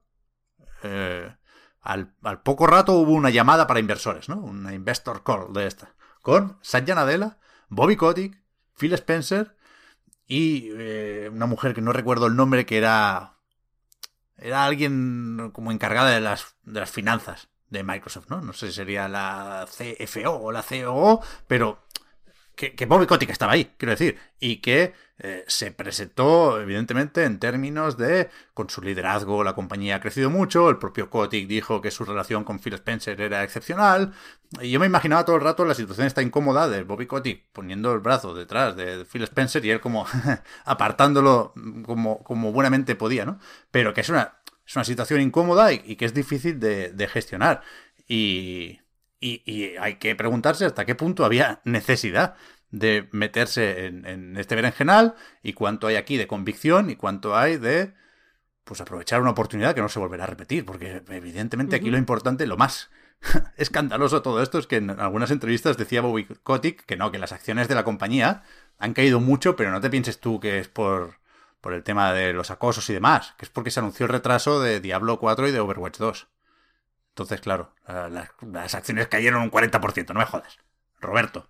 al poco rato hubo una llamada para inversores, ¿no? Una investor call de esta, con Satya Nadella, Bobby Kotick, Phil Spencer y una mujer que no recuerdo el nombre, que era alguien como encargada de las finanzas de Microsoft, ¿no? No sé si sería la CFO o la COO, pero que Bobby Kotick estaba ahí, quiero decir, y que se presentó, evidentemente, en términos de, con su liderazgo, la compañía ha crecido mucho, el propio Kotick dijo que su relación con Phil Spencer era excepcional, y yo me imaginaba todo el rato la situación esta incómoda de Bobby Kotick poniendo el brazo detrás de Phil Spencer y él como apartándolo como buenamente podía, ¿no? Pero que es una situación incómoda y que es difícil de gestionar. Y hay que preguntarse hasta qué punto había necesidad de meterse en este berenjenal y cuánto hay aquí de convicción y cuánto hay de pues aprovechar una oportunidad que no se volverá a repetir, porque evidentemente aquí lo importante, lo más escandaloso de todo esto es que en algunas entrevistas decía Bobby Kotick que las acciones de la compañía han caído mucho, pero no te pienses tú que es por el tema de los acosos y demás, que es porque se anunció el retraso de Diablo 4 y de Overwatch 2. Entonces, claro, las acciones cayeron un 40%, no me jodas, Roberto.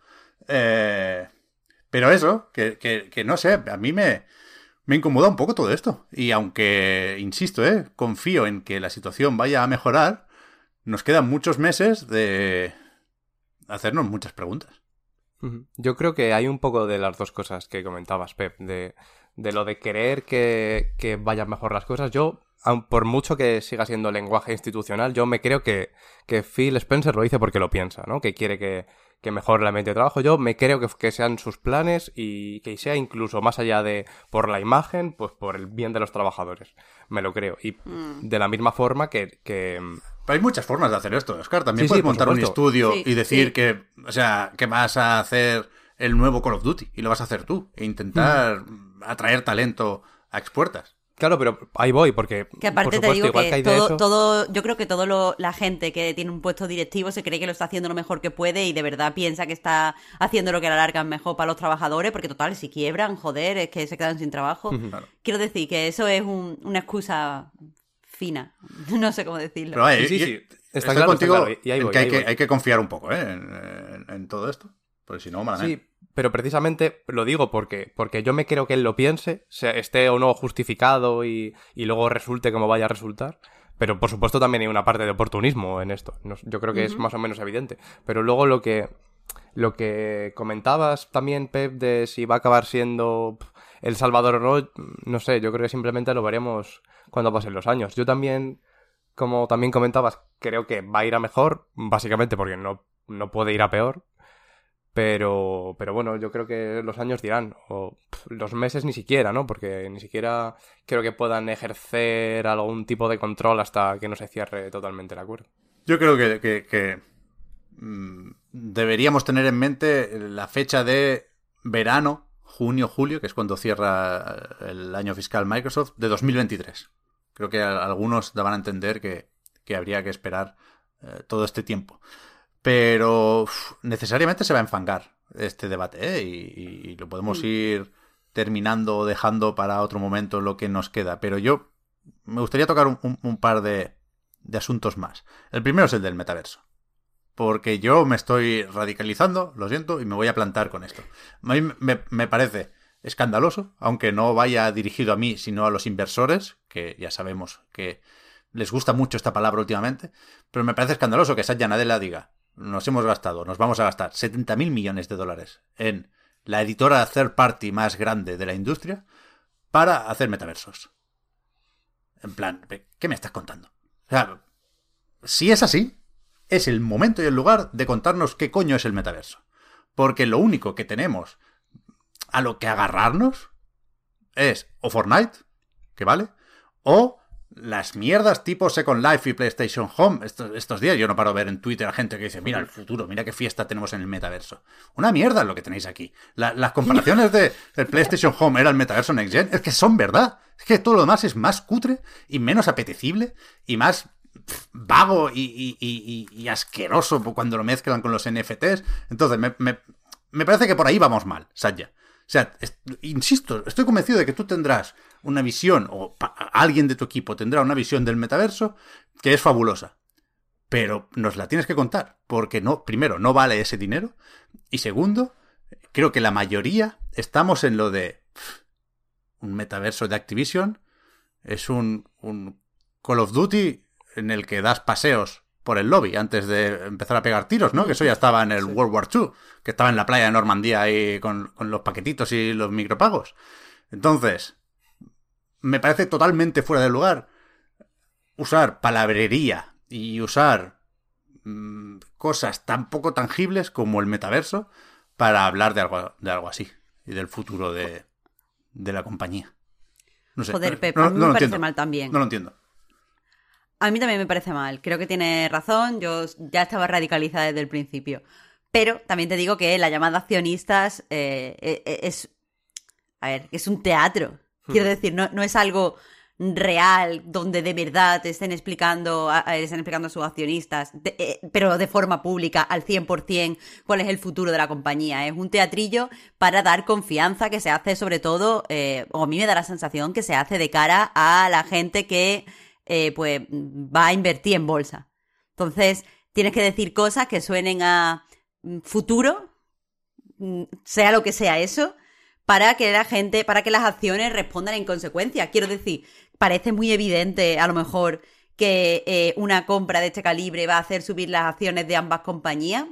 Pero eso, que no sé, a mí me incomoda un poco todo esto. Y aunque, insisto, confío en que la situación vaya a mejorar, nos quedan muchos meses de hacernos muchas preguntas. Yo creo que hay un poco de las dos cosas que comentabas, Pep, de lo de querer que vayan mejor las cosas. Yo, por mucho que siga siendo lenguaje institucional, yo me creo que Phil Spencer lo dice porque lo piensa, ¿no? Que quiere que mejore el ambiente de trabajo. Yo me creo que sean sus planes y que sea incluso más allá de por la imagen, pues por el bien de los trabajadores. Me lo creo. Y de la misma forma que... Pero hay muchas formas de hacer esto, Oscar. También Sí, puedes por montar un supuesto. estudio Sí, y decir sí. que vas a hacer el nuevo Call of Duty y lo vas a hacer tú e intentar atraer talento a expuertas. Claro, pero ahí voy, porque Que aparte por te supuesto, digo igual que hay de eso... yo creo que la gente que tiene un puesto directivo se cree que lo está haciendo lo mejor que puede y de verdad piensa que está haciendo lo que a la larga es mejor para los trabajadores, porque total, si quiebran, joder, es que se quedan sin trabajo. Claro. Quiero decir que eso es una excusa fina, no sé cómo decirlo. Pero vaya, Sí. estoy Está contigo claro, y ahí en voy, que ahí voy. hay que confiar un poco en todo esto. Porque si no, malamente. Sí, pero precisamente lo digo porque yo me creo que él lo piense, esté o no justificado y luego resulte como vaya a resultar. Pero por supuesto también hay una parte de oportunismo en esto. Yo creo que es más o menos evidente. Pero luego lo que comentabas también, Pep, de si va a acabar siendo El Salvador o no sé, yo creo que simplemente lo veremos cuando pasen los años. Yo también, como también comentabas, creo que va a ir a mejor, básicamente porque no puede ir a peor. Pero bueno, yo creo que los años dirán, o los meses ni siquiera, ¿no? Porque ni siquiera creo que puedan ejercer algún tipo de control hasta que no se cierre totalmente el acuerdo. Yo creo que deberíamos tener en mente la fecha de verano, junio, julio, que es cuando cierra el año fiscal Microsoft, de 2023. Creo que algunos daban a entender que habría que esperar todo este tiempo. Pero necesariamente se va a enfangar este debate, y lo podemos ir terminando o dejando para otro momento lo que nos queda. Pero yo me gustaría tocar un par de asuntos más. El primero es el del metaverso. Porque yo me estoy radicalizando, lo siento, y me voy a plantar con esto. A mí me parece escandaloso, aunque no vaya dirigido a mí, sino a los inversores, que ya sabemos que les gusta mucho esta palabra últimamente, pero me parece escandaloso que Satya Nadella diga: nos vamos a gastar 70.000 millones de dólares en la editora third party más grande de la industria para hacer metaversos. En plan, ¿qué me estás contando? O sea, si es así, es el momento y el lugar de contarnos qué coño es el metaverso. Porque lo único que tenemos a lo que agarrarnos es o Fortnite, que vale, o las mierdas tipo Second Life y PlayStation Home, estos días yo no paro de ver en Twitter a gente que dice, mira el futuro, mira qué fiesta tenemos en el metaverso. Una mierda es lo que tenéis aquí. Las comparaciones del PlayStation Home era el metaverso Next Gen, es que son verdad. Es que todo lo demás es más cutre y menos apetecible y más vago y asqueroso cuando lo mezclan con los NFTs. Entonces, me parece que por ahí vamos mal, Satya. O sea, insisto, estoy convencido de que tú tendrás una visión, o alguien de tu equipo tendrá una visión del metaverso que es fabulosa. Pero nos la tienes que contar, porque no, primero, no vale ese dinero, y segundo, creo que la mayoría estamos en lo de un metaverso de Activision, es un Call of Duty en el que das paseos por el lobby antes de empezar a pegar tiros, ¿no? Que eso ya estaba en el World War II, que estaba en la playa de Normandía ahí con los paquetitos y los micropagos. Entonces, me parece totalmente fuera de lugar usar palabrería y usar cosas tan poco tangibles como el metaverso para hablar de algo así y del futuro de la compañía. No sé. Joder, Pep, a mí me parece mal también. No lo entiendo. A mí también me parece mal. Creo que tiene razón. Yo ya estaba radicalizada desde el principio. Pero también te digo que la llamada accionistas es un teatro. Quiero decir, no es algo real donde de verdad te estén explicando a sus accionistas, pero de forma pública, al 100%, cuál es el futuro de la compañía. Es un teatrillo para dar confianza que se hace sobre todo, o a mí me da la sensación que se hace de cara a la gente que pues va a invertir en bolsa. Entonces, tienes que decir cosas que suenen a futuro, sea lo que sea eso, para que las acciones respondan en consecuencia. Quiero decir, parece muy evidente, a lo mejor, que una compra de este calibre va a hacer subir las acciones de ambas compañías.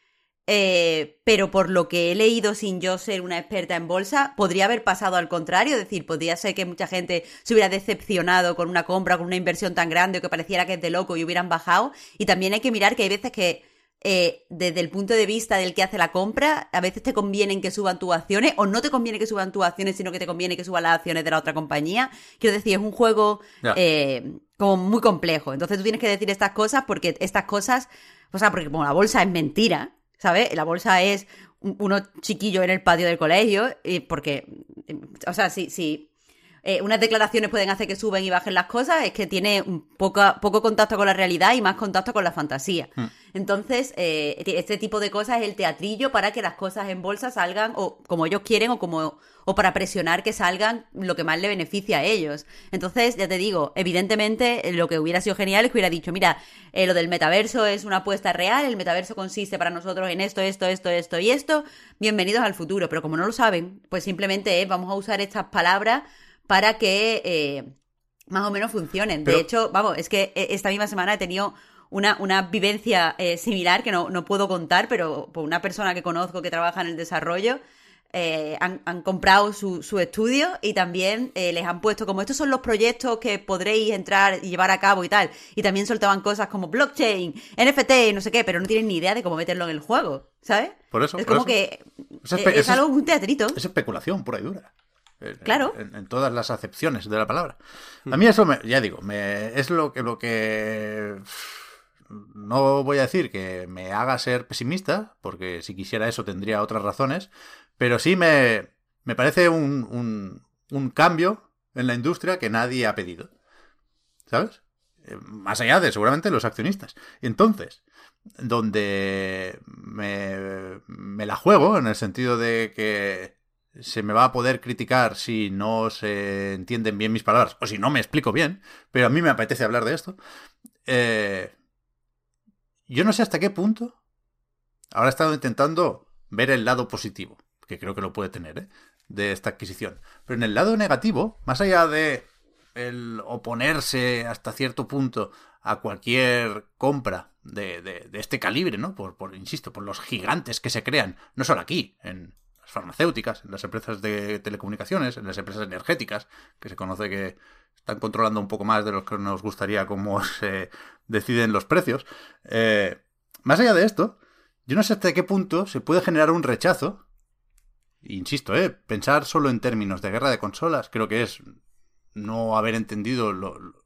Pero por lo que he leído sin yo ser una experta en bolsa, podría haber pasado al contrario, es decir, podría ser que mucha gente se hubiera decepcionado con una compra, con una inversión tan grande o que pareciera que es de loco y hubieran bajado. Y también hay que mirar que hay veces que desde el punto de vista del que hace la compra, a veces te conviene que suban tus acciones o no te conviene que suban tus acciones, sino que te conviene que suban las acciones de la otra compañía. Quiero decir, es un juego como muy complejo. Entonces tú tienes que decir estas cosas porque estas cosas, o sea, porque como la bolsa es mentira, ¿sabes? La bolsa es unos chiquillos en el patio del colegio, porque, o sea, si unas declaraciones pueden hacer que suben y bajen las cosas, es que tiene poco contacto con la realidad y más contacto con la fantasía. Entonces, este tipo de cosas es el teatrillo para que las cosas en bolsa salgan o como ellos quieren o para presionar que salgan lo que más le beneficia a ellos. Entonces, ya te digo, evidentemente lo que hubiera sido genial es que hubiera dicho, mira, lo del metaverso es una apuesta real, el metaverso consiste para nosotros en esto y esto, bienvenidos al futuro. Pero como no lo saben, pues simplemente vamos a usar estas palabras para que más o menos funcionen. De hecho, vamos, es que esta misma semana he tenido una vivencia similar que no puedo contar, pero por una persona que conozco que trabaja en el desarrollo, han comprado su estudio y también les han puesto como estos son los proyectos que podréis entrar y llevar a cabo y tal. Y también soltaban cosas como blockchain, NFT, no sé qué, pero no tienen ni idea de cómo meterlo en el juego, ¿sabes? Por eso. Es como que es algo, un teatrito. Es especulación pura y dura. Claro. En todas las acepciones de la palabra. A mí eso, ya digo, es lo que no voy a decir que me haga ser pesimista, porque si quisiera eso tendría otras razones, pero sí me parece un cambio en la industria que nadie ha pedido. ¿Sabes? Más allá de seguramente los accionistas. Y entonces, donde me la juego, en el sentido de que se me va a poder criticar si no se entienden bien mis palabras o si no me explico bien, pero a mí me apetece hablar de esto. Yo no sé hasta qué punto. Ahora he estado intentando ver el lado positivo, que creo que lo puede tener, de esta adquisición. Pero en el lado negativo, más allá de el oponerse hasta cierto punto a cualquier compra de este calibre, ¿no? Insisto, por los gigantes que se crean, no solo aquí, en farmacéuticas, en las empresas de telecomunicaciones, en las empresas energéticas, que se conoce que están controlando un poco más de lo que nos gustaría cómo se deciden los precios. Más allá de esto, yo no sé hasta qué punto se puede generar un rechazo. Insisto, pensar solo en términos de guerra de consolas creo que es no haber entendido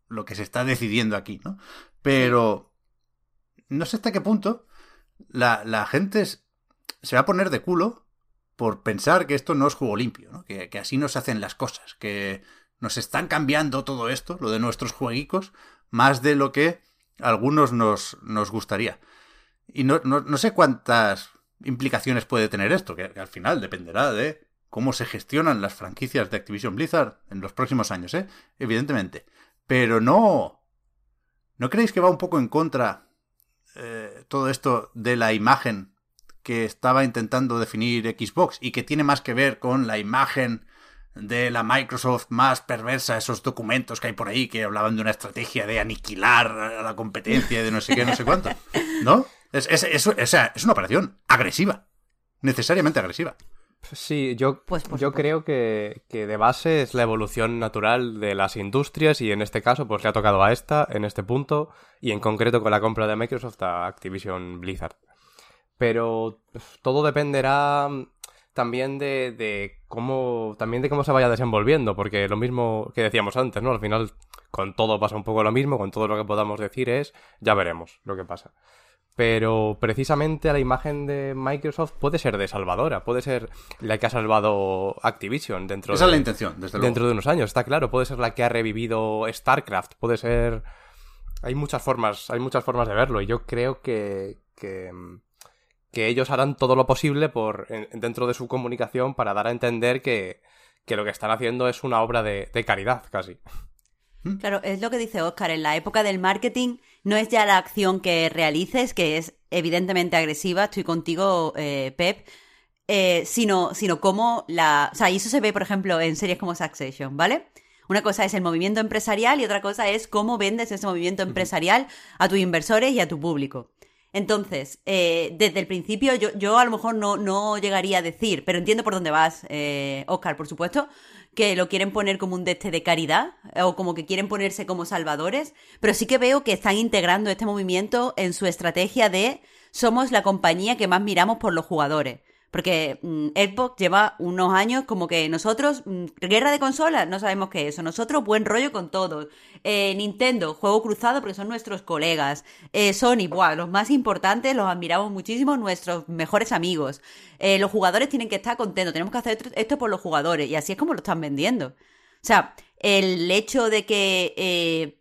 lo que se está decidiendo aquí, ¿no? Pero no sé hasta qué punto la gente se va a poner de culo por pensar que esto no es juego limpio, ¿no? Que así no se hacen las cosas, que nos están cambiando todo esto, lo de nuestros jueguicos, más de lo que a algunos nos gustaría. Y no sé cuántas implicaciones puede tener esto, que al final dependerá de cómo se gestionan las franquicias de Activision Blizzard en los próximos años, evidentemente. Pero ¿no creéis que va un poco en contra todo esto de la imagen que estaba intentando definir Xbox y que tiene más que ver con la imagen de la Microsoft más perversa, esos documentos que hay por ahí que hablaban de una estrategia de aniquilar a la competencia y de no sé qué, no sé cuánto? ¿No? Es una operación agresiva, necesariamente agresiva. Sí, yo creo que de base es la evolución natural de las industrias y en este caso pues le ha tocado a esta, en este punto, y en concreto con la compra de Microsoft a Activision Blizzard. Pero todo dependerá también de cómo se vaya desenvolviendo, porque lo mismo que decíamos antes, ¿no? Al final con todo pasa un poco lo mismo, con todo lo que podamos decir ya veremos lo que pasa. Pero precisamente la imagen de Microsoft puede ser de salvadora, puede ser la que ha salvado Activision Esa es la intención, desde luego. Dentro de unos años, está claro, puede ser la que ha revivido StarCraft, puede ser... Hay muchas formas de verlo y yo creo que ellos harán todo lo posible dentro de su comunicación para dar a entender que lo que están haciendo es una obra de caridad, casi. Claro, es lo que dice Óscar, en la época del marketing no es ya la acción que realices, que es evidentemente agresiva, estoy contigo, Pep, sino cómo o sea, y eso se ve, por ejemplo, en series como Succession, ¿vale? Una cosa es el movimiento empresarial y otra cosa es cómo vendes ese movimiento empresarial a tus inversores y a tu público. Entonces, desde el principio yo a lo mejor no llegaría a decir, pero entiendo por dónde vas, Óscar, por supuesto, que lo quieren poner como un de caridad o como que quieren ponerse como salvadores, pero sí que veo que están integrando este movimiento en su estrategia de somos la compañía que más miramos por los jugadores. Porque Xbox lleva unos años como que nosotros, guerra de consolas, no sabemos qué es eso. Nosotros, buen rollo con todos. Nintendo, juego cruzado porque son nuestros colegas. Sony, los más importantes, los admiramos muchísimo, nuestros mejores amigos. Los jugadores tienen que estar contentos, tenemos que hacer esto por los jugadores. Y así es como lo están vendiendo. O sea, el hecho de que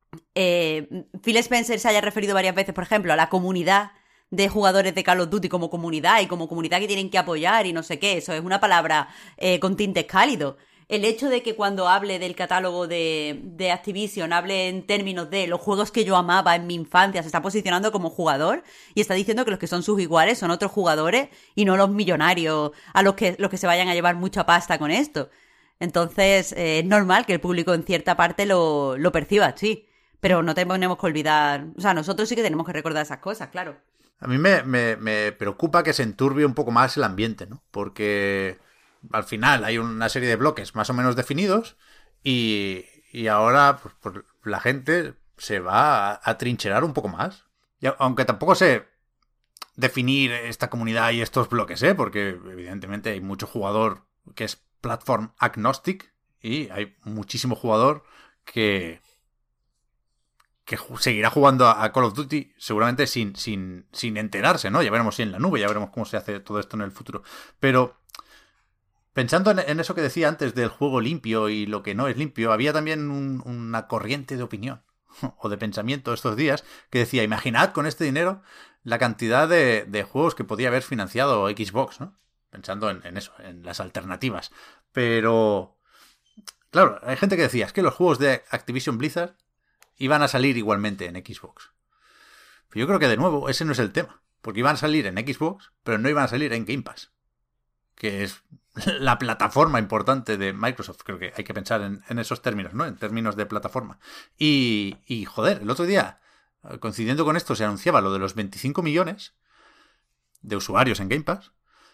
Phil Spencer se haya referido varias veces, por ejemplo, a la comunidad de jugadores de Call of Duty como comunidad y como comunidad que tienen que apoyar y no sé qué, eso es una palabra con tintes cálidos. El hecho de que cuando hable del catálogo de Activision hable en términos de los juegos que yo amaba en mi infancia, se está posicionando como jugador y está diciendo que los que son sus iguales son otros jugadores y no los millonarios a los que se vayan a llevar mucha pasta con esto. Entonces es normal que el público en cierta parte lo perciba, sí, pero no tenemos que olvidar, o sea, nosotros sí que tenemos que recordar esas cosas, claro. A mí me preocupa que se enturbie un poco más el ambiente, ¿no? Porque al final hay una serie de bloques más o menos definidos y ahora pues, la gente se va a trincherar un poco más. Y aunque tampoco sé definir esta comunidad y estos bloques, porque evidentemente hay mucho jugador que es platform agnostic y hay muchísimo jugador que seguirá jugando a Call of Duty seguramente sin enterarse, ¿no? Ya veremos si en la nube, ya veremos cómo se hace todo esto en el futuro. Pero pensando en eso que decía antes del juego limpio y lo que no es limpio, había también una corriente de opinión o de pensamiento estos días que decía, imaginad con este dinero la cantidad de juegos que podía haber financiado Xbox, ¿no? Pensando en eso, en las alternativas. Pero, claro, hay gente que decía, es que los juegos de Activision Blizzard iban a salir igualmente en Xbox. Pero yo creo que, de nuevo, ese no es el tema. Porque iban a salir en Xbox, pero no iban a salir en Game Pass, que es la plataforma importante de Microsoft. Creo que hay que pensar en esos términos, ¿no? En términos de plataforma. Y joder, el otro día, coincidiendo con esto, se anunciaba lo de los 25 millones de usuarios en Game Pass.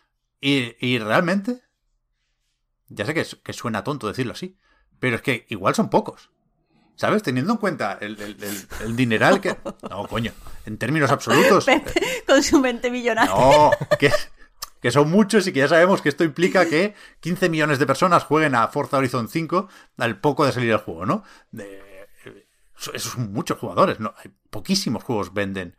Y realmente, ya sé que suena tonto decirlo así, pero es que igual son pocos. ¿Sabes? Teniendo en cuenta el dineral que... No, coño. En términos absolutos... Con su mente millonaria. No, que son muchos y que ya sabemos que esto implica que 15 millones de personas jueguen a Forza Horizon 5 al poco de salir el juego, ¿no? Esos son muchos jugadores. No, hay poquísimos juegos venden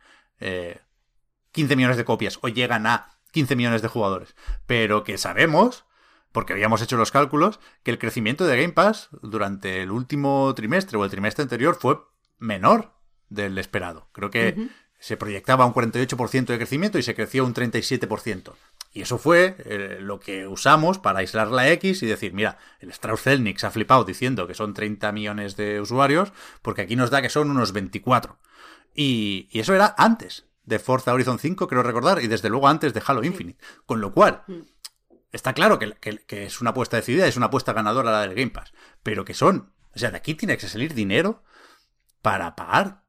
15 millones de copias o llegan a 15 millones de jugadores. Pero que sabemos, porque habíamos hecho los cálculos, que el crecimiento de Game Pass durante el último trimestre o el trimestre anterior fue menor del esperado. Creo que se proyectaba un 48% de crecimiento y se creció un 37%. Y eso fue lo que usamos para aislar la X y decir, mira, el Strauss-Zelnick se ha flipado diciendo que son 30 millones de usuarios, porque aquí nos da que son unos 24. Y eso era antes de Forza Horizon 5, creo recordar, y desde luego antes de Halo Infinite. Con lo cual, está claro que es una apuesta decidida, es una apuesta ganadora la del Game Pass, pero que son... O sea, de aquí tiene que salir dinero para pagar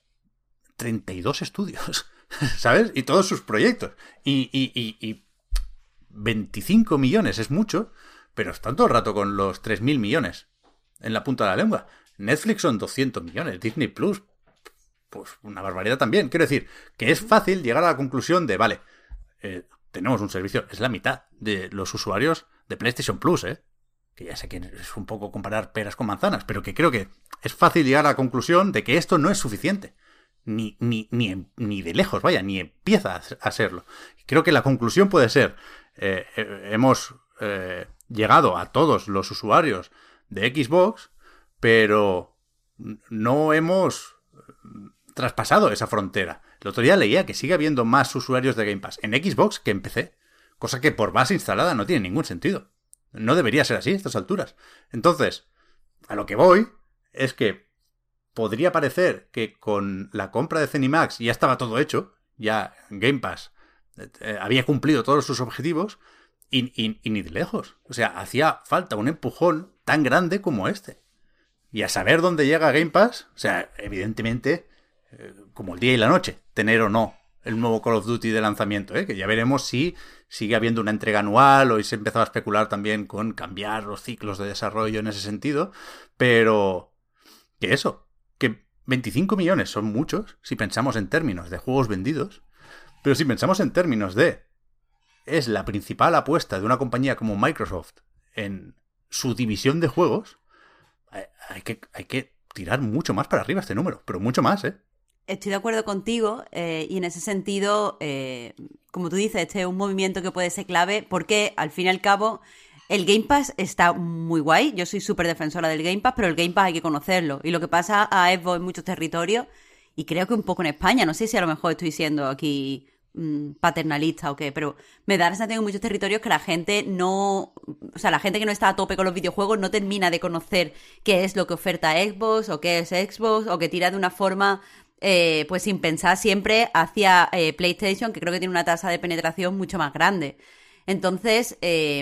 32 estudios, ¿sabes? Y todos sus proyectos. Y 25 millones es mucho, pero están todo el rato con los 3.000 millones en la punta de la lengua. Netflix son 200 millones, Disney Plus, pues una barbaridad también. Quiero decir, que es fácil llegar a la conclusión de, vale, tenemos un servicio, es la mitad de los usuarios de PlayStation Plus, que ya sé que es un poco comparar peras con manzanas, pero que creo que es fácil llegar a la conclusión de que esto no es suficiente. Ni de lejos, vaya, ni empieza a serlo. Creo que la conclusión puede ser, hemos llegado a todos los usuarios de Xbox, pero no hemos traspasado esa frontera. El otro día leía que sigue habiendo más usuarios de Game Pass en Xbox que en PC, cosa que por base instalada no tiene ningún sentido. No debería ser así a estas alturas. Entonces, a lo que voy es que podría parecer que con la compra de ZeniMax ya estaba todo hecho, ya Game Pass había cumplido todos sus objetivos y ni de lejos. O sea, hacía falta un empujón tan grande como este. Y a saber dónde llega Game Pass, o sea, evidentemente, como el día y la noche, tener o no el nuevo Call of Duty de lanzamiento, que ya veremos si sigue habiendo una entrega anual o si se empezaba a especular también con cambiar los ciclos de desarrollo en ese sentido, pero que eso, que 25 millones son muchos si pensamos en términos de juegos vendidos, pero si pensamos en términos de es la principal apuesta de una compañía como Microsoft en su división de juegos, hay que tirar mucho más para arriba este número, pero mucho más, Estoy de acuerdo contigo y en ese sentido, como tú dices, este es un movimiento que puede ser clave porque al fin y al cabo el Game Pass está muy guay. Yo soy súper defensora del Game Pass, pero el Game Pass hay que conocerlo. Y lo que pasa a Xbox en muchos territorios, y creo que un poco en España, no sé si a lo mejor estoy siendo aquí paternalista o qué, pero me da la sensación en muchos territorios que la gente no... O sea, la gente que no está a tope con los videojuegos no termina de conocer qué es lo que oferta Xbox o qué es Xbox, o que tira de una forma... pues sin pensar siempre hacia PlayStation, que creo que tiene una tasa de penetración mucho más grande. Entonces,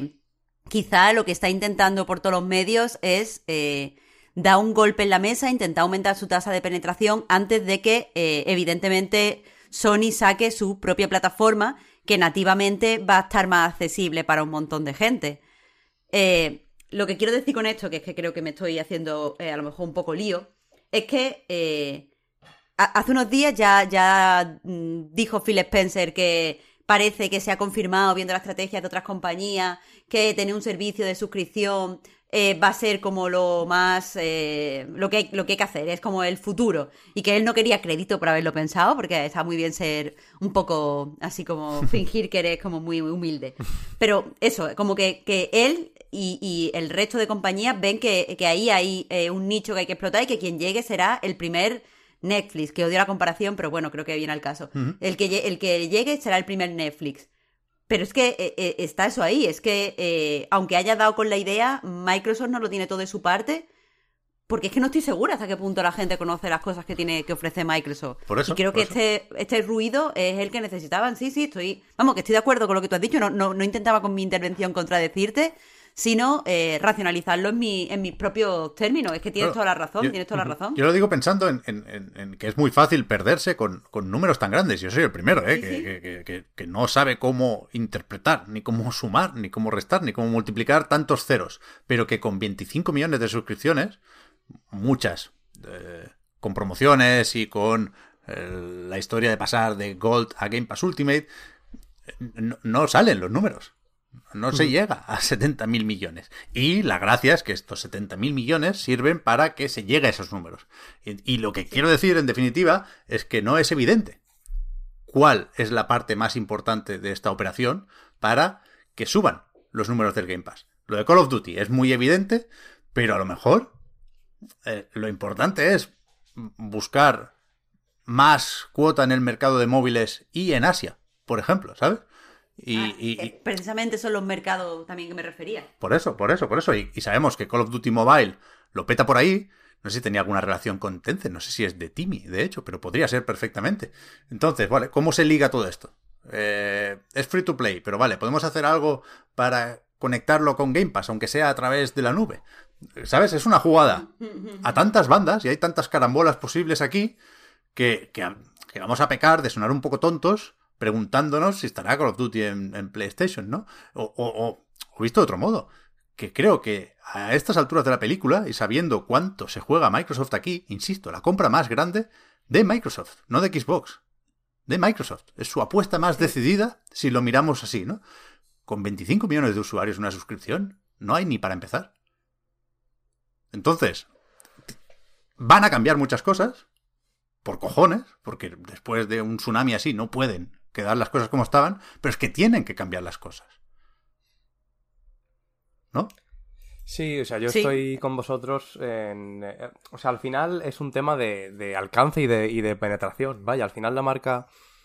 quizá lo que está intentando por todos los medios es dar un golpe en la mesa, intentar aumentar su tasa de penetración antes de que, evidentemente, Sony saque su propia plataforma, que nativamente va a estar más accesible para un montón de gente. Lo que quiero decir con esto, que es que creo que me estoy haciendo a lo mejor un poco lío, es que... hace unos días ya dijo Phil Spencer que parece que se ha confirmado, viendo las estrategias de otras compañías, que tener un servicio de suscripción va a ser como lo más... lo que hay que hacer, es como el futuro. Y que él no quería crédito por haberlo pensado, porque está muy bien ser un poco así como fingir que eres como muy humilde. Pero eso, como que él y el resto de compañías ven que ahí hay un nicho que hay que explotar y que quien llegue será el primer... Netflix, que odio la comparación, pero bueno, creo que viene al caso. El que llegue será el primer Netflix. Pero es que está eso ahí, es que aunque haya dado con la idea, Microsoft no lo tiene todo de su parte, porque es que no estoy segura hasta qué punto la gente conoce las cosas que ofrece Microsoft. Por eso, y creo que este ruido es el que necesitaban. Sí, estoy de acuerdo con lo que tú has dicho, no intentaba con mi intervención contradecirte, sino racionalizarlo en mis propios términos. Es que tienes toda la razón, Yo lo digo pensando en que es muy fácil perderse con números tan grandes. Yo soy el primero, que no sabe cómo interpretar, ni cómo sumar, ni cómo restar, ni cómo multiplicar tantos ceros. Pero que con 25 millones de suscripciones, muchas con promociones y con la historia de pasar de Gold a Game Pass Ultimate, no salen los números. No se llega a 70.000 millones. Y la gracia es que estos 70.000 millones sirven para que se llegue a esos números. Y lo que quiero decir, en definitiva, es que no es evidente cuál es la parte más importante de esta operación para que suban los números del Game Pass. Lo de Call of Duty es muy evidente, pero a lo mejor lo importante es buscar más cuota en el mercado de móviles y en Asia, por ejemplo, ¿sabes? Precisamente son los mercados también que me refería. Por eso. Y sabemos que Call of Duty Mobile lo peta por ahí. No sé si tenía alguna relación con Tencent, no sé si es de Timi, de hecho, pero podría ser perfectamente. Entonces, vale, ¿cómo se liga todo esto? Es free to play, pero vale, podemos hacer algo para conectarlo con Game Pass, aunque sea a través de la nube. ¿Sabes? Es una jugada a tantas bandas y hay tantas carambolas posibles aquí que vamos a pecar de sonar un poco tontos preguntándonos si estará Call of Duty en PlayStation, ¿no? O visto de otro modo, que creo que a estas alturas de la película y sabiendo cuánto se juega Microsoft aquí, insisto, la compra más grande de Microsoft, no de Xbox, de Microsoft. Es su apuesta más decidida si lo miramos así, ¿no? Con 25 millones de usuarios en una suscripción, no hay ni para empezar. Entonces, van a cambiar muchas cosas, por cojones, porque después de un tsunami así no pueden quedar las cosas como estaban, pero es que tienen que cambiar las cosas. ¿No? Sí, o sea, yo estoy con vosotros o sea, al final es un tema de alcance y de penetración. Vaya, al final la marca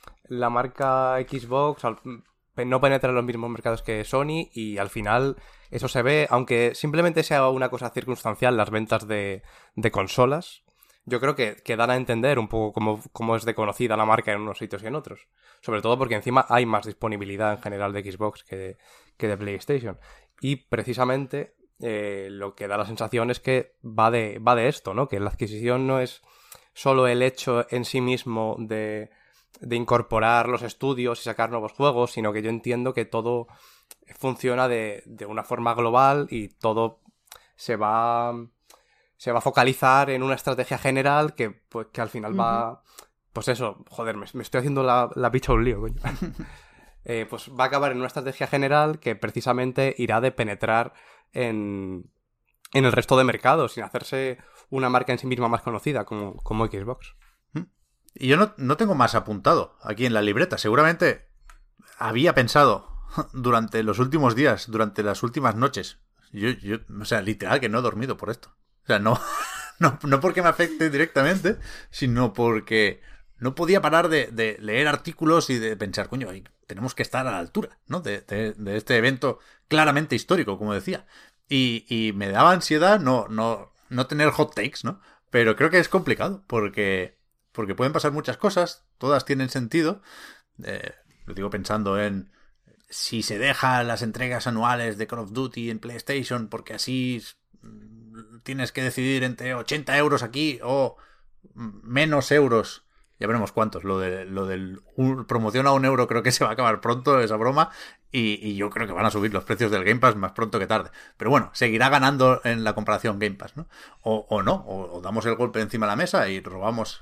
Xbox no penetra en los mismos mercados que Sony y al final eso se ve, aunque simplemente sea una cosa circunstancial, las ventas de consolas, yo creo que dan a entender un poco cómo es de conocida la marca en unos sitios y en otros. Sobre todo porque encima hay más disponibilidad en general de Xbox que de PlayStation. Y precisamente lo que da la sensación es que va de esto, ¿no? Que la adquisición no es solo el hecho en sí mismo de incorporar los estudios y sacar nuevos juegos, sino que yo entiendo que todo funciona de una forma global y todo se va a focalizar en una estrategia general que al final va... Pues eso, joder, me estoy haciendo la picha un lío, coño. Pues va a acabar en una estrategia general que precisamente irá de penetrar en el resto de mercados, sin hacerse una marca en sí misma más conocida como Xbox. Y yo no tengo más apuntado aquí en la libreta. Seguramente había pensado durante los últimos días, durante las últimas noches. Yo, o sea, literal que no he dormido por esto. O sea, no porque me afecte directamente, sino porque no podía parar de leer artículos y de pensar, coño, tenemos que estar a la altura, ¿no? De este evento claramente histórico, como decía. Y me daba ansiedad no tener hot takes, ¿no? Pero creo que es complicado, porque pueden pasar muchas cosas, todas tienen sentido. Lo digo pensando en si se dejan las entregas anuales de Call of Duty en PlayStation, porque así tienes que decidir entre 80 euros aquí o menos euros. Ya veremos cuántos. Lo del promoción a €1 creo que se va a acabar pronto, esa broma. Y yo creo que van a subir los precios del Game Pass más pronto que tarde. Pero bueno, seguirá ganando en la comparación Game Pass, ¿no? O no, o damos el golpe encima de la mesa y robamos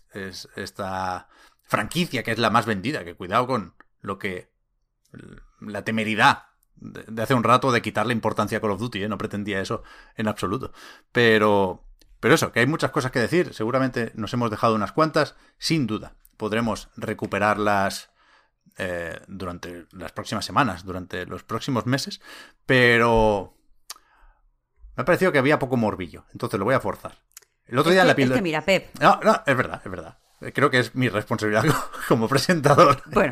esta franquicia que es la más vendida. Que cuidado con lo que... la temeridad de hace un rato de quitarle importancia a Call of Duty, ¿eh? No pretendía eso en absoluto. Pero eso, que hay muchas cosas que decir. Seguramente nos hemos dejado unas cuantas. Sin duda, podremos recuperarlas durante las próximas semanas, durante los próximos meses. Pero me ha parecido que había poco morbillo. Entonces lo voy a forzar. El otro día en la píldora... Es que mira, Pep. No, es verdad. Creo que es mi responsabilidad como presentador. Bueno,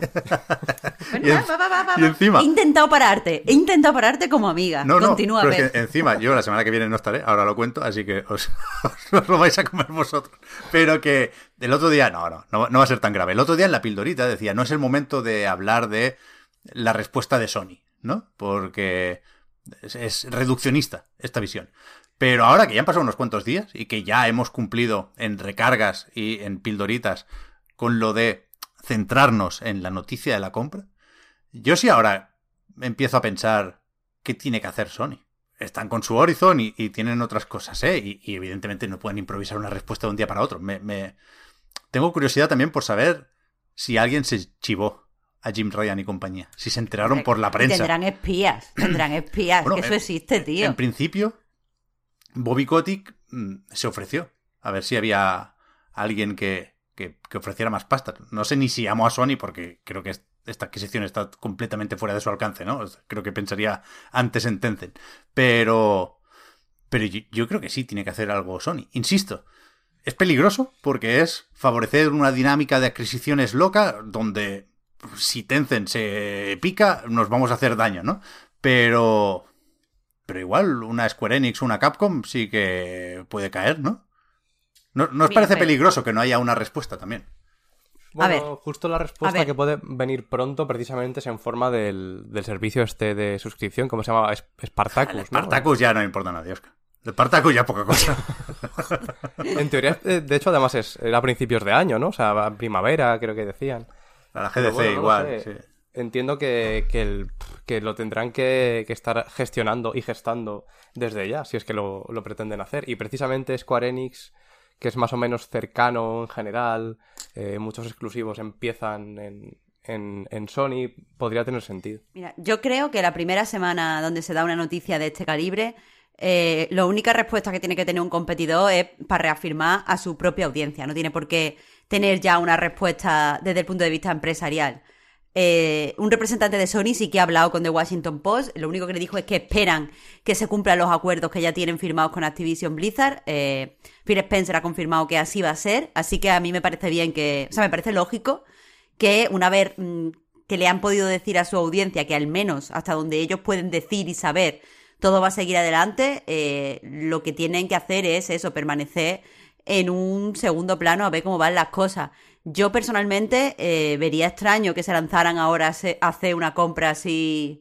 y encima... He intentado pararte como amiga. Continúa, pero Pep. es que encima yo la semana que viene no estaré, ahora lo cuento, así que os lo vais a comer vosotros. Pero que el otro día, no va a ser tan grave. El otro día en la pildorita decía, no es el momento de hablar de la respuesta de Sony, ¿no? Porque es reduccionista esta visión. Pero ahora que ya han pasado unos cuantos días y que ya hemos cumplido en recargas y en pildoritas con lo de centrarnos en la noticia de la compra, yo sí ahora empiezo a pensar qué tiene que hacer Sony. Están con su Horizon y tienen otras cosas, ¿eh? Y evidentemente no pueden improvisar una respuesta de un día para otro. Tengo curiosidad también por saber si alguien se chivó a Jim Ryan y compañía? Si se enteraron por la prensa. Tendrán espías, bueno, que eso existe, tío. En principio, Bobby Kotick se ofreció a ver si había alguien que ofreciera más pasta. No sé ni si llamó a Sony, porque creo que esta adquisición está completamente fuera de su alcance, ¿no? Creo que pensaría antes en Tencent. Pero yo creo que sí tiene que hacer algo Sony. Insisto, es peligroso porque es favorecer una dinámica de adquisiciones loca donde si Tencent se pica nos vamos a hacer daño, ¿no? Pero igual una Square Enix o una Capcom sí que puede caer, ¿no? ¿No os parece peligroso que no haya una respuesta también? Bueno, justo la respuesta que puede venir pronto precisamente es en forma del servicio de suscripción, ¿cómo se llama? Spartacus, ¿no? Spartacus ya no importa a nadie, Oscar. De Spartacus ya poca cosa. En teoría, de hecho, además era a principios de año, ¿no? O sea, primavera, creo que decían. A la GDC bueno, igual, no sé. Sí. Entiendo que lo tendrán que estar gestionando y gestando desde ya, si es que lo pretenden hacer. Y precisamente Square Enix, que es más o menos cercano en general, muchos exclusivos empiezan en Sony, podría tener sentido. Mira, yo creo que la primera semana donde se da una noticia de este calibre, la única respuesta que tiene que tener un competidor es para reafirmar a su propia audiencia. No tiene por qué tener ya una respuesta desde el punto de vista empresarial. Un representante de Sony sí que ha hablado con The Washington Post. Lo único que le dijo es que esperan que se cumplan los acuerdos que ya tienen firmados con Activision Blizzard. Phil Spencer ha confirmado que así va a ser, así que a mí me parece bien me parece lógico que una vez que le han podido decir a su audiencia que al menos hasta donde ellos pueden decir y saber todo va a seguir adelante, lo que tienen que hacer es eso, permanecer en un segundo plano a ver cómo van las cosas. Yo personalmente vería extraño que se lanzaran ahora a hacer una compra así.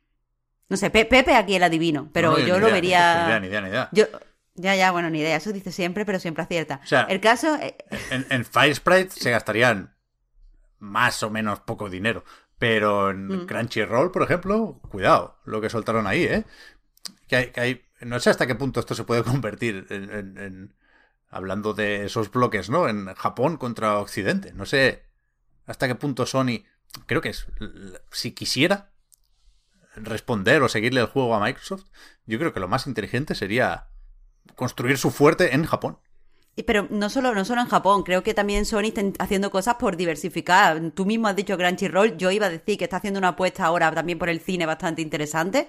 No sé, Pepe aquí el adivino, pero no, yo lo vería. Ni idea. Bueno, ni idea, eso dice siempre, pero siempre acierta. O sea, el caso. En Firesprite se gastarían más o menos poco dinero, pero en Crunchyroll, por ejemplo, cuidado lo que soltaron ahí, ¿eh? Que hay, no sé hasta qué punto esto se puede convertir en hablando de esos bloques, ¿no? En Japón contra Occidente. No sé hasta qué punto Sony, creo que si quisiera responder o seguirle el juego a Microsoft, yo creo que lo más inteligente sería construir su fuerte en Japón. Pero no solo en Japón, creo que también Sony está haciendo cosas por diversificar. Tú mismo has dicho Crunchyroll, yo iba a decir que está haciendo una apuesta ahora también por el cine bastante interesante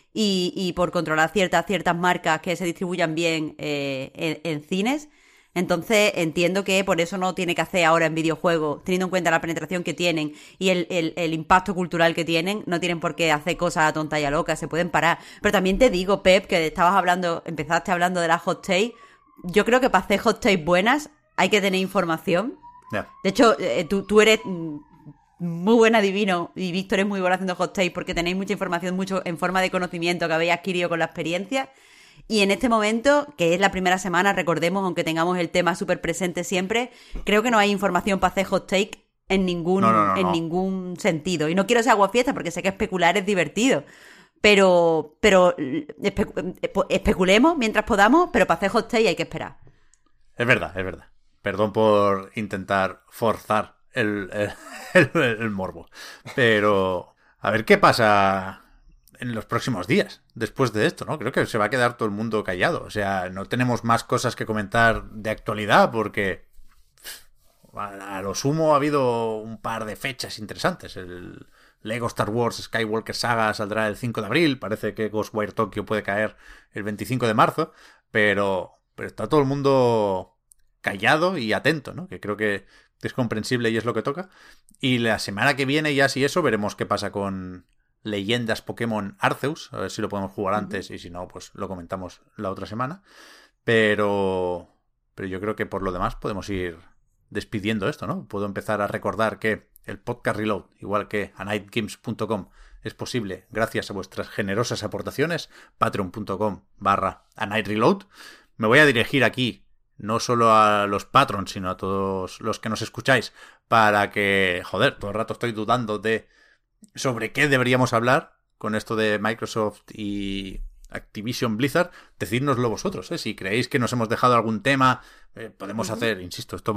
y por controlar ciertas marcas que se distribuyan bien en cines. Entonces entiendo que por eso no tiene que hacer ahora en videojuegos, teniendo en cuenta la penetración que tienen y el impacto cultural que tienen, no tienen por qué hacer cosas a tonta y a loca, se pueden parar. Pero también te digo, Pep, que empezaste hablando de las hot takes. Yo creo que para hacer hot takes buenas hay que tener información. Yeah. De hecho, tú eres muy buen adivino y Víctor es muy bueno haciendo hot takes porque tenéis mucha información, mucho en forma de conocimiento que habéis adquirido con la experiencia. Y en este momento, que es la primera semana, recordemos, aunque tengamos el tema súper presente siempre, creo que no hay información para hacer hot take en ningún sentido. Y no quiero ser aguafiesta porque sé que especular es divertido. Pero especulemos mientras podamos, pero para hacer hot take hay que esperar. Es verdad. Perdón por intentar forzar el morbo. Pero a ver qué pasa en los próximos días después de esto, ¿no? Creo que se va a quedar todo el mundo callado. O sea, no tenemos más cosas que comentar de actualidad porque a lo sumo ha habido un par de fechas interesantes. El Lego Star Wars Skywalker Saga saldrá el 5 de abril. Parece que Ghostwire Tokyo puede caer el 25 de marzo. Pero está todo el mundo callado y atento, ¿no? Que creo que es comprensible y es lo que toca. Y la semana que viene ya si eso veremos qué pasa con Leyendas Pokémon Arceus, a ver si lo podemos jugar antes y si no, pues lo comentamos la otra semana. Pero yo creo que por lo demás podemos ir despidiendo esto, ¿no? Puedo empezar a recordar que el Podcast Reload, igual que anightgames.com, es posible gracias a vuestras generosas aportaciones, patreon.com/anightreload. Me voy a dirigir aquí no solo a los patrons, sino a todos los que nos escucháis, para que, todo el rato estoy dudando de sobre qué deberíamos hablar con esto de Microsoft y Activision Blizzard. Decídnoslo vosotros, ¿eh? Si creéis que nos hemos dejado algún tema, podemos hacer, insisto, esto va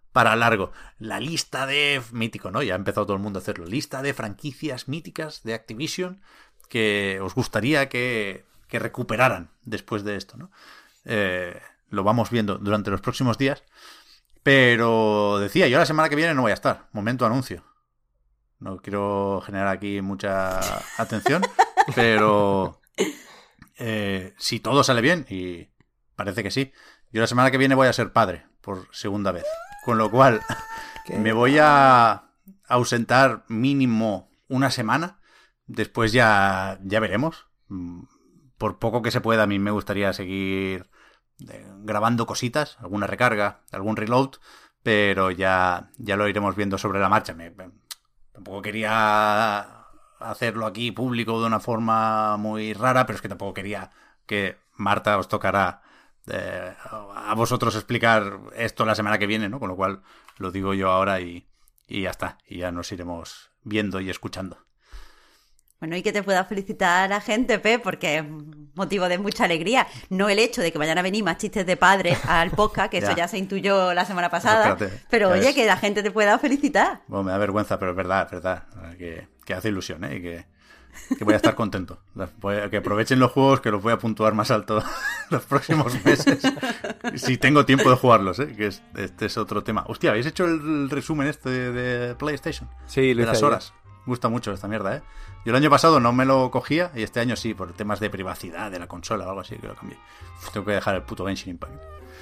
para largo. La lista de... mítico, ¿no? Ya ha empezado todo el mundo a hacerlo. Lista de franquicias míticas de Activision que os gustaría que recuperaran después de esto, ¿no? Lo vamos viendo durante los próximos días. Pero decía, yo la semana que viene no voy a estar. Momento anuncio. No quiero generar aquí mucha atención, pero si todo sale bien, y parece que sí, yo la semana que viene voy a ser padre por segunda vez. Con lo cual me voy a ausentar mínimo una semana. Después ya veremos. Por poco que se pueda, a mí me gustaría seguir grabando cositas, alguna recarga, algún reload, pero ya lo iremos viendo sobre la marcha. Tampoco quería hacerlo aquí público de una forma muy rara, pero es que tampoco quería que Marta os tocara a vosotros explicar esto la semana que viene, ¿no? Con lo cual lo digo yo ahora y ya está, y ya nos iremos viendo y escuchando. Bueno, y que te pueda felicitar a gente, Pep, porque es motivo de mucha alegría. No el hecho de que vayan a venir más chistes de padre al podcast, que eso ya se intuyó la semana pasada. Pero oye, que la gente te pueda felicitar. Bueno, me da vergüenza, pero es verdad. Que hace ilusión, ¿eh? Y que voy a estar contento. Que aprovechen los juegos, que los voy a puntuar más alto los próximos meses. Si tengo tiempo de jugarlos, ¿eh? Que este es otro tema. Hostia, ¿habéis hecho el resumen de PlayStation? Sí, lo de las horas. Me gusta mucho esta mierda, ¿eh? Yo el año pasado no me lo cogía y este año sí, por temas de privacidad de la consola o algo así, que lo cambié. Tengo que dejar el puto Genshin Impact.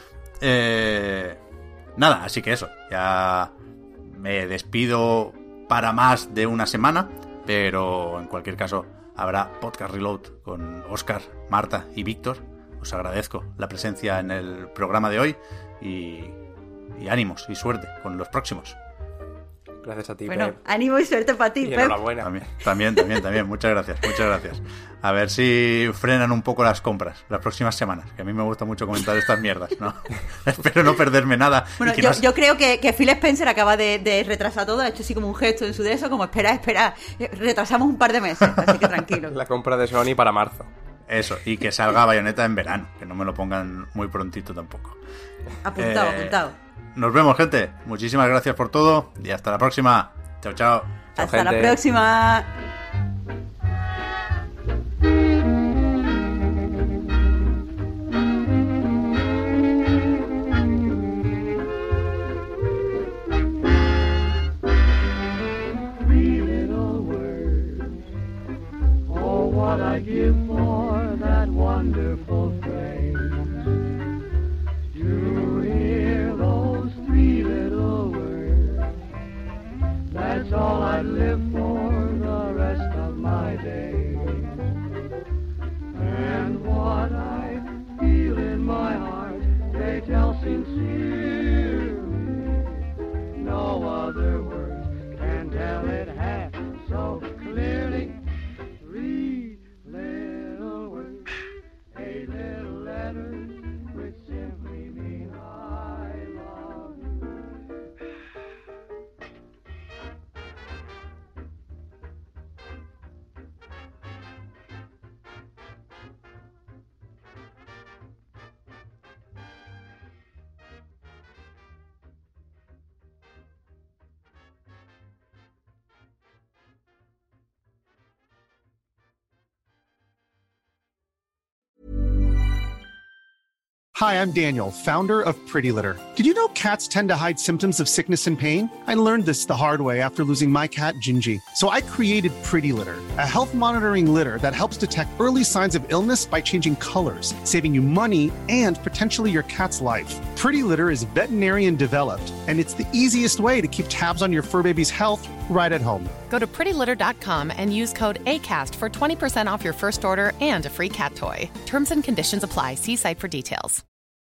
Nada, así que eso. Ya me despido para más de una semana, pero en cualquier caso habrá Podcast Reload con Óscar, Marta y Víctor. Os agradezco la presencia en el programa de hoy y ánimos y suerte con los próximos. Gracias a ti, bueno, Pep. ánimo y suerte para ti, Y Pep. enhorabuena. También. Muchas gracias. A ver si frenan un poco las compras las próximas semanas, que a mí me gusta mucho comentar estas mierdas, ¿no? Espero no perderme nada. Bueno, yo creo que Phil Spencer acaba de retrasar todo, ha hecho así como un gesto en su dedo, como espera, retrasamos un par de meses, así que tranquilo. La compra de Sony para marzo. Eso, y que salga Bayonetta en verano, que no me lo pongan muy prontito tampoco. Apuntado. Nos vemos, gente. Muchísimas gracias por todo y hasta la próxima. Chao, chao. Hasta la próxima. That's all I'd live for the rest of my days. And what I feel in my heart, they tell sincerely. No other words can tell it half so clearly. 3 little words, 8 little letters, which simply mean I love you. Hi, I'm Daniel, founder of Pretty Litter. Did you know cats tend to hide symptoms of sickness and pain? I learned this the hard way after losing my cat, Gingy. So I created Pretty Litter, a health monitoring litter that helps detect early signs of illness by changing colors, saving you money and potentially your cat's life. Pretty Litter is veterinarian developed, and it's the easiest way to keep tabs on your fur baby's health right at home. Go to prettylitter.com and use code ACAST for 20% off your first order and a free cat toy. Terms and conditions apply. See site for details.